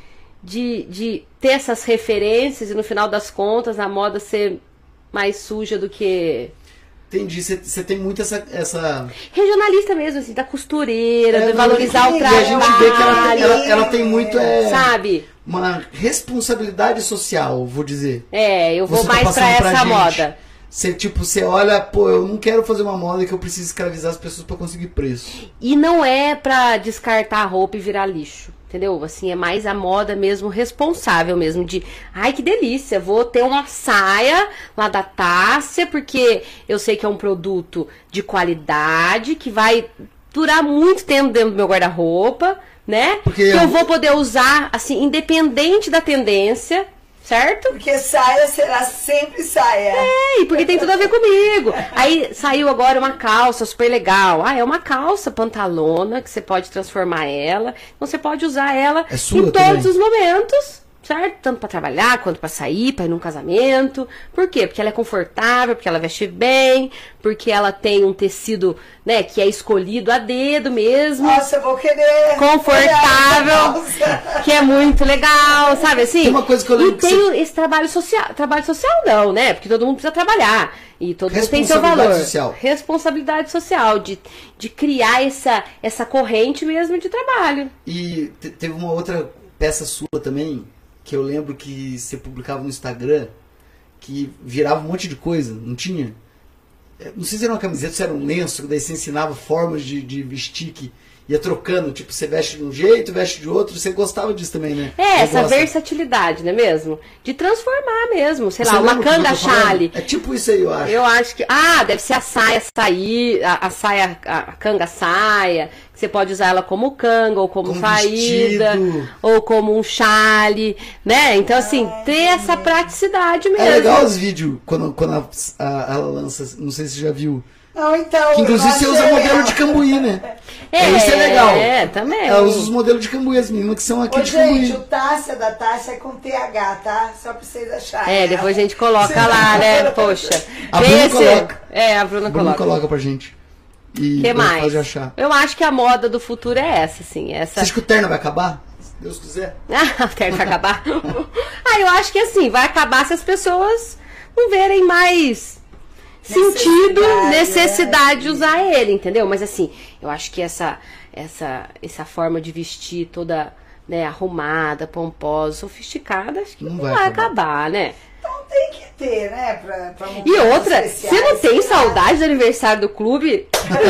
de, de ter essas referências e no final das contas a moda ser mais suja do que. Entendi, você tem muito essa, essa... regionalista mesmo, assim, da costureira, É, de valorizar o e trabalho. a gente vê que ela, ela, ela tem muito é, sabe? uma responsabilidade social, vou dizer. É, eu vou Você tá mais pra passando pra essa gente. moda. Você, tipo, você olha, pô, eu não quero fazer uma moda que eu preciso escravizar as pessoas pra conseguir preço. E não é pra descartar a roupa e virar lixo, entendeu? Assim, é mais a moda mesmo responsável mesmo de, ai, que delícia, vou ter uma saia lá da Tássia, porque eu sei que é um produto de qualidade, que vai durar muito tempo dentro do meu guarda-roupa, né? Porque que eu- eu vou poder usar, assim, independente da tendência, certo? Porque saia será sempre saia. Ei, porque tem tudo a ver comigo. Aí saiu agora uma calça super legal. Ah, é uma calça pantalona que você pode transformar ela. Então você pode usar ela É sua em todos também? os momentos, certo? Tanto para trabalhar quanto para sair, para ir num casamento. Por quê? Porque ela é confortável, porque ela veste bem, porque ela tem um tecido, né, que é escolhido a dedo mesmo. Nossa, eu vou querer. Confortável, Nossa. que é muito legal, sabe assim? Tem uma coisa que eu lembro E que tem você- o- esse trabalho social, trabalho social não, né? Porque todo mundo precisa trabalhar e todo mundo tem seu Responsabilidade valor. social. Responsabilidade social de, de criar essa essa corrente mesmo de trabalho. E te- teve uma outra peça sua também, que eu lembro que você publicava no Instagram, que virava um monte de coisa, não tinha? Não sei se era uma camiseta, se era um lenço, daí você ensinava formas de, de vestir que ia trocando, tipo, você veste de um jeito, veste de outro, você gostava disso também, né? É, você essa gosta. versatilidade, não é mesmo? De transformar mesmo, sei Você lá, uma lembra o que eu canga tô falando? chale. É tipo isso aí, eu acho. Eu acho que. Ah, deve ser a saia sair, a, a saia, a, a canga saia, que você pode usar ela como canga, ou como, Como saída, vestido. ou como um chale, né? Então, assim, ter essa praticidade mesmo. É legal os vídeos quando, quando a, a- ela lança, não sei se você já viu. Não, então. Que inclusive eu você achei usa modelo legal. de Cambuí, né? É, isso é legal. É, também. Ela usa os modelos de Cambuí, as meninas que são aqui Ô, de gente, Cambuí. o Tássia da Tássia é com T H, tá? Só pra vocês acharem. É, depois a gente coloca Você- lá, né? Poxa. A Vem Bruna esse- coloca. É, a Bruna A Bruna coloca. coloca pra gente. E que vai- mais? pode achar. Eu acho que a moda do futuro é essa, assim. Essa... Você acha que o terno vai acabar? Se Deus quiser. Ah, o terno vai acabar? Ah, eu acho que assim, vai acabar se as pessoas não verem mais sentido, Necessidade, necessidade de é. usar ele, entendeu? Mas assim, eu acho que essa, essa, essa forma de vestir toda, né, arrumada, pomposa, sofisticada, acho que Não não, vai vai acabar. acabar, né? Então tem que ter, né? Pra, pra E momentos outra, você especiais, não tem sei lá. saudade do aniversário do clube?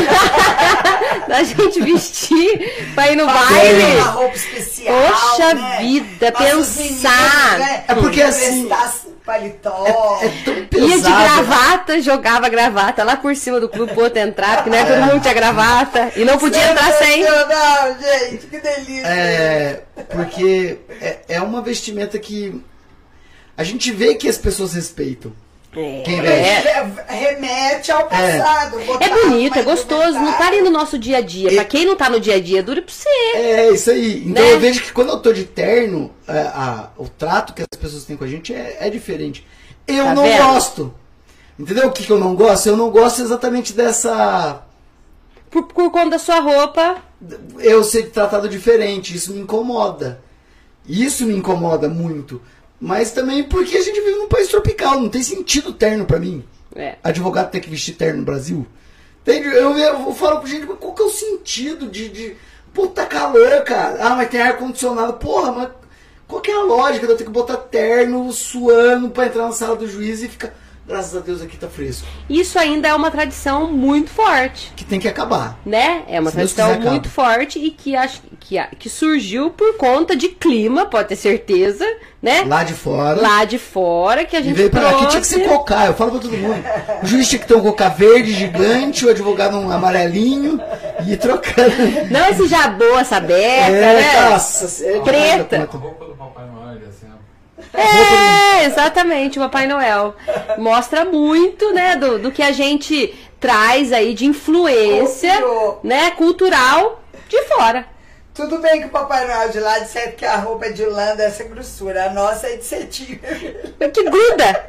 Da gente vestir pra ir no Fazer baile? uma roupa especial, Poxa né? vida, Nossos pensar. meninos, né? É porque assim- Prestar paletó. É tão pesado. Ia de gravata, jogava gravata lá por cima do clube pro outro entrar, porque não é todo mundo tinha gravata. E não podia entrar sem. Sensacional, gente, que delícia. É, porque é, é uma vestimenta que a gente vê que as pessoas respeitam. Quem É, veste. É, remete ao passado. botar é bonito, é uma gostoso, não tá ali no nosso dia a dia. Pra quem não tá no dia a dia, dura pra você. É, isso aí. Então Né? eu vejo que quando eu tô de terno, é, a- o trato que as pessoas têm com a gente é, é diferente. Eu Tá não vendo? gosto. Entendeu o que, que eu não gosto? Eu não gosto exatamente dessa. Por, por conta da sua roupa. Eu ser tratado diferente. Isso me incomoda. Isso me incomoda muito. Mas também porque a gente vive num país tropical. Não tem sentido terno pra mim. É. Advogado ter que vestir terno no Brasil. Entende? Eu, eu, eu falo pra gente, mas qual que é o sentido de, de. Puta calor, cara. Ah, mas tem ar-condicionado. Porra, mas qual que é a lógica de eu ter que botar terno suando pra entrar na sala do juiz e ficar. Graças a Deus aqui tá fresco. Isso ainda é uma tradição muito forte. Que tem que acabar. Né? É uma Se Deus tradição quiser, muito acaba. forte e que, acho, que, a- que surgiu por conta de clima, pode ter certeza, né? Lá de fora. Lá de fora, que a E gente veio pra trouxe. aqui tinha que ser cocá, eu falo pra todo mundo. O juiz tinha que ter um cocá verde gigante, o advogado um amarelinho e ir trocando. Não esse jabô, essa beca, É, né? nossa, é Preta. A roupa do Papai Noel, assim, ó. É, exatamente, o Papai Noel. Mostra muito, né, do, do que a gente traz aí de influência, Copiou. né, cultural de fora. Tudo bem que o Papai Noel de lá disser que a roupa é de lã dessa grossura. A nossa é de cetim. Que gruda.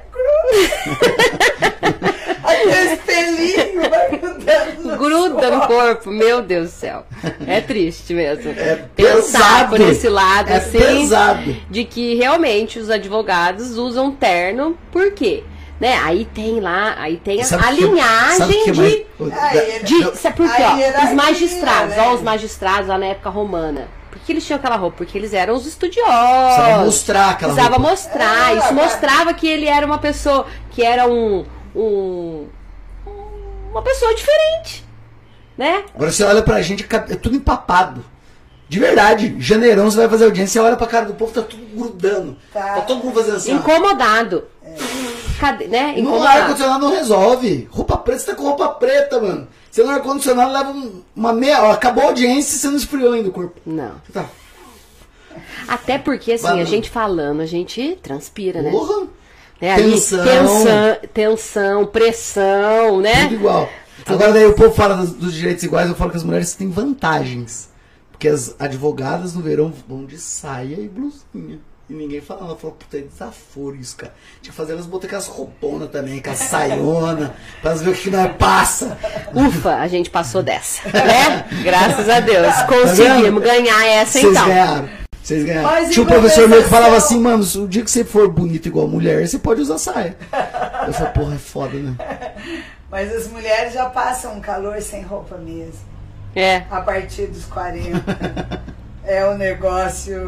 Aquele pelinho vai grudando no Gruda no corpo. corpo, meu Deus do céu. É triste mesmo. É Pensar pesado. por esse lado, É assim, pesado. de que realmente os advogados usam terno, por quê? Né? Aí tem lá, aí tem a, Sabe a o que- sabe o linhagem que é de... mais- Aí, De, sabe por quê? A Ó, hierarquia, os magistrados, né? ó, os magistrados lá na época romana. Por que eles tinham aquela roupa? Porque eles eram os estudiosos. Precisava mostrar aquela Precisava roupa. mostrar. É, Isso cara. mostrava que ele era uma pessoa, que era um, um uma pessoa diferente, né? Agora você olha pra gente, é tudo empapado. De verdade, janeirão você vai fazer audiência, você olha pra cara do povo, tá tudo grudando. Tá. Tá todo mundo fazendo assim, ó. Incomodado. Cadê, né? No Incomodado. ar-condicionado não resolve. Roupa preta, você tá com roupa preta, mano. Você no ar-condicionado leva um- uma meia hora. Acabou a audiência e você não esfriou ainda o corpo. Não. Você tá. Até porque, assim, Banana. a gente falando, a gente transpira, né? Porra! né? Ali, Tensão. tensão, tensão, pressão, né? Tudo igual. Agora daí o povo fala dos, dos direitos iguais, eu falo que as mulheres têm vantagens. Porque as advogadas no verão vão de saia e blusinha. E ninguém fala, ela falou, puta, é desaforo isso, cara. Tinha que fazer elas botar aquelas rouponas também, aquelas saiona, pra elas verem o que nós passa. Ufa, a gente passou dessa, né? Graças a Deus. Tá Conseguimos vendo? ganhar essa Vocês então. ganharam. Vocês ganharam. Mas em Tinha um professor meu que falava compensação- assim, mano, se o dia que você for bonito igual mulher, você pode usar saia. Eu falei, porra, é foda, né? Mas as mulheres já passam um calor sem roupa mesmo. É. A partir dos quarenta. É um negócio.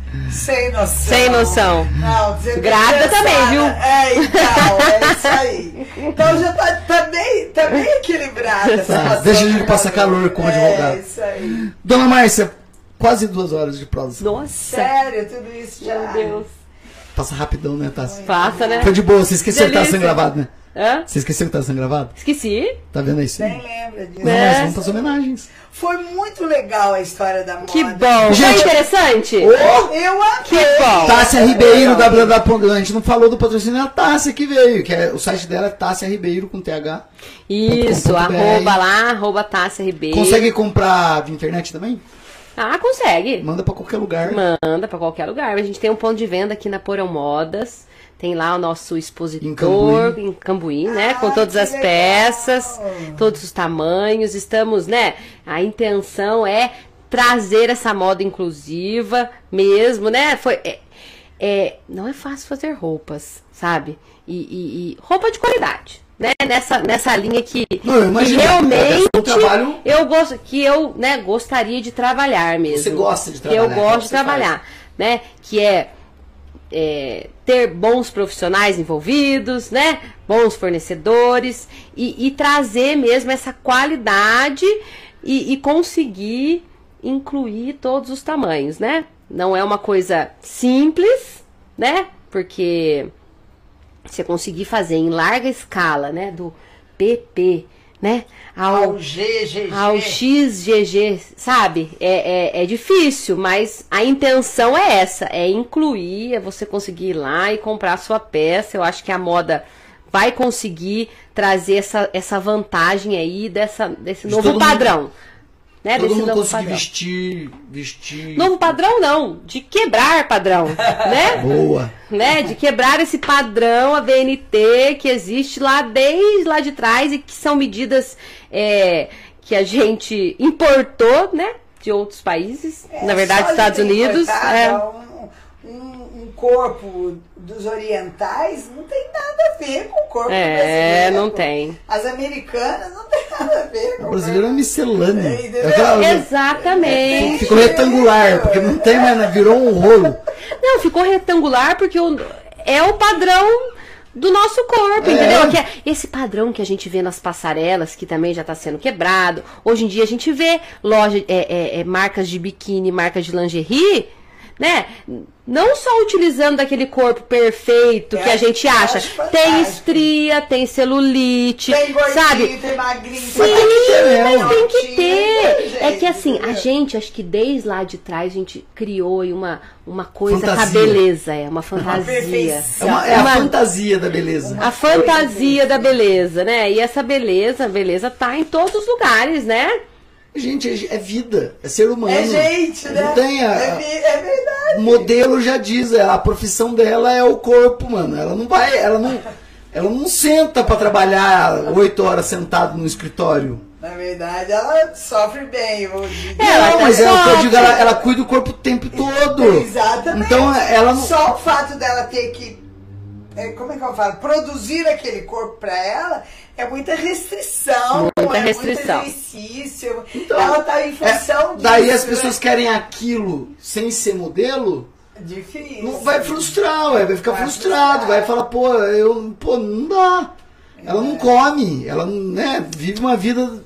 Sem noção. Sem noção. Não, você grávida também, viu? É, então, é isso aí. Então já tá, tá, bem, tá bem equilibrada essa Tá, situação. deixa a gente passar calor como advogado. É, isso aí. Dona Márcia, quase duas horas de prosa. Nossa. Sério, tudo isso já. Meu Deus. Passa rapidão, né, Tassi? Passa, né? Foi de boa, você esqueceu que tá Delícia. sendo gravado, né? Hã? Você esqueceu que tá sendo gravado? Esqueci. Tá vendo aí sim? Nem lembra disso. Dona Márcia, vamos fazer homenagens. Foi muito legal a história da moda. Que bom. Gente, Foi interessante? Oh, eu amei. Que bom. Tássia Ribeiro, w w w. A gente não falou do patrocínio da Tássia que veio, que é, o site dela é Tássia Ribeiro com T H. Isso, arroba lá, arroba Tássia Ribeiro. Consegue comprar via internet também? Ah, consegue. Manda pra qualquer lugar. Manda pra qualquer lugar. A gente tem um ponto de venda aqui na Porão Modas. Tem lá o nosso expositor Em Cambuí. em Cambuí, né? Ah, Com todas que as legal. peças, todos os tamanhos. Estamos, né? A intenção é trazer essa moda inclusiva mesmo, né? Foi, é, é, não é fácil fazer roupas, sabe? E, e- e roupa de qualidade, né? Nessa, nessa linha que, Não, eu imagino. que realmente É um trabalho- eu gosto, que eu, né, gostaria de trabalhar mesmo. Você gosta de Que eu trabalhar, é o gosto que de você trabalhar, né? Que é é, ter bons profissionais envolvidos, né? Bons fornecedores e, e trazer mesmo essa qualidade e, e conseguir incluir todos os tamanhos, né? Não é uma coisa simples, né? Porque você conseguir fazer em larga escala, né? Do P P, né? Ao, Ao G G G. ao X G G, sabe? É, é, é difícil, mas a intenção é essa, é incluir, é você conseguir ir lá e comprar a sua peça. Eu acho que a moda vai conseguir trazer essa, essa vantagem aí dessa, desse De novo todo mundo- padrão. Né? Todo Desse mundo novo conseguir padrão. vestir, vestir. Novo padrão não, de quebrar padrão, né? Boa. né, de quebrar esse padrão A V N T que existe lá desde lá de trás e que são medidas é, que a gente importou, né, de outros países, É, na verdade, só Estados de ter Unidos. importado É. Um, um, um corpo dos orientais não tem nada a ver com o corpo É, brasileiro. não tem. As americanas não tem nada a ver com O o brasileiro é corpo. miscelânea. É, entendeu? É aquela- Exatamente. Ficou retangular, porque não tem mais, né? Virou um rolo. Não, ficou retangular porque o- é o padrão do nosso corpo, É. entendeu? Que é esse padrão que a gente vê nas passarelas, que também já está sendo quebrado. Hoje em dia a gente vê loja, é, é, é, marcas de biquíni, marcas de lingerie, né? Não só utilizando daquele corpo perfeito É, que a gente eu acha. acho Tem fantástico. estria, tem celulite, Tem gordinho, sabe? tem magrinho, Sim, tem mas altinho, tem que ter. tem É que jeito, assim, a entendeu? gente, acho que desde lá de trás, a gente criou aí uma, uma coisa com a Fantasia. beleza, é uma fantasia. perfeição. É, uma- é Uma- a fantasia da beleza. A fantasia da beleza, né? E essa beleza, a beleza tá em todos os lugares, né? Gente, é, é vida, é ser humano. É gente, né? Não tem a- É, vi- é verdade. O modelo já diz, é, a profissão dela é o corpo, mano. Ela não vai, ela não, ela não senta pra trabalhar oito horas sentado no escritório. Na verdade, ela sofre bem, eu vou dizer. Ela não, tá mas ela, só- eu digo, ela, ela cuida do corpo o tempo todo. Exatamente. Então ela não. Só o fato dela ter que, é, como é que eu falo, produzir aquele corpo pra ela é muita restrição. Muita é restrição. muito exercício. Então, ela tá em função é, daí disso, as pessoas né? querem aquilo sem ser modelo. Difícil. Não, vai frustrar, ué, vai ficar Vai frustrado, frustrar. vai falar, pô, eu, pô, não dá. Ela não come, ela né, vive uma vida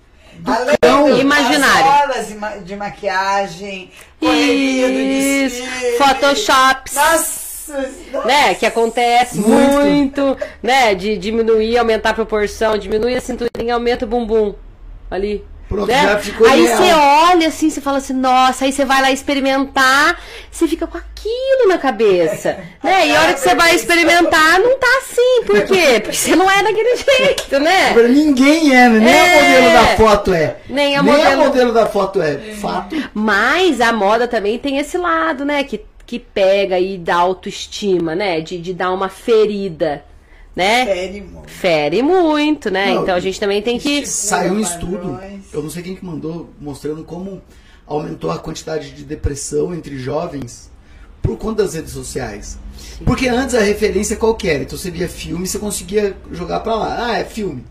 do Além cão. das Imaginário. horas de, ma- de maquiagem, correria do Isso, desfile. Photoshops. Nossa, nossa. Né, que acontece Muito. muito, né, de diminuir, aumentar a proporção, diminui a cinturinha, aumenta o bumbum, ali. Pronto, né? já ficou Aí real. você olha assim, você fala assim, nossa, aí você vai lá experimentar, você fica com aquilo na cabeça, né, e a hora que você vai experimentar, não tá assim, por quê? Porque você não é daquele jeito, né? Agora, ninguém é, né? Nem É. a modelo da foto é. Nem a Nem modelo- a modelo da foto é. Fato. Mas a moda também tem esse lado, né? Que, que pega e dá autoestima, né? De, de dar uma ferida, né? Fere muito. Fere muito, né? Não, então a gente também tem que. Saiu um padrões. estudo, eu não sei quem que mandou, mostrando como aumentou a quantidade de depressão entre jovens por conta das redes sociais. Porque antes a referência qual que era? Então você via filme, você conseguia jogar pra lá. Ah, é filme.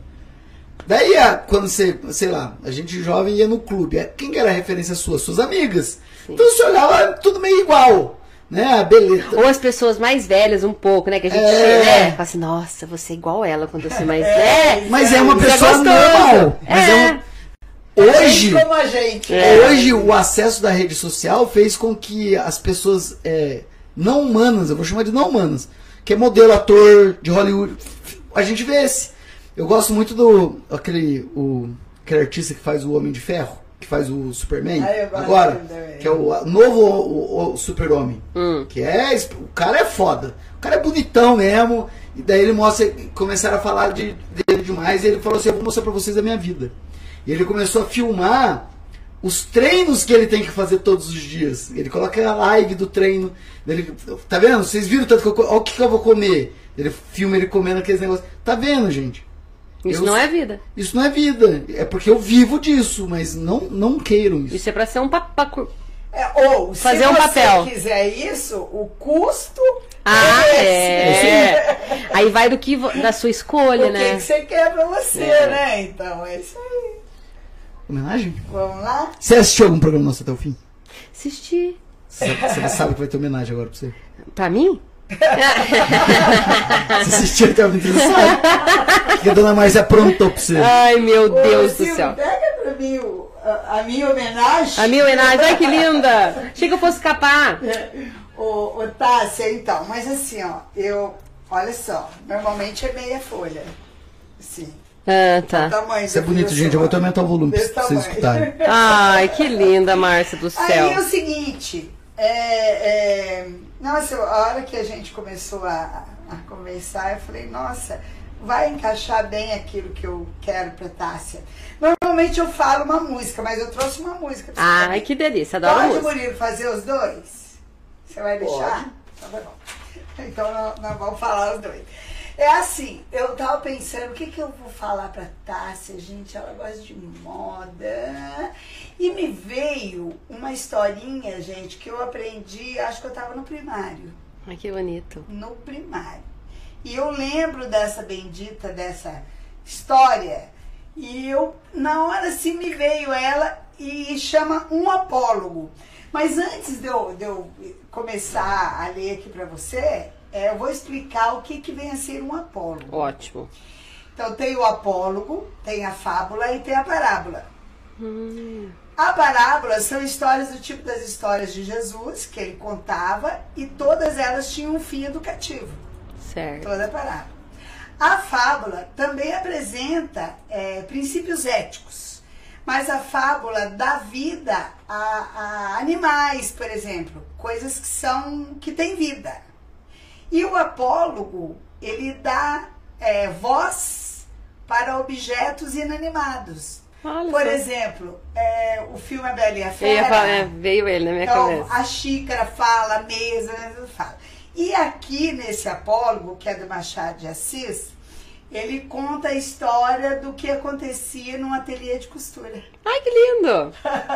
Daí, a- quando você, sei lá, a gente jovem ia no clube, é, quem que era a referência sua? Suas amigas. Então você olhava tudo meio igual. né? Beleza. Ou as pessoas mais velhas um pouco, né? Que a gente, É. né? Fala assim, nossa, você é igual ela quando você é mais É, velha. Mas é uma Isso é pessoa gostoso. normal. Mas é, É. uma... Hoje, Gente como a gente. É. hoje o acesso da rede social fez com que as pessoas é, não humanas, eu vou chamar de não humanas, que é modelo, ator de Hollywood, a gente vê esse. Eu gosto muito do aquele, o, aquele artista que faz o Homem de Ferro, que faz o Superman, Ah, eu gosto agora, dele também. que é o a- novo o, o Super-Homem, Hum. que é, o cara é foda, o cara é bonitão mesmo, e daí ele mostra, começaram a falar de, dele demais, e ele falou assim, eu vou mostrar pra vocês a minha vida. E ele começou a filmar os treinos que ele tem que fazer todos os dias. Ele coloca a live do treino. Ele, tá vendo? Vocês viram tanto que eu, olha o que, que eu vou comer. Ele filma ele comendo aqueles negócios. Tá vendo, gente? Isso Eu- não é vida. Isso não é vida. É porque eu vivo disso, mas não, não queiram isso. Isso é pra ser um papo. É, ou, Fazer se um você papel. quiser isso, o custo Ah, é esse. é. Aí vai do que vo- da sua escolha, O que, né? que você quer pra você, É. né? Então, é isso aí. Homenagem? Vamos lá? Você assistiu algum programa nosso até o fim? Assistir. Você, você sabe que vai ter homenagem agora pra você. Pra mim? Você assistiu até o fim, você sabe. O que a dona Márcia aprontou pra você. Ai, meu Ô, Deus do Silvio, céu. pega pra mim o- a, a minha homenagem. A minha homenagem, ai que linda! Achei que eu fosse escapar. Ô, ô Tássia, então, mas assim, ó, eu, olha só, normalmente é meia folha. Assim, Ah, o tá. tamanho Isso é da bonito, folha gente. Eu vou até só. aumentar o volume pra Desse vocês tamanho. escutarem. Ai, que linda, Márcia do céu. Aí é o seguinte, é, é, nossa, a hora que a gente começou a, a conversar, eu falei, nossa, vai encaixar bem aquilo que eu quero pra Tássia. Normalmente eu falo uma música, mas eu trouxe uma música pra você. Ai, também. que delícia, adoro Pode, música. Murilo, fazer os dois? Você vai deixar? Então tá bom. Então nós, nós vamos falar os dois. É assim, eu tava pensando, o que que eu vou falar pra Tássia, gente? Ela gosta de moda. E me veio uma historinha, gente, que eu aprendi, acho que eu tava no primário. Ai, que bonito. No primário. E eu lembro dessa bendita, dessa história. E eu, na hora assim, me veio ela e chama Um Apólogo. Mas antes de eu, de eu começar a ler aqui pra você, é, eu vou explicar o que, que vem a ser um apólogo. Ótimo. Então tem o apólogo, tem a fábula e tem a parábola. Hum, A parábola são histórias do tipo das histórias de Jesus, que ele contava, e todas elas tinham um fim educativo. certo. Toda a parábola. A fábula também apresenta é, princípios éticos, mas a fábula dá vida a, a animais, por exemplo, coisas que são que têm vida. E o apólogo, ele dá é, voz para objetos inanimados. Olha Por só. exemplo, é, o filme A Bela e a Eu ia Fera. falar, é, veio ele na minha Então, cabeça. a xícara fala, a mesa, a mesa fala. E aqui nesse apólogo, que é do Machado de Assis, ele conta a história do que acontecia num ateliê de costura. Ai, que lindo!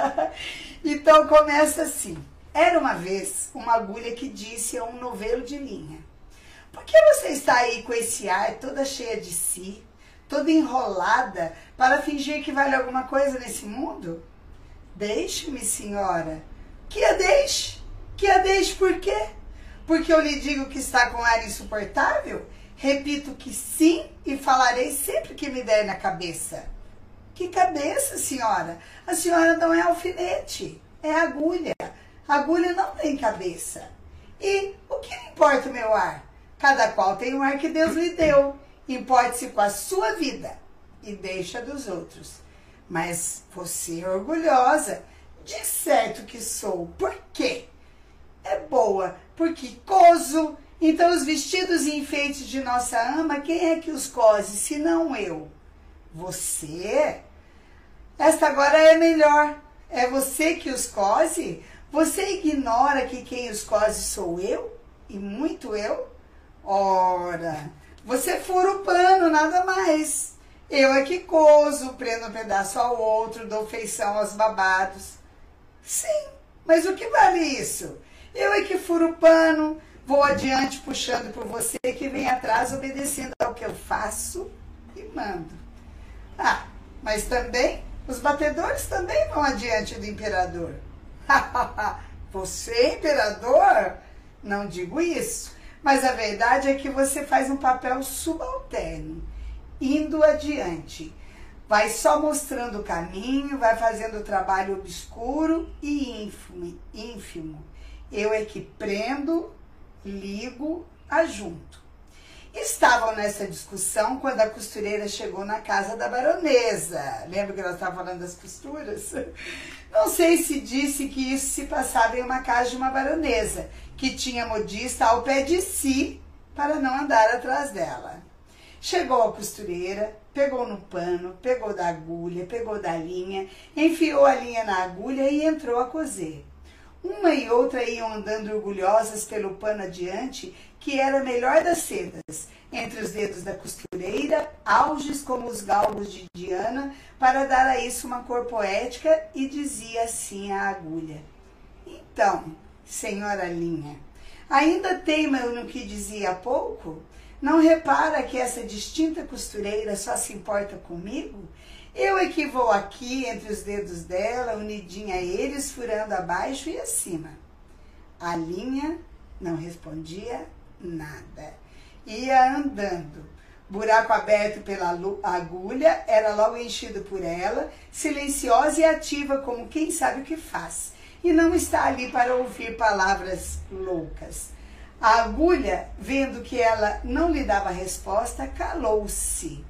Então começa assim. Era uma vez uma agulha que disse a um novelo de linha: por que você está aí com esse ar toda cheia de si, toda enrolada, para fingir que vale alguma coisa nesse mundo? Deixe-me, senhora. Que a deixe? Que a deixe por quê? Porque eu lhe digo que está com ar insuportável? Repito que sim e falarei sempre que me der na cabeça. Que cabeça, senhora? A senhora não é alfinete, é agulha. Agulha não tem cabeça. E o que lhe importa o meu ar? Cada qual tem um ar que Deus lhe deu. Importe-se com a sua vida e deixa dos outros. Mas você é orgulhosa. De certo que sou. Por quê? É boa, porque coso. Então os vestidos e enfeites de nossa ama, quem é que os cose, se não eu? Você? Esta agora é melhor. É você que os cose? Você ignora que quem os cose sou eu? E muito eu? Ora, você fura o pano, nada mais. Eu é que coso, prendo um pedaço ao outro, dou feição aos babados. Sim, mas o que vale isso? Eu é que furo o pano, vou adiante puxando por você que vem atrás obedecendo ao que eu faço e mando. Ah, mas também os batedores também vão adiante do imperador. Você, imperador? Não digo isso, mas a verdade é que você faz um papel subalterno, indo adiante. Vai só mostrando o caminho, vai fazendo o trabalho obscuro e ínfimo. ínfimo. Eu é que prendo, ligo, ajunto. Estavam nessa discussão quando a costureira chegou na casa da baronesa. Lembra que ela estava falando das costuras? Não sei se disse que isso se passava em uma casa de uma baronesa, que tinha modista ao pé de si para não andar atrás dela. Chegou a costureira, pegou no pano, pegou da agulha, pegou da linha, enfiou a linha na agulha e entrou a coser. Uma e outra iam andando orgulhosas pelo pano adiante, que era a melhor das sedas, entre os dedos da costureira, auges como os galgos de Diana, para dar a isso uma cor poética, e dizia assim a agulha: então, senhora linha, ainda teima no que dizia há pouco? Não repara que essa distinta costureira só se importa comigo? Eu é que vou aqui entre os dedos dela, unidinha a eles, furando abaixo e acima. A linha não respondia nada. Ia andando. Buraco aberto pela agulha, era logo enchido por ela, silenciosa e ativa como quem sabe o que faz. E não está ali para ouvir palavras loucas. A agulha, vendo que ela não lhe dava resposta, calou-se.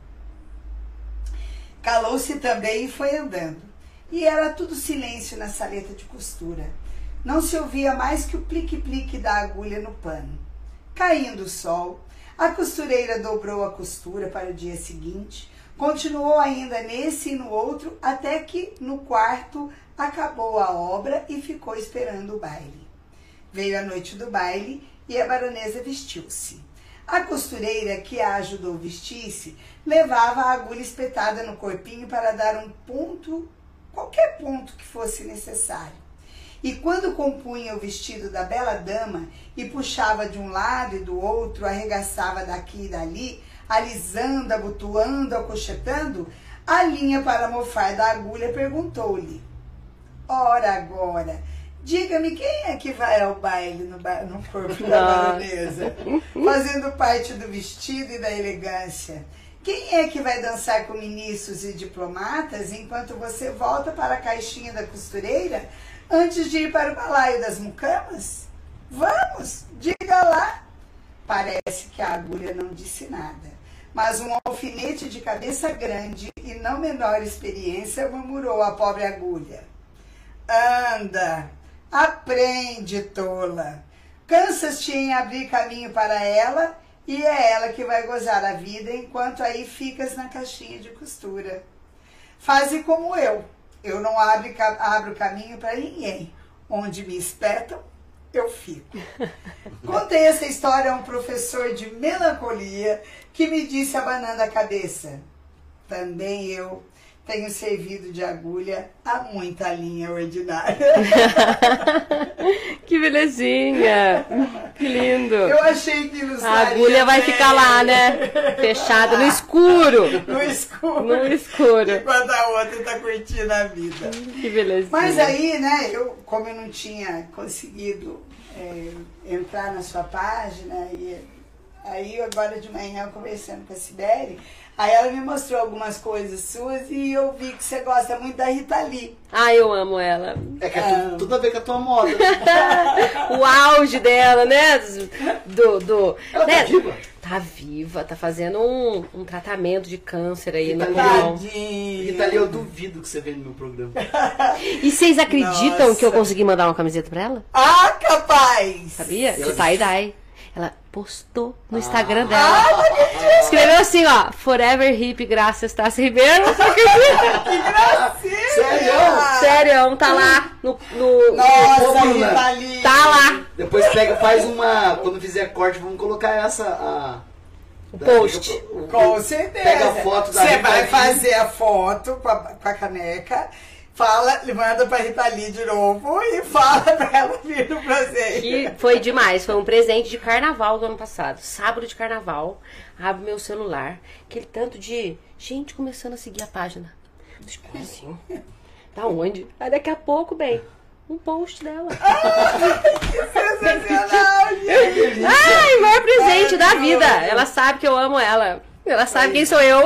Calou-se também e foi andando. E era tudo silêncio na saleta de costura. Não se ouvia mais que o plique-plique da agulha no pano. Caindo o sol, a costureira dobrou a costura para o dia seguinte, continuou ainda nesse e no outro, até que no quarto acabou a obra e ficou esperando o baile. Veio a noite do baile e a baronesa vestiu-se. A costureira que a ajudou a vestir-se levava a agulha espetada no corpinho para dar um ponto, qualquer ponto que fosse necessário. E quando compunha o vestido da bela dama e puxava de um lado e do outro, arregaçava daqui e dali, alisando, abotoando, acochetando, a linha para mofar da agulha perguntou-lhe: ora agora, diga-me quem é que vai ao baile no, ba no corpo da baronesa, fazendo parte do vestido e da elegância? Quem é que vai dançar com ministros e diplomatas enquanto você volta para a caixinha da costureira antes de ir para o balaio das mucamas? Vamos, diga lá. Parece que a agulha não disse nada, mas um alfinete de cabeça grande e não menor experiência murmurou a pobre agulha: anda, aprende, tola. Cansas-te em abrir caminho para ela e é ela que vai gozar a vida enquanto aí ficas na caixinha de costura. Faze como eu. Eu não abro, abro caminho para ninguém. Onde me espetam, eu fico. Contei essa história a um professor de melancolia que me disse abanando a cabeça: também eu tenho servido de agulha a muita linha ordinária. Que belezinha! Que lindo! Eu achei que a agulha vai bem. Ficar lá, né? Fechada no escuro. No escuro. No escuro. Enquanto a outra está curtindo a vida. Que belezinha! Mas aí, né, eu, como eu não tinha conseguido é, entrar na sua página, e aí agora de manhã conversando com a Sibeli, aí ela me mostrou algumas coisas suas e eu vi que você gosta muito da Rita Lee. Ah, eu amo ela. É que é tudo, tudo a ver com a tua moda. O auge dela, né? Do, do, ela né? tá viva? Tá viva, tá fazendo um, um tratamento de câncer aí Rita no pulmão. Rita Lee, eu duvido que você venha no meu programa. E vocês acreditam Nossa. que eu consegui mandar uma camiseta pra ela? Ah, capaz! Sabia? Ela De tie-dye. Ela postou no Instagram Ah, dela. Escreveu assim, ó: Forever Hip, graças, Tassi Ribeiro. Só que Que gracinha! Sério? sério, tá lá no... no Nossa, Ô, Bruna, Rita Lee! tá lá. Depois pega, faz uma. Quando fizer corte, vamos colocar essa. A, O post. o- o- Com certeza. Pega a foto da Você Rita vai Lee. fazer a foto com a, com a caneca, fala, manda pra Rita Lee de novo e fala pra ela vir no presente. Que foi demais, foi um presente de carnaval do ano passado. Sábado de carnaval, abro meu celular, aquele tanto de gente começando a seguir a página. Como assim? Da onde? Aí daqui a pouco, bem, um post dela. Que sensacional, gente! da vida. Ela sabe que eu amo ela. Ela sabe quem sou eu.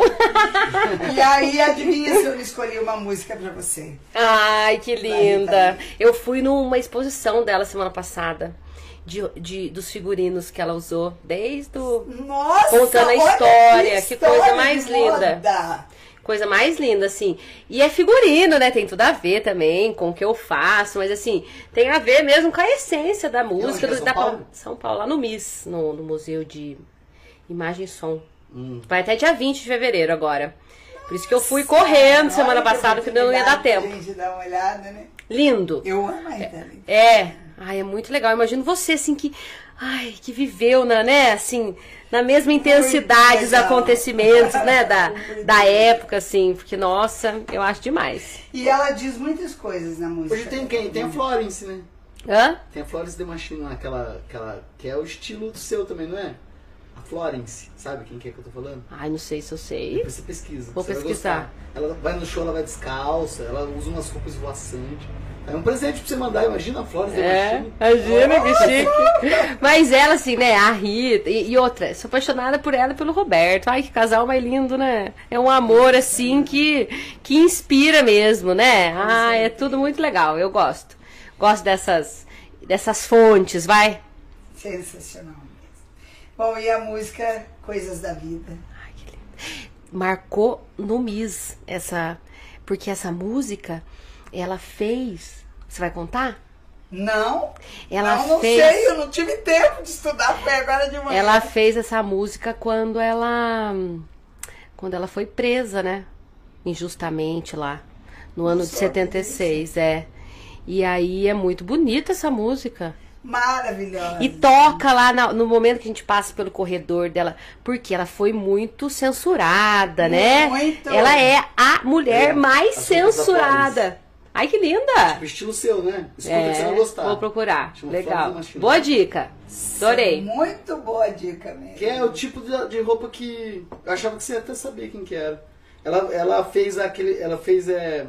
E aí, adivinha se eu escolhi uma música pra você. Ai, que linda. Eu fui numa exposição dela semana passada. De, de, dos figurinos que ela usou. Desde o... Nossa, contando a história. Que, que coisa mais linda. Moda. Coisa mais linda, assim. E é figurino, né? Tem tudo a ver também com o que eu faço. Mas, assim, tem a ver mesmo com a essência da música. É do, São da Paulo? São Paulo, lá no M I S. No, no Museu de Imagem e Som. Hum. Vai até dia vinte de fevereiro agora. Por isso que eu fui correndo semana passada, que não ia dar tempo. Gente, dá uma olhada, né? Lindo. Eu amo a Itália. É. Ai, é muito legal. Imagino você, assim, que... Ai, que viveu, na, né? Assim, na mesma intensidade dos acontecimentos, né? Da, da época, assim. Porque, nossa, eu acho demais. E ela diz muitas coisas na música. Hoje tem quem? Tem a Florence, né? Hã? Tem a Florence The Machine lá, aquela, aquela, que é o estilo do seu também, não é? A Florence, sabe quem que é que eu tô falando? Ai, não sei se eu sei. Depois você pesquisa. Vou você vai pesquisar. gostar. Ela vai no show, ela vai descalça, ela usa umas roupas voaçantes. É um presente pra você mandar, imagina a Florence The É, Machine. imagina que chique. Mas ela, assim, né, a Rita, e, e outra, sou apaixonada por ela e pelo Roberto. Ai, que casal mais lindo, né? É um amor, assim, que, que inspira mesmo, né? Ah, é tudo muito legal, eu gosto. Gosto dessas, dessas fontes, vai. Sensacional mesmo. Bom, e a música Coisas da Vida? Ai, que lindo. Marcou no M I S, essa, porque essa música, ela fez... Você vai contar? Não, Ela não, não fez... sei, eu não tive tempo de estudar, foi agora de manhã. Ela fez essa música quando ela quando ela foi presa, né? Injustamente lá, no ano de setenta e seis, é. E aí é muito bonita essa música. Maravilhosa. E toca lá na- no momento que a gente passa pelo corredor dela, porque ela foi muito censurada, né? Muito. Ela é a mulher É, mais as roupas da censurada. Ai, que linda! Tipo, estilo seu, né? Escuta que você vai É, gostar. vou procurar. Chama Legal. Florence The Machine. Boa dica. Adorei. Muito boa dica mesmo. Que é o tipo de, de roupa que eu achava que você ia até saber quem que era. Ela, ela fez aquele, ela fez é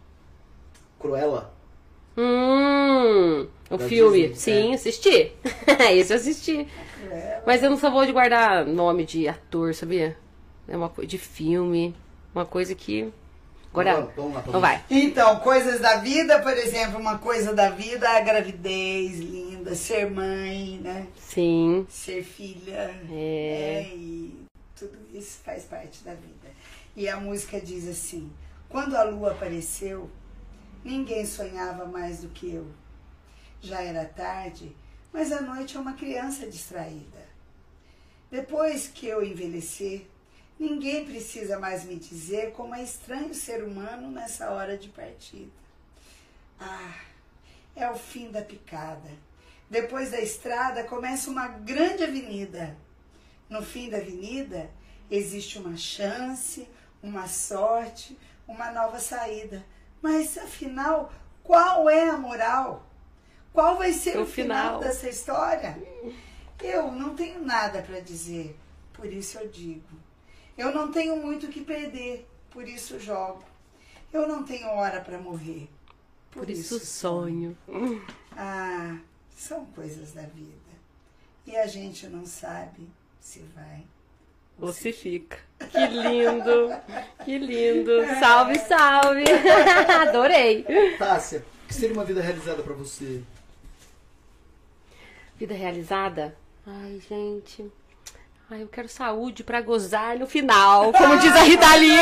Cruella. Hum, o Da filme. Disney, Sim, é. assisti. Esse eu assisti. É. Mas eu não sou boa de guardar nome de ator, sabia? É uma coisa de filme, uma coisa que... Agora, Vamos lá, vamos lá, vamos então lá. vai. Então, coisas da vida, por exemplo, uma coisa da vida é a gravidez, linda, ser mãe, né? Sim. Ser filha. É. né? E tudo isso faz parte da vida. E a música diz assim: quando a lua apareceu, ninguém sonhava mais do que eu. Já era tarde, mas a noite é uma criança distraída. Depois que eu envelhecer, ninguém precisa mais me dizer como é estranho ser humano nessa hora de partida. Ah, é o fim da picada. Depois da estrada começa uma grande avenida. No fim da avenida existe uma chance, uma sorte, uma nova saída. Mas afinal, qual é a moral? Qual vai ser O o final final. dessa história? Eu não tenho nada para dizer, por isso eu digo. Eu não tenho muito o que perder, por isso jogo. Eu não tenho hora para morrer, por, Por isso isso sonho. Ah, são coisas da vida. E a gente não sabe se vai. Ou se fica. Que lindo. Que lindo. Salve, salve. Adorei. Tássia, o que seria uma vida realizada pra você? Vida realizada? Ai, gente. Ai, eu quero saúde pra gozar no final, como diz a Rita Lee.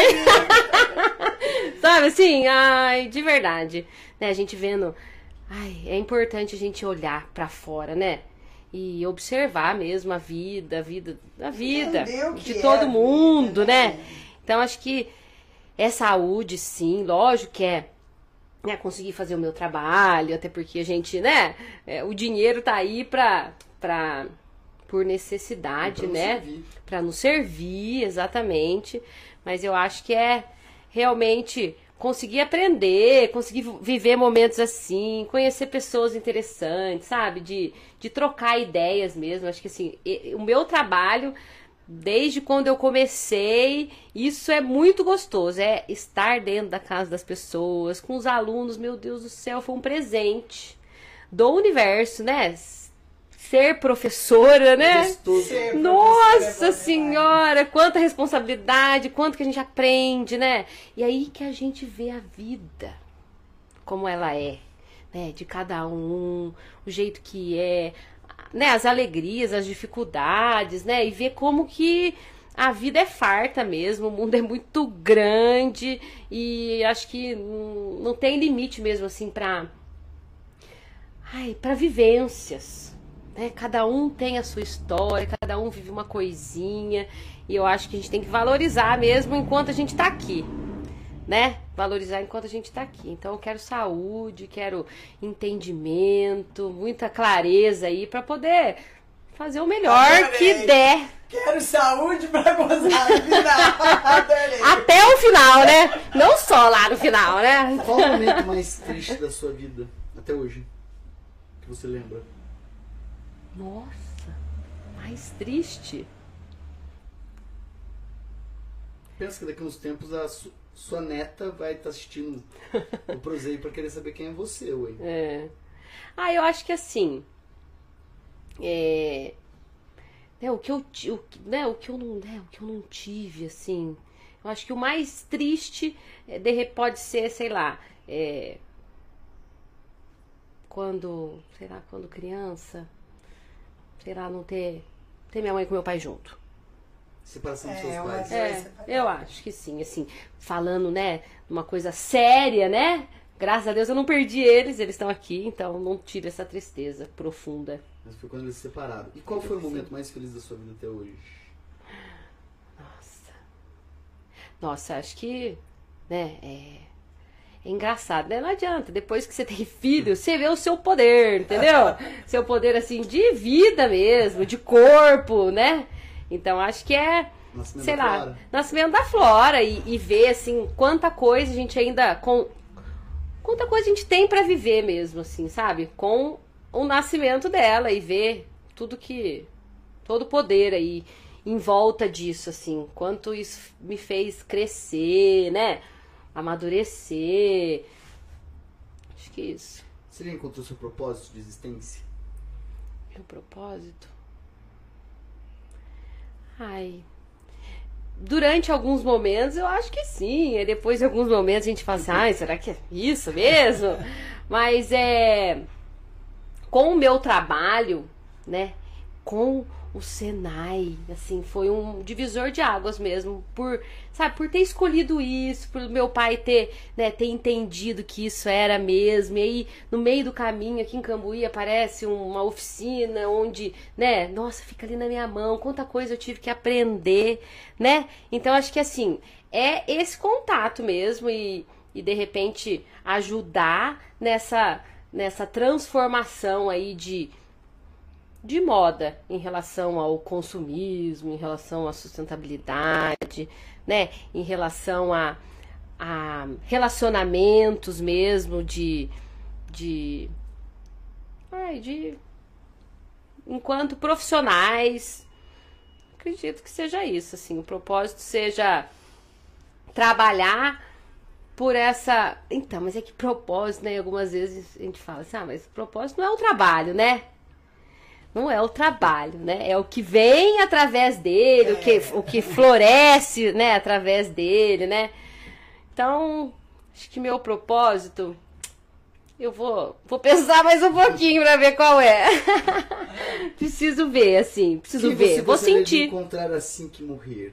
Sabe assim? Ai, de verdade. Né, a gente vendo... Ai, é importante a gente olhar pra fora, né? E observar mesmo a vida, a vida, a vida Entender o que de é todo a vida, mundo, né? né? Então, acho que é saúde, sim. Lógico que é, né, conseguir fazer o meu trabalho, até porque a gente, né? é, o dinheiro tá aí pra... pra por necessidade, Pra nos né? servir. Pra nos servir, exatamente. Mas eu acho que é realmente conseguir aprender, conseguir viver momentos assim, conhecer pessoas interessantes, sabe? De, de trocar ideias mesmo. Acho que assim, e- o meu trabalho, desde quando eu comecei, isso é muito gostoso. É estar dentro da casa das pessoas, com os alunos, meu Deus do céu, foi um presente do universo, né? ser professora, né? Ser Nossa professora é senhora, quanta responsabilidade, quanto que a gente aprende, né? E aí que a gente vê a vida como ela é, né? De cada um, o jeito que é, né? As alegrias, as dificuldades, né? E ver como que a vida é farta mesmo, o mundo é muito grande e acho que não tem limite mesmo, assim, pra, ai, pra vivências, né? Cada um tem a sua história, cada um vive uma coisinha e eu acho que a gente tem que valorizar mesmo enquanto a gente tá aqui, né? Valorizar enquanto a gente tá aqui. Então eu quero saúde, quero entendimento, muita clareza aí pra poder fazer o melhor Adorei. que der. Quero saúde pra gozar no final. Adorei. Até o final, né? Não só lá no final, né? Qual o momento mais triste da sua vida, até hoje, que você lembra? Nossa, mais triste. Pensa que daqui a uns tempos a su- sua neta vai estar assistindo o Proseio pra querer saber quem é você, ué. É. Ah, eu acho que assim. É. Né, o que eu, ti- o, que- né, o que eu não, né, o que eu não tive, assim. Eu acho que o mais triste é, de repente pode ser, sei lá, é, quando, sei lá, quando criança, sei lá, não ter, ter minha mãe com meu pai junto. Separação dos É, seus uma pais. doença. É, fatal. eu acho que sim, assim, falando, né, uma coisa séria, né? Graças a Deus eu não perdi eles, eles estão aqui, então não tive essa tristeza profunda. Mas foi quando eles se separaram. E qual foi o momento mais feliz da sua vida até hoje? Nossa. Nossa, acho que, né, é, é engraçado, né? Não adianta, depois que você tem filho, você vê o seu poder, entendeu? Seu poder, assim, de vida mesmo, de corpo, né? Então, acho que é, Nascimento sei da lá, Flora. nascimento da Flora e, e ver, assim, quanta coisa a gente ainda, com, quanta coisa a gente tem pra viver mesmo, assim, sabe? Com o nascimento dela e ver tudo que, todo o poder aí em volta disso, assim, quanto isso me fez crescer, né? Amadurecer. Acho que isso. Você já encontrou seu propósito de existência? Meu propósito? Ai. Durante alguns momentos eu acho que sim. E depois de alguns momentos a gente fala assim, ai, será que é isso mesmo? Mas é. Com o meu trabalho, né? Com o Senai, assim, foi um divisor de águas mesmo, por, sabe, por ter escolhido isso, por meu pai ter, né, ter entendido que isso era mesmo, e aí, no meio do caminho, aqui em Cambuí, aparece uma oficina onde, né, nossa, fica ali na minha mão, quanta coisa eu tive que aprender, né, então acho que, assim, é esse contato mesmo, e, e de repente, ajudar nessa, nessa transformação aí de de moda em relação ao consumismo, em relação à sustentabilidade, né, em relação a, a relacionamentos mesmo de, de, ai, de, enquanto profissionais, acredito que seja isso, assim, o propósito seja trabalhar por essa, então, mas é que propósito, né, algumas vezes a gente fala assim, ah, mas propósito não é o trabalho, né? Não é o trabalho, né? É o que vem através dele, é. o, que, o que floresce, né, através dele, né? Então, acho que meu propósito, eu vou, vou pensar mais um pouquinho pra ver qual é. Preciso ver, assim, preciso Quem ver, você vou gostaria sentir. de encontrar assim que morrer?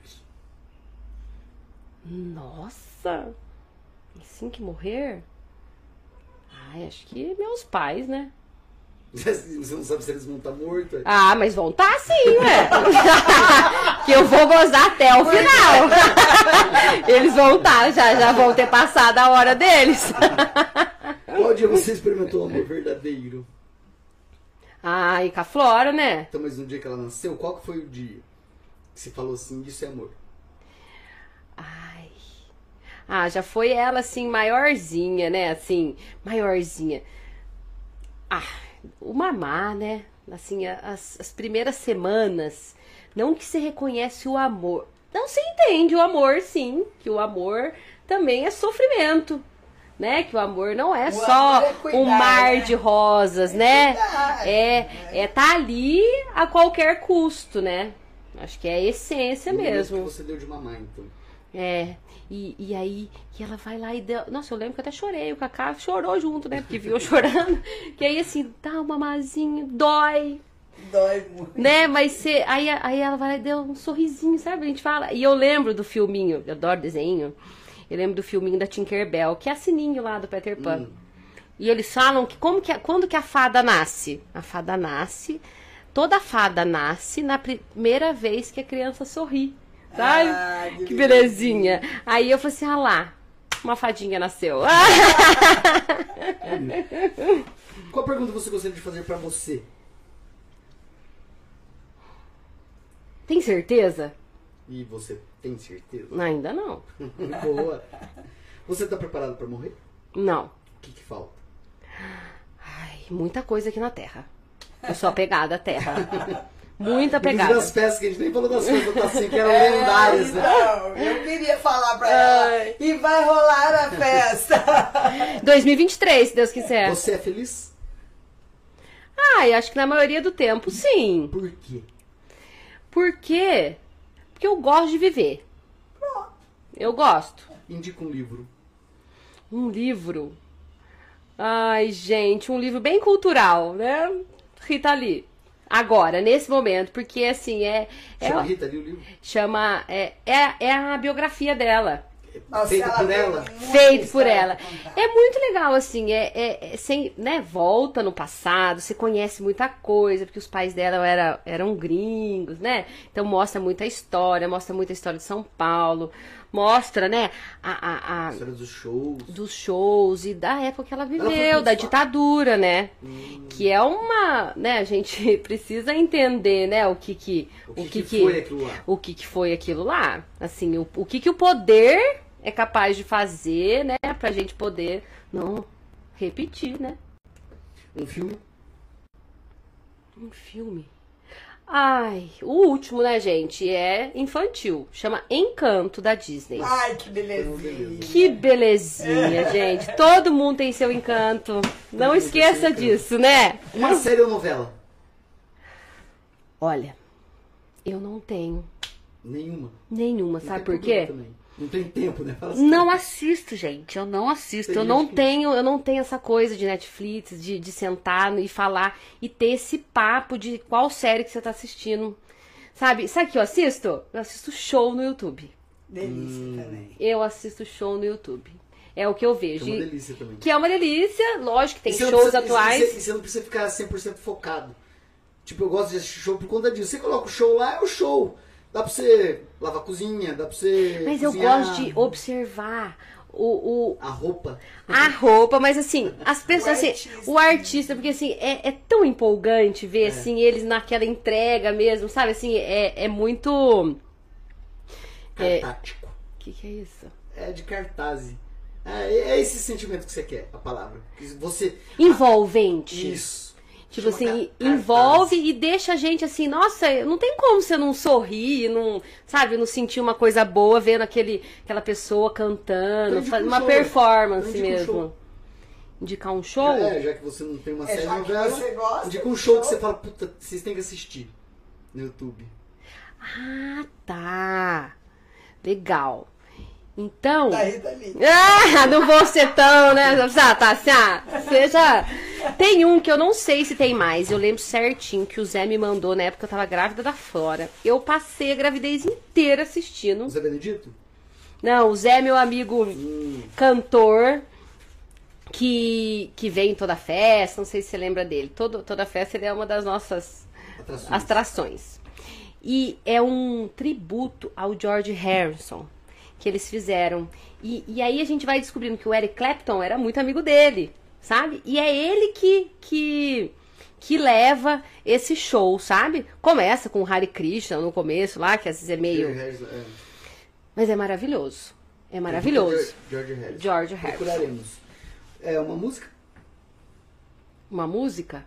Nossa, assim que morrer? Ai, acho que meus pais, né? Você não sabe se eles vão estar mortos? Ah, mas vão estar sim, né? Que eu vou gozar até o final. Eles vão estar, já, já vão ter passado a hora deles. Qual dia você experimentou o amor verdadeiro? Ah, e com a Flora, né? Então, mas no dia que ela nasceu, qual que foi o dia que você falou assim, isso é amor? Ai. Ah, já foi ela, assim, maiorzinha, né? Assim, maiorzinha. Ah, o mamar, né? Assim, as, as primeiras semanas, não que você reconhece o amor. Não se entende o amor, sim, que o amor também é sofrimento, né? Que o amor não é O só amor é cuidar, um mar né? de rosas, É né? cuidar, É, né? é tá ali a qualquer custo, né? Acho que é a essência No momento mesmo. que você deu de mamar, então. É, e, e aí que ela vai lá e deu. Nossa, eu lembro que eu até chorei, o Cacá chorou junto, né? Porque viu eu chorando. Que aí assim, dá um mamazinho, dói, Dói muito. né? Mas cê, aí, aí ela vai lá e deu um sorrisinho, sabe? A gente fala. E eu lembro do filminho, eu adoro desenho. Eu lembro do filminho da Tinkerbell, que é a Sininho lá do Peter Pan. Hum. E eles falam que, como que a- quando que a fada nasce? A fada nasce, toda fada nasce na primeira vez que a criança sorri. Sabe? Ah, que que belezinha. Aí eu falei assim, ah lá, uma fadinha nasceu. Qual pergunta você gostaria de fazer pra você? Tem certeza? E você tem certeza? Ainda não. Boa. Você tá preparado pra morrer? Não. O que que falta? Ai, muita coisa aqui na Terra. Eu sou apegada à Terra. Muita Inclusive pegada. as peças que a gente nem falou das coisas do assim, que eram lendárias, né? Não, eu queria falar pra ela. Ai. E vai rolar a festa. dois mil e vinte e três, se Deus quiser. Você é feliz? Ai, acho que na maioria do tempo, sim. Por quê? Por quê? Porque eu gosto de viver. Eu gosto. Indica um livro. Um livro. Ai, gente, um livro bem cultural, né? Rita Lee. Agora, nesse momento, porque assim, é. é Chama Rita ali o livro? chama. É, é, é a biografia dela. Nossa, Feito por tem ela. muita Feito por história ela. pra contar. É muito legal, assim, é, é, é sem, né, volta no passado, você conhece muita coisa, porque os pais dela era, eram gringos, né? Então mostra muita história, mostra muita história de São Paulo, mostra, né, a, a, a- História dos shows. dos shows e da época que ela foi viveu, da participar. ditadura, né? Hum. Que é uma, né, a gente precisa entender, né, o que que, O que, que foi aquilo lá? o que, que foi aquilo lá. Assim, o, o que, que o poder é capaz de fazer, né? Pra gente poder não repetir, né? Um filme? Um filme. Ai, o último, né, gente? É infantil. Chama Encanto, da Disney. Ai, que belezinha. Que belezinha, gente. Todo mundo tem seu encanto. Não mundo tem esqueça seu encanto. disso, né? Uma série ou novela? Olha, eu não tenho Nenhuma. nenhuma, Não sabe tem por problema quê? também. Não tem tempo, né? Fala assim. Não assisto, gente. Eu não assisto. Tem Eu não gente que- tenho, eu não tenho essa coisa de Netflix, de, de sentar e falar e ter esse papo de qual série que você tá assistindo. Sabe? Sabe o que eu assisto? Eu assisto show no YouTube. Delícia Hum. também. Eu assisto show no YouTube. É o que eu Que vejo. é uma E- delícia também. Que é uma delícia, lógico que tem E você não shows precisa- atuais. E você, e você não precisa ficar cem por cento focado. Tipo, eu gosto de assistir show por conta disso. Você coloca o show lá, é o show. Dá pra você lavar a cozinha, dá pra você Mas eu cozinhar, gosto de observar o, o, a roupa. a roupa, mas assim, as pessoas, assim, artista. o artista, porque assim, é, é tão empolgante ver, É. assim, eles naquela entrega mesmo, sabe, assim, é, é muito... É. Cartático. O que que é isso? É de cartaz. É, é esse sentimento que você quer, a palavra. Que você. Envolvente. Isso. Tipo Chama assim, ca- envolve cartaz. e deixa a gente assim, nossa, não tem como você não sorrir, não, sabe, não sentir uma coisa boa vendo aquele, aquela pessoa cantando, Então, indica faz um uma show. performance Então, indica um mesmo. show. Indicar um show? É, já que você não tem uma É, série já que novela, você gosta indica um de show, show. que você fala, puta, vocês têm que assistir no YouTube. Ah, tá. Legal. Então. Da Rita Lee. Ah, não vou ser tão, né? Ah, tá, assim, ah, seja. Tem um que eu não sei se tem mais. Eu lembro certinho que o Zé me mandou na época que eu tava grávida da Flora. Eu passei a gravidez inteira assistindo. Zé Benedito? Não, o Zé é meu amigo Hum, cantor que, que vem em toda festa. Não sei se você lembra dele. Todo, toda festa ele é uma das nossas atrações. atrações. E é um tributo ao George Harrison que eles fizeram. E, e aí a gente vai descobrindo que o Eric Clapton era muito amigo dele, sabe? E é ele que, que, que leva esse show, sabe? Começa com o Hare Krishna no começo lá, que às vezes é meio... George Harrison, é. Mas é maravilhoso. É maravilhoso. George Harrison. George Harrison. Procuraremos. É uma música? Uma música?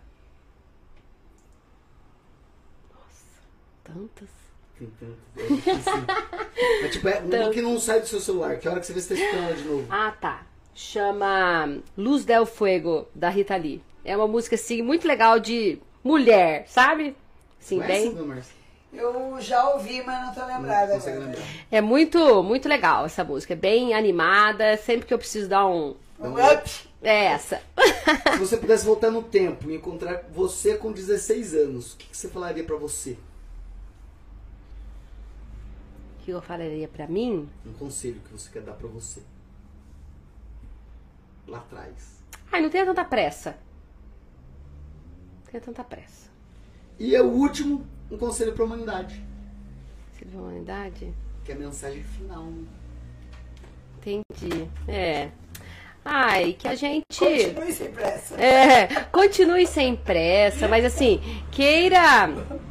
Nossa, tantas. Tem tantas. É difícil. Mas tipo, é uma que não sai do seu celular. Que hora que você vê se tá escutando ela de novo? Ah, tá. chama Luz del Fuego, da Rita Lee. É uma música, assim, muito legal de mulher, sabe? Assim, Conhece, bem... meu Marcio? Eu já ouvi, mas não tô lembrada Não consegue agora. lembrar. É muito, muito legal essa música. É bem animada. Sempre que eu preciso dar um... Um up. É essa. Se você pudesse voltar no tempo e encontrar você com dezesseis anos, o que, que você falaria pra você? O que eu falaria pra mim? Um conselho que você quer dar pra você. Lá atrás. Ai, não tenha tanta pressa. Não tenha tanta pressa. E é o último, um conselho pra humanidade. Silvia Humanidade? Que é a mensagem final. Entendi. É. Ai, que a gente... Continue sem pressa. É, continue sem pressa, mas assim, queira...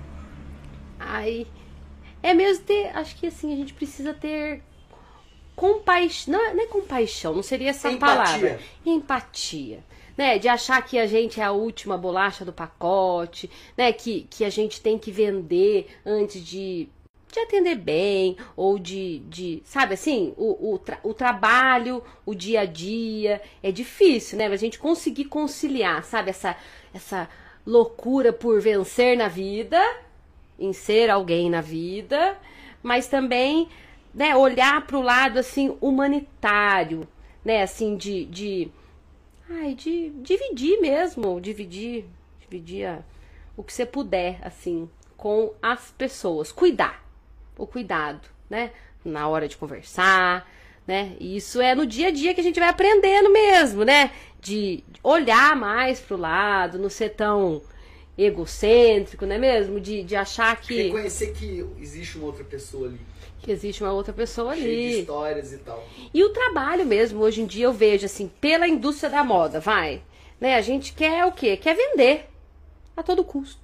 Ai, é mesmo ter... Acho que assim, a gente precisa ter compaixão... Não, não é compaixão, não seria essa Empatia. palavra. Empatia. Né, de achar que a gente é a última bolacha do pacote, né, que, que a gente tem que vender antes de... de atender bem, ou de, de sabe assim, o, o, tra o trabalho, o dia a dia, é difícil, né, a gente conseguir conciliar, sabe, essa, essa loucura por vencer na vida, em ser alguém na vida, mas também, né, olhar para o lado, assim, humanitário, né, assim, de, de, ai, de dividir mesmo, dividir, dividir a, o que você puder, assim, com as pessoas, cuidar. O cuidado, né? Na hora de conversar, né? E isso é no dia a dia que a gente vai aprendendo mesmo, né? De olhar mais pro lado, não ser tão egocêntrico, não é mesmo? De, de achar que... Reconhecer que existe uma outra pessoa ali. Que existe uma outra pessoa ali. Cheia de histórias e tal. E o trabalho mesmo, hoje em dia eu vejo assim, pela indústria da moda, vai. Né? A gente quer o quê? Quer vender a todo custo.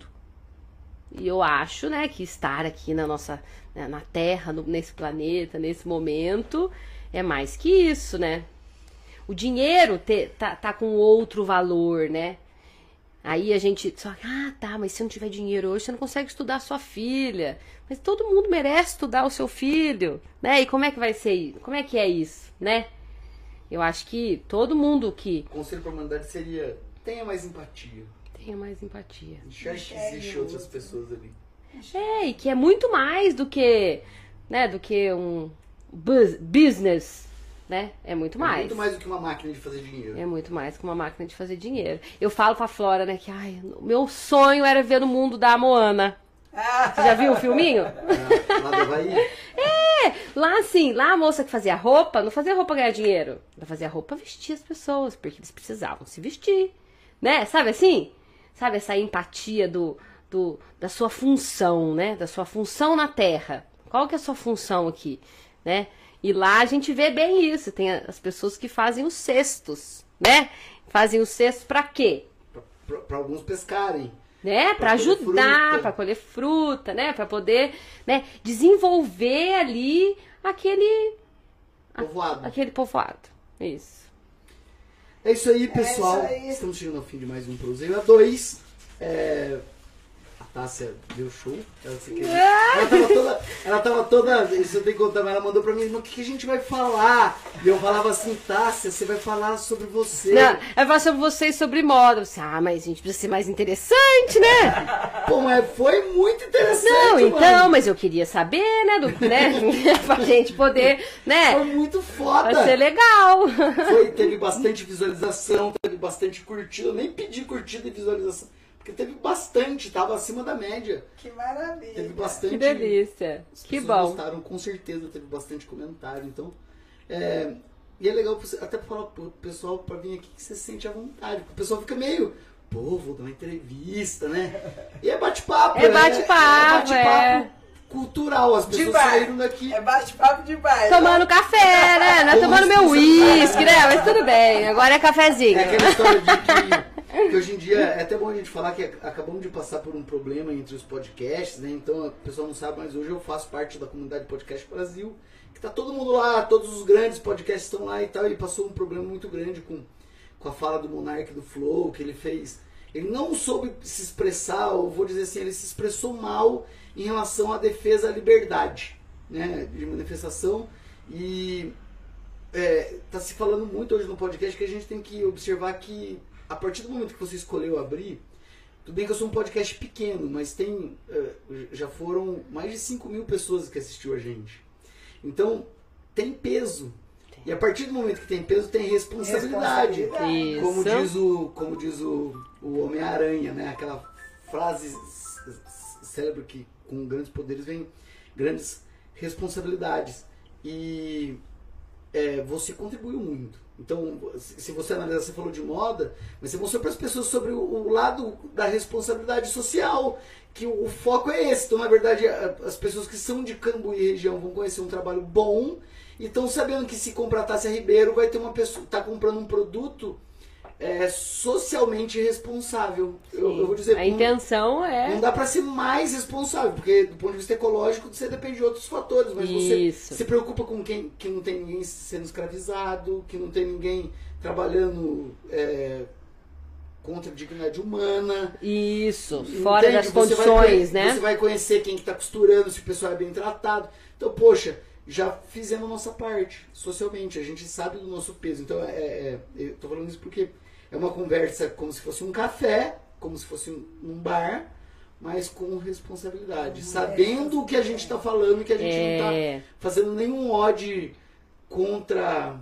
E eu acho, né, que estar aqui na nossa, né, na Terra, no, nesse planeta, nesse momento, é mais que isso, né? O dinheiro te, tá, tá com outro valor, né? Aí a gente só, ah, tá, mas se não tiver dinheiro hoje, você não consegue estudar a sua filha. Mas todo mundo merece estudar o seu filho, né? E como é que vai ser isso? Como é que é isso, né? Eu acho que todo mundo que... O conselho pra humanidade seria, tenha mais empatia. Tenha mais empatia. Enxergue que existe outras pessoas ali. É, e que é muito mais do que, né, do que um bus business, né? É muito mais. É muito mais do que uma máquina de fazer dinheiro. É muito mais que uma máquina de fazer dinheiro. Eu falo pra Flora, né, que ai, meu sonho era ver no mundo da Moana. Você já viu o filminho? Ah, lá do Havaí? É, lá assim, lá a moça que fazia roupa, não fazia roupa ganhar dinheiro. Ela fazia roupa vestir as pessoas, porque eles precisavam se vestir, né? Sabe assim? Sabe, essa empatia do, do, da sua função, né? Da sua função na Terra. Qual que é a sua função aqui, né? E lá a gente vê bem isso. Tem as pessoas que fazem os cestos, né? Fazem os cestos pra quê? Para alguns pescarem. Né? Pra, pra ajudar, para colher fruta, né? Pra poder, né, desenvolver ali aquele... Povoado. A, aquele povoado. Isso. É isso aí, pessoal. É isso aí. Estamos chegando ao fim de mais um Proseio A dois. É... A Tássia deu show. Ela, se quer... ela tava toda. Ela tava toda. Isso eu tenho que contar, mas ela mandou pra mim, mas o que, que a gente vai falar? E eu falava assim, Tássia, você vai falar sobre você. Não, eu falo sobre você e sobre moda. Você, ah, mas a gente precisa ser mais interessante, né? Pô, mas foi muito interessante. Não, então, mano. mas eu queria saber, né? Do, né? pra gente poder, né? Foi muito foda. Vai ser legal. Foi, teve bastante visualização, teve bastante curtida. Eu nem pedi curtida e visualização. Porque teve bastante, tava acima da média. Que maravilha. Teve bastante. Que delícia. As Que pessoas bom. gostaram, com certeza, teve bastante comentário. Então, é, e é legal você, até pra falar pro pessoal pra vir aqui que você se sente à vontade. Porque o pessoal fica meio, pô, vou dar uma entrevista, né? E é bate-papo. É bate-papo, é, é é. bate-papo cultural. As De pessoas bar. saíram daqui. É bate-papo de bairro. Tomando café, né? Não é tomando meu uísque, né? Mas tudo bem. Agora é cafezinho. É aquela história de que, que hoje em dia é até bom a gente falar que acabamos de passar por um problema entre os podcasts, né? Então o pessoal não sabe, mas hoje eu faço parte da comunidade Podcast Brasil, que tá todo mundo lá, todos os grandes podcasts estão lá e tal, e passou um problema muito grande com, com a fala do Monark do Flow, que ele fez. Ele não soube se expressar, ou vou dizer assim, ele se expressou mal em relação à defesa à liberdade, né, de manifestação, e é, tá se falando muito hoje no podcast que a gente tem que observar que a partir do momento que você escolheu abrir, tudo bem que eu sou um podcast pequeno, mas tem uh, já foram mais de cinco mil pessoas que assistiu a gente. Então, tem peso. Tem. E a partir do momento que tem peso, tem responsabilidade. responsabilidade. Como diz o, como diz o, o Homem-Aranha, né? Aquela frase célebre que com grandes poderes vem grandes responsabilidades. E é, você contribuiu muito. Então, se você analisar, você falou de moda, mas você mostrou para as pessoas sobre o, o lado da responsabilidade social, que o, o foco é esse. Então, na verdade, a, as pessoas que são de Cambuí e região vão conhecer um trabalho bom e estão sabendo que se comprar Tássia Ribeiro, vai ter uma pessoa que está comprando um produto é, socialmente responsável. Eu, eu vou dizer, a não, intenção é... Não dá para ser mais responsável, porque do ponto de vista ecológico você depende de outros fatores, mas Isso. você se preocupa com quem que não tem ninguém sendo escravizado, que não tem ninguém trabalhando é, contra a dignidade humana. Isso, Entende? fora das você condições, vai, né? Você vai conhecer quem está costurando, se o pessoal é bem tratado. Então, poxa, já fizemos a nossa parte, socialmente, a gente sabe do nosso peso. Então, é, é, eu tô falando isso porque é uma conversa como se fosse um café, como se fosse um, um bar, mas com responsabilidade. Sabendo o que a gente está falando, que a gente é... não está fazendo nenhum ódio contra...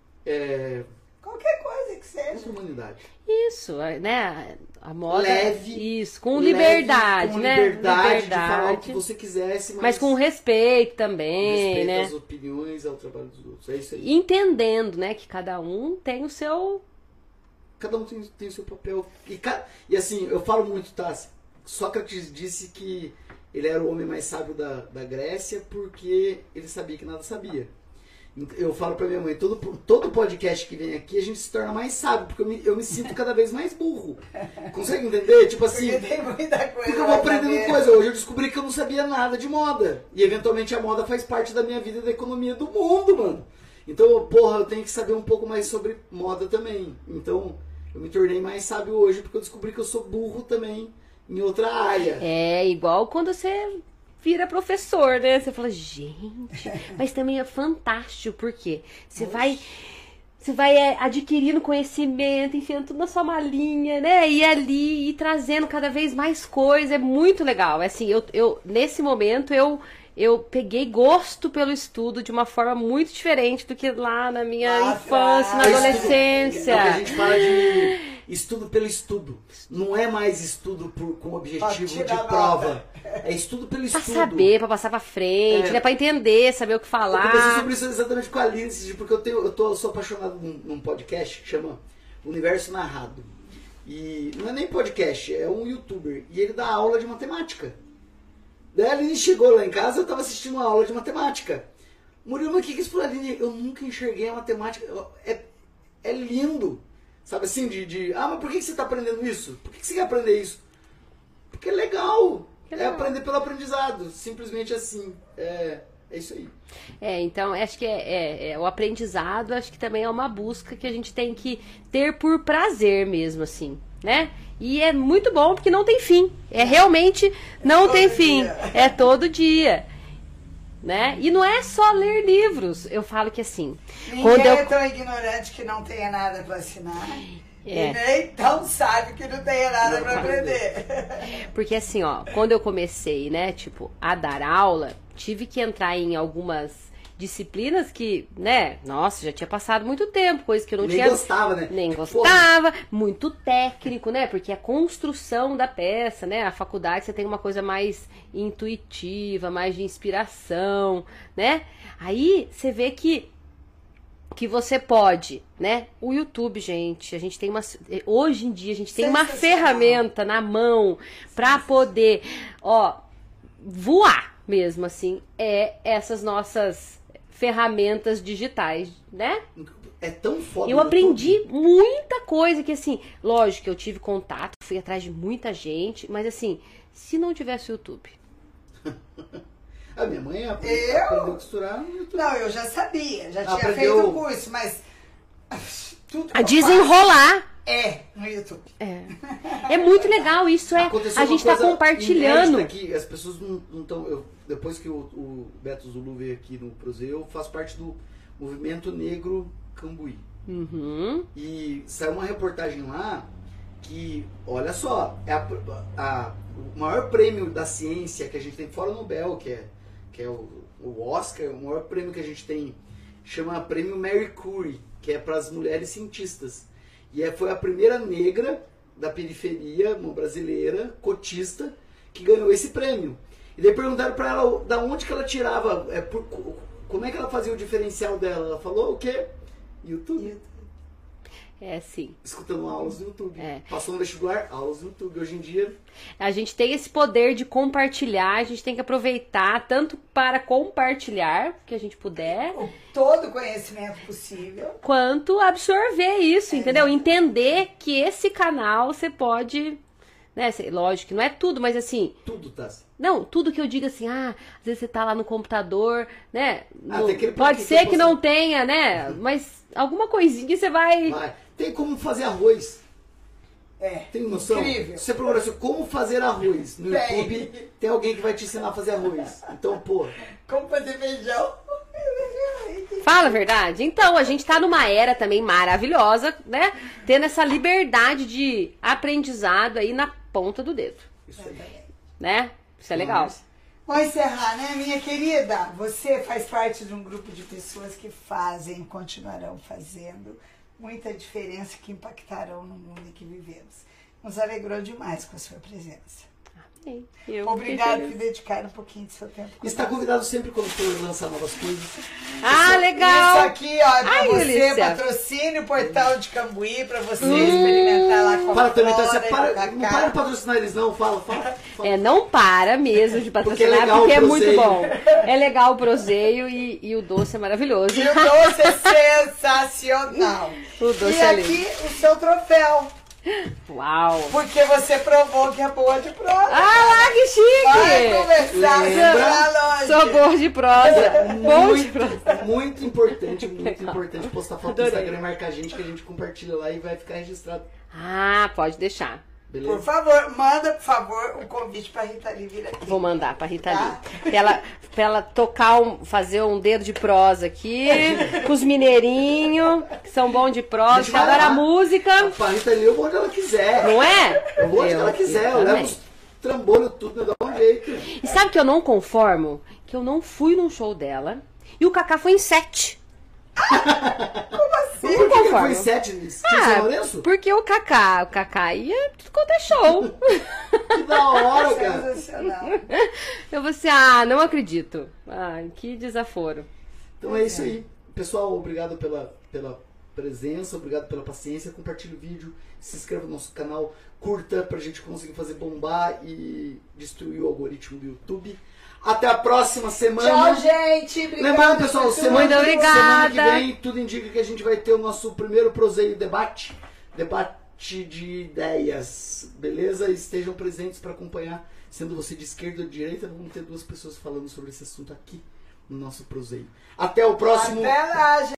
É, qualquer coisa que seja. Contra a humanidade. Isso, né? A moda... Leve. Isso, com leve, liberdade, com né? liberdade, liberdade de falar o que você quisesse, mas, mas com respeito também, respeito né? às opiniões, ao trabalho dos outros. É isso aí. Entendendo, né? Que cada um tem o seu... Cada um tem, tem o seu papel. E, e assim, eu falo muito, tá? Sócrates disse que ele era o homem mais sábio da, da Grécia porque ele sabia que nada sabia. Eu falo pra minha mãe, todo, todo podcast que vem aqui a gente se torna mais sábio, porque eu me, eu me sinto cada vez mais burro. Consegue entender? Tipo assim, porque tem muita coisa. Porque eu vou aprendendo coisa. Hoje eu descobri que eu não sabia nada de moda. E eventualmente a moda faz parte da minha vida e da economia do mundo, mano. Então, porra, eu tenho que saber um pouco mais sobre moda também. Então, eu me tornei mais sábio hoje porque eu descobri que eu sou burro também em outra área. É igual quando você vira professor, né? Você fala, gente, mas também é fantástico, porque você Oxi. vai... Você vai é, adquirindo conhecimento, enfiando tudo na sua malinha, né? E ali, e trazendo cada vez mais coisa. É muito legal. Assim, eu, eu, nesse momento, eu, eu peguei gosto pelo estudo de uma forma muito diferente do que lá na minha ah, infância, na adolescência. É o que a gente fala de estudo pelo estudo. Não é mais estudo por, com objetivo de prova. É estudo pelo estudo. Pra saber, pra passar pra frente, é. né? Pra entender, saber o que falar. Eu conversei sobre isso exatamente com a Alice, porque eu, tenho, eu, tô, eu sou apaixonado num, num podcast que chama Universo Narrado. E não é nem podcast, é um youtuber. E ele dá aula de matemática. Daí a Aline chegou lá em casa, eu tava assistindo uma aula de matemática. Murilo, mas o que que isso falou, Aline? Eu nunca enxerguei a matemática. É, é lindo. Sabe assim, de, de... Ah, mas por que que você tá aprendendo isso? Por que que você quer aprender isso? Porque é legal. É aprender pelo aprendizado, simplesmente assim, é, é isso aí. É, então, acho que é, é, é o aprendizado, acho que também é uma busca que a gente tem que ter por prazer mesmo, assim, né? E é muito bom porque não tem fim, é realmente não é tem fim, dia. é todo dia, né? E não é só ler livros, eu falo que assim... Ninguém quando eu... é tão ignorante que não tenha nada para assinar. É. E nem tão sabe que não tem nada para aprender. Porque assim, ó, quando eu comecei, né, tipo, a dar aula, tive que entrar em algumas disciplinas que, né, nossa, já tinha passado muito tempo, coisa que eu não nem tinha... gostava, né? Nem gostava, muito técnico, né, porque a construção da peça, né, a faculdade você tem uma coisa mais intuitiva, mais de inspiração, né? Aí você vê que que você pode, né? O YouTube, gente, a gente tem uma... Hoje em dia, a gente tem uma ferramenta na mão pra poder, ó, voar mesmo, assim. É essas nossas ferramentas digitais, né? É tão foda. Eu aprendi muita coisa que, assim, lógico que eu tive contato, fui atrás de muita gente, mas, assim, se não tivesse o YouTube... A minha mãe aprendeu, eu... aprendeu a costurar no YouTube. Não, eu já sabia, já tinha aprendeu... feito o curso, mas tudo a desenrolar. É, no YouTube. É. É muito legal, isso é. Aconteceu a gente tá compartilhando. Aqui, as pessoas não estão. Depois que o, o Beto Zulu veio aqui no Prozeio, eu faço parte do Movimento Negro Cambuí. Uhum. E saiu uma reportagem lá que, olha só, é a, a, o maior prêmio da ciência que a gente tem, fora o Nobel, que é, que é o, o Oscar, o maior prêmio que a gente tem, chama Prêmio Marie Curie, que é para as mulheres cientistas. E é, foi a primeira negra da periferia, uma brasileira, cotista, que ganhou esse prêmio. E daí perguntaram para ela da onde que ela tirava, é, por, como é que ela fazia o diferencial dela. Ela falou o quê? YouTube. É, sim. Escutando aulas no YouTube. É. Passou no vestibular, aulas no YouTube. Hoje em dia... A gente tem esse poder de compartilhar, a gente tem que aproveitar tanto para compartilhar, que a gente puder, Com todo o conhecimento possível. quanto absorver isso, é, entendeu? Entender que esse canal você pode... Né, lógico que não é tudo, mas assim... Tudo, Tassi. Não, tudo que eu digo assim, ah, às vezes você tá lá no computador, né? Ah, no, tem pode que ser que você... não tenha, né? Mas alguma coisinha você vai... vai. Tem como fazer arroz. É. Tem noção? Incrível. Se você procurar assim, como fazer arroz no Tem. YouTube, tem alguém que vai te ensinar a fazer arroz. Então, pô... Como fazer feijão. Fala a verdade. Então, a gente tá numa era também maravilhosa, né? Tendo essa liberdade de aprendizado aí na ponta do dedo, Isso aí. né? Isso é legal. Vou encerrar, né, minha querida? Você faz parte de um grupo de pessoas que fazem e continuarão fazendo muita diferença, que impactarão no mundo em que vivemos. Nos alegrou demais com a sua presença. Amém. Eu Obrigado fiquei por feliz. dedicar um pouquinho do seu tempo. Está convidado sempre quando for lançar novas coisas. Ah, legal. Isso aqui, ó, é pra Ai, você, Ulícia. patrocínio Portal de Cambuí, pra você experimentar lá com a Para também, Flora Tassi, e para, com a não Cacá. para de patrocinar eles não, fala, fala. fala. É, não para mesmo de patrocinar, legal porque o é muito proseio. bom. É legal o proseio e, e o doce é maravilhoso. E o doce é sensacional. O doce e é aqui o seu troféu, Uau. porque você provou que é boa de prosa. Ah lá, que Vai chique. conversar Lembra? pra longe. Sou boa de prosa. Bom de prosa. Muito, muito importante, muito importante postar foto no Adorei. Instagram e marcar a gente, que a gente compartilha lá e vai ficar registrado. Ah, pode deixar. Beleza? Por favor, manda, por favor, um convite pra Rita Lee vir aqui. Vou mandar pra Rita Tá. Lee. Pra ela, pra ela tocar, um, fazer um dedo de prosa aqui, com os mineirinhos, que são bons de A prosa, gente que vai adoram a lá. música. A Rita Lee eu vou onde ela quiser. Não é? Eu vou onde Eu- ela quiser. eu Eu, levo também. os trambolhos tudo, me dá um jeito. E sabe que eu não conformo? Que eu não fui num show dela e o Kaká foi em sete. Por que, que ele conformo. foi em sete nisso? Tinha Ah, São Lourenço? porque o Kaká, o Kaká ia tudo quanto é show. Que da hora, cara. Sensacional. Eu vou assim, ah, não acredito. Ai, que desaforo. Então é isso aí. Pessoal, obrigado pela, pela presença, obrigado pela paciência. Compartilhe o vídeo, se inscreva no nosso canal, curta pra gente conseguir fazer bombar e destruir o algoritmo do YouTube. Até a próxima semana. Tchau, gente. Obrigada Lembrando, pessoal, por tudo. semana, Muito obrigada. semana que vem, tudo indica que a gente vai ter o nosso primeiro proseio debate. Debate de ideias, beleza? Estejam presentes para acompanhar. Sendo você de esquerda ou de direita, vamos ter duas pessoas falando sobre esse assunto aqui no nosso proseio. Até o próximo. Até lá, gente.